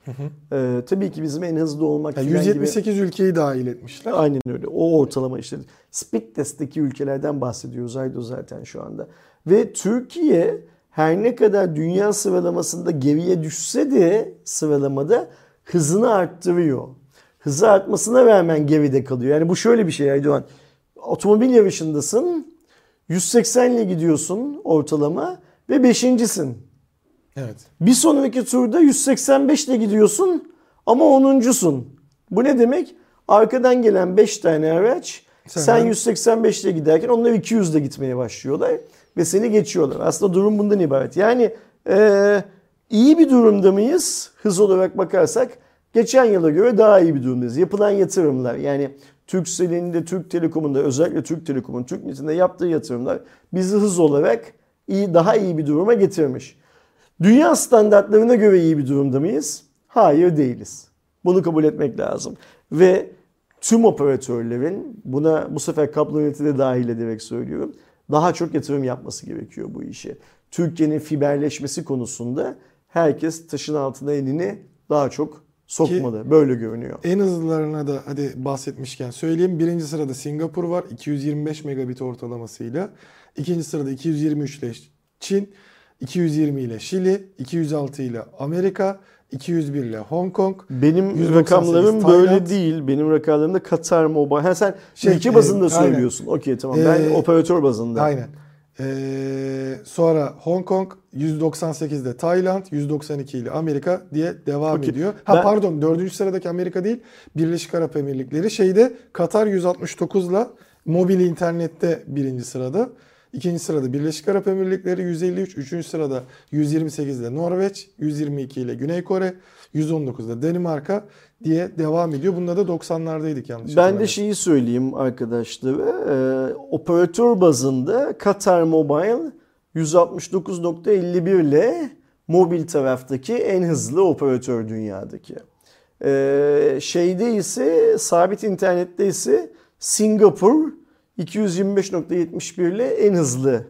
Ee, tabii ki bizim en hızlı olmak Yani falan yüz yetmiş sekiz gibi. ülkeyi dahil etmişler. Aynen öyle. O ortalama işte. Speed test'teki ülkelerden bahsediyoruz Aydo zaten şu anda. Ve Türkiye her ne kadar dünya sıralamasında geriye düşse de sıralamada hızını arttırıyor. Hızı artmasına rağmen geride kalıyor. Yani bu şöyle bir şey Aydoğan. Otomobil yarışındasın. yüz seksen ile gidiyorsun ortalama ve beşincisin. Evet. Bir sonraki turda yüz seksen beş ile gidiyorsun ama onuncusun. Bu ne demek? Arkadan gelen beş tane araç sen, Sen yüz seksen beş ile giderken onlar iki yüz ile gitmeye başlıyorlar ve seni geçiyorlar. Aslında durum bundan ibaret. Yani ee, iyi bir durumda mıyız? Hız olarak bakarsak geçen yıla göre daha iyi bir durumdayız. Yapılan yatırımlar yani Turkcell'in de Türk Telekom'un da özellikle Türk Telekom'un TürkNet'in de yaptığı yatırımlar bizi hız olarak iyi, daha iyi bir duruma getirmiş. Dünya standartlarına göre iyi bir durumda mıyız? Hayır değiliz. Bunu kabul etmek lazım. Ve tüm operatörlerin buna bu sefer Kablo.net'i de dahil ederek söylüyorum. Daha çok yatırım yapması gerekiyor bu işe. Türkiye'nin fiberleşmesi konusunda herkes taşın altına elini daha çok sokmalı. Ki, böyle görünüyor. En hızlılarına da hadi bahsetmişken söyleyeyim. Birinci sırada Singapur var iki yüz yirmi beş megabit ortalamasıyla. İkinci sırada iki yüz yirmi üç ile Çin, iki yüz yirmi ile Şili, iki yüz altı ile Amerika, iki yüz bir ile Hong Kong. Benim rakamlarım Tayland. Böyle değil. Benim rakamlarım da Qatar Mobile. Ha sen şey, ülke bazında e, söylüyorsun. Okey tamam. Ben ee, operatör bazında. Aynen. Ee, sonra Hong Kong, yüz doksan sekizde Tayland, yüz doksan iki ile Amerika diye devam okay. ediyor. Ha ben... pardon dördüncü sıradaki Amerika değil. Birleşik Arap Emirlikleri. Şeyde Katar yüz altmış dokuzla mobil internette birinci sırada. İkinci sırada Birleşik Arap Emirlikleri yüz elli üç, üçüncü sırada yüz yirmi sekizde Norveç, yüz yirmi iki ile Güney Kore, yüz on dokuzda Danimarka diye devam ediyor. Bunda da doksanlardaydık yanlış. Ben de şeyi söyleyeyim arkadaşlar. Ee, operatör bazında Qatar Mobile yüz altmış dokuz nokta elli bir ile mobil taraftaki en hızlı operatör dünyadaki. Ee, şeyde ise sabit internette ise Singapur iki yüz yirmi beş nokta yetmiş bir ile en hızlı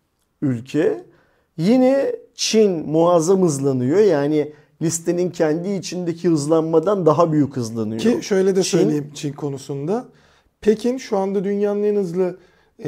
ülke. Yine Çin muazzam hızlanıyor. Yani listenin kendi içindeki hızlanmadan daha büyük hızlanıyor. Ki şöyle de Çin, söyleyeyim Çin konusunda. Pekin şu anda dünyanın en hızlı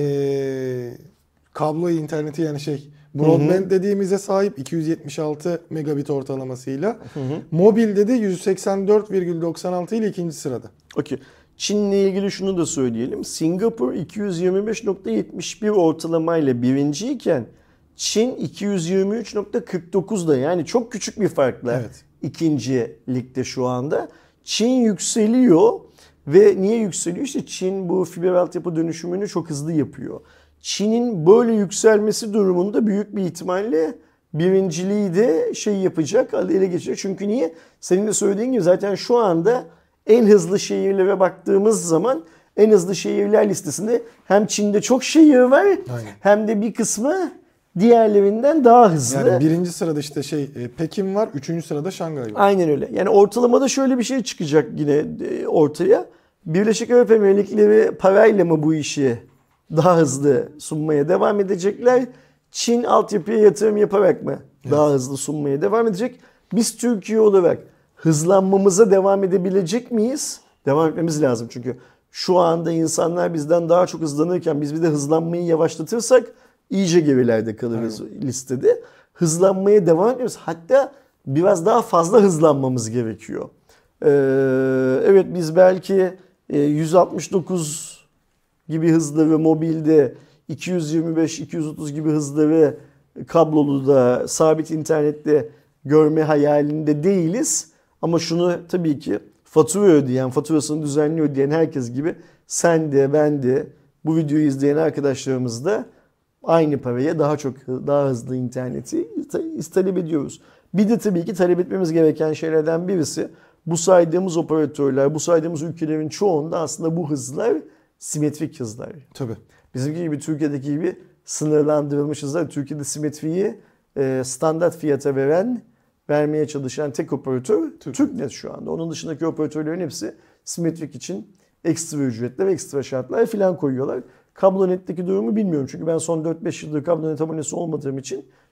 ee, kablo interneti yani şey broadband hı hı. dediğimize sahip iki yüz yetmiş altı megabit ortalamasıyla. Hı hı. Mobilde de yüz seksen dört virgül doksan altı ile ikinci sırada. Okey. Çin'le ilgili şunu da söyleyelim. Singapur iki yüz yirmi beş nokta yetmiş bir ortalamayla birinciyken Çin iki yüz yirmi üç nokta kırk dokuzda yani çok küçük bir farkla evet. ikinci ligde şu anda. Çin yükseliyor ve niye yükseliyor? İşte Çin bu fiber altyapı dönüşümünü çok hızlı yapıyor. Çin'in böyle yükselmesi durumunda büyük bir ihtimalle birinciliği de şey yapacak, ele geçecek. Çünkü niye? Senin de söylediğin gibi zaten şu anda en hızlı şehirlere baktığımız zaman en hızlı şehirler listesinde hem Çin'de çok şehir var aynen. hem de bir kısmı diğerlerinden daha hızlı. Yani birinci sırada işte şey Pekin var, üçüncü sırada Şangay var. Aynen öyle. Yani ortalamada şöyle bir şey çıkacak yine ortaya. Birleşik Arap Emirlikleri parayla mı bu işi daha hızlı sunmaya devam edecekler? Çin altyapıya yatırım yaparak mı evet. daha hızlı sunmaya devam edecek? Biz Türkiye olarak hızlanmamıza devam edebilecek miyiz? Devam etmemiz lazım çünkü şu anda insanlar bizden daha çok hızlanırken biz bir de hızlanmayı yavaşlatırsak iyice gerilerde kalırız aynen. listede. Hızlanmaya devam ediyoruz. Hatta biraz daha fazla hızlanmamız gerekiyor. Ee, evet biz belki yüz altmış dokuz gibi hızları mobilde, iki yüz yirmi beş iki yüz otuz gibi hızları kablolu da sabit internette görme hayalinde değiliz. Ama şunu tabii ki fatura ödeyen, faturasını düzenli ödeyen herkes gibi sen de ben de bu videoyu izleyen arkadaşlarımız da aynı paraya daha çok daha hızlı interneti talep ediyoruz. Bir de tabii ki talep etmemiz gereken şeylerden birisi bu saydığımız operatörler, bu saydığımız ülkelerin çoğunda aslında bu hızlar simetrik hızlar. Tabii. Bizimki gibi Türkiye'deki gibi sınırlandırılmış hızlar. Türkiye'de simetriyi standart fiyata veren, vermeye çalışan tek operatör TürkNet şu anda. Onun dışındaki operatörlerin hepsi simetrik için ekstra ücretler, ekstra şartlar falan koyuyorlar. Kablo.net'teki durumu bilmiyorum. Çünkü ben son dört beş yıldır Kablo.net abonesi olmadığım için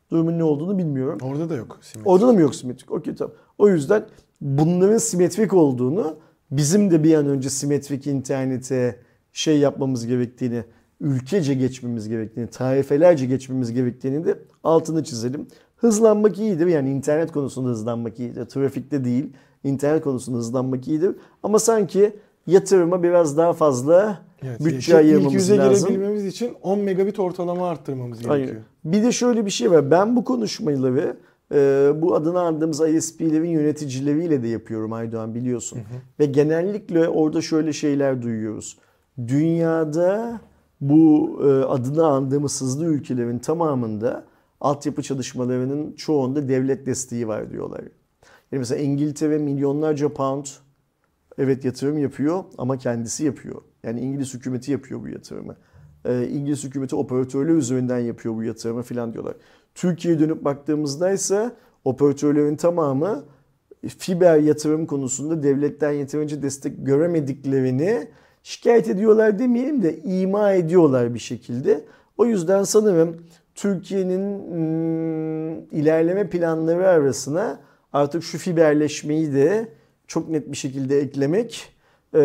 durumun ne olduğunu bilmiyorum. Orada da yok simetrik. Orada da mı yok simetrik? Okey, tamam. O yüzden bunların simetrik olduğunu, bizim de bir an önce simetrik internete şey yapmamız gerektiğini, ülkece geçmemiz gerektiğini, taifelerce geçmemiz gerektiğini de altını çizelim. Hızlanmak iyidir. Yani internet konusunda hızlanmak iyidir. Trafikte değil, internet konusunda hızlanmak iyidir. Ama sanki yatırıma biraz daha fazla Evet, bütçe yani ayırmamız ilk yüze lazım. girebilmemiz için on megabit ortalama arttırmamız Aynen. gerekiyor. Bir de şöyle bir şey var. Ben bu konuşmaları e, bu adını andığımız I S P'lerin yöneticileriyle de yapıyorum Aydoğan, biliyorsun. Hı hı. Ve genellikle orada şöyle şeyler duyuyoruz. Dünyada bu e, adını andığımız hızlı ülkelerin tamamında altyapı çalışmalarının çoğunda devlet desteği var diyorlar. Yani mesela İngiltere milyonlarca pound evet yatırım yapıyor ama kendisi yapıyor. Yani İngiliz hükümeti yapıyor bu yatırımı. Ee, İngiliz hükümeti operatörler üzerinden yapıyor bu yatırımı falan diyorlar. Türkiye'ye dönüp baktığımızda ise operatörlerin tamamı fiber yatırım konusunda devletten yeterince destek göremediklerini şikayet ediyorlar demeyelim de ima ediyorlar bir şekilde. O yüzden sanırım Türkiye'nin hmm, ilerleme planları arasına artık şu fiberleşmeyi de çok net bir şekilde eklemek ee,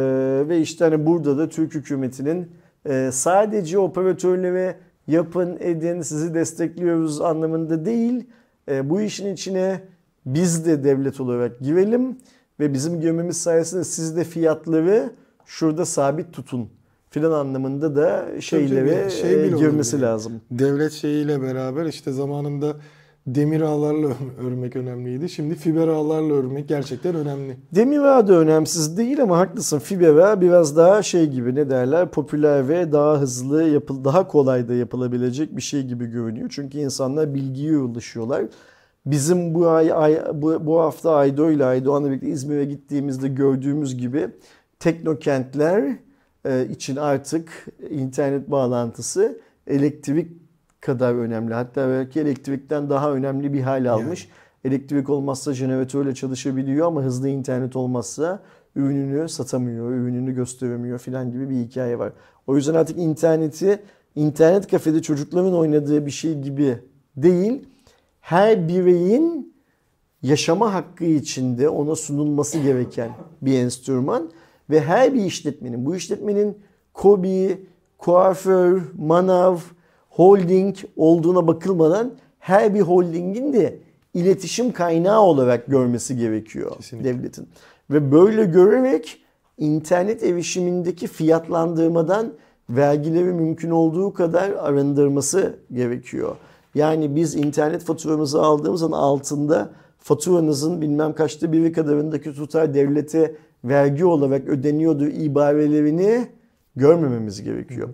ve işte hani burada da Türk hükümetinin e, sadece operatörlere yapın edin sizi destekliyoruz anlamında değil, e, bu işin içine biz de devlet olarak girelim ve bizim girmemiz sayesinde siz de fiyatları şurada sabit tutun filan anlamında da şeylere şey girmesi lazım. Devlet şeyiyle beraber işte zamanında demir ağlarla örmek önemliydi. Şimdi fiber ağlarla örmek gerçekten önemli. Demir ağ da önemsiz değil ama haklısın. Fiber ağ biraz daha şey gibi, ne derler, popüler ve daha hızlı yapıl daha kolay da yapılabilecek bir şey gibi görünüyor. Çünkü insanlar bilgiye ulaşıyorlar. Bizim bu ay, ay bu, bu hafta Aydo ile Aydoğan'la birlikte İzmir'e gittiğimizde gördüğümüz gibi teknokentler e, için artık internet bağlantısı elektrik kadar önemli. Hatta belki elektrikten daha önemli bir hal almış. Yani. Elektrik olmazsa jeneratörle çalışabiliyor ama hızlı internet olmazsa ürününü satamıyor, ürününü gösteremiyor filan gibi bir hikaye var. O yüzden artık interneti internet kafede çocukların oynadığı bir şey gibi değil, her bireyin yaşama hakkı içinde ona sunulması gereken bir enstrüman ve her bir işletmenin, bu işletmenin KOBİ, kuaför, manav, holding olduğuna bakılmadan her bir holdingin de iletişim kaynağı olarak görmesi gerekiyor. Kesinlikle. Devletin. Ve böyle görerek internet erişimindeki fiyatlandırmadan vergileri mümkün olduğu kadar arındırması gerekiyor. Yani biz internet faturamızı aldığımız zaman altında faturanızın bilmem kaçta biri kadarındaki tutar devlete vergi olarak ödeniyordu ibarelerini görmememiz gerekiyor.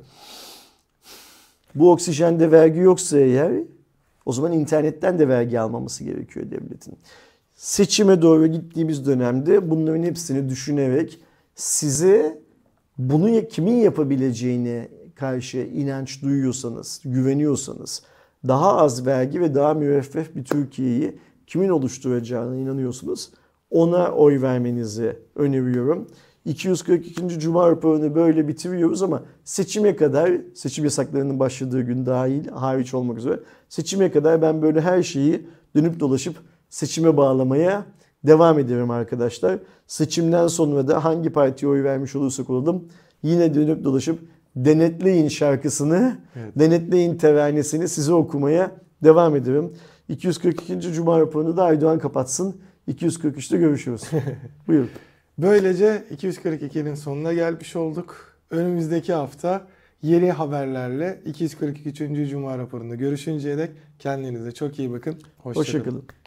Bu oksijende vergi yoksa eğer o zaman internetten de vergi almaması gerekiyor devletin. Seçime doğru gittiğimiz dönemde bunların hepsini düşünerek size bunu kimin yapabileceğine karşı inanç duyuyorsanız, güveniyorsanız, daha az vergi ve daha müreffeh bir Türkiye'yi kimin oluşturacağına inanıyorsunuz, ona oy vermenizi öneriyorum. iki yüz kırk ikinci Cuma raporunu böyle bitiriyoruz ama seçime kadar, seçim yasaklarının başladığı gün dahil, hariç olmak üzere, seçime kadar ben böyle her şeyi dönüp dolaşıp seçime bağlamaya devam ederim arkadaşlar. Seçimden sonra da hangi partiye oy vermiş olursak olalım yine dönüp dolaşıp Denetleyin şarkısını, evet. Denetleyin teranesini size okumaya devam ederim. iki yüz kırk ikinci Cuma raporunu da Aydoğan kapatsın. iki yüz kırk üçte görüşürüz. Buyurun. Böylece iki yüz kırk ikinin sonuna gelmiş olduk. Önümüzdeki hafta yeni haberlerle iki yüz kırk üçüncü Cuma raporunda görüşünceye dek kendinize çok iyi bakın. Hoşça kalın.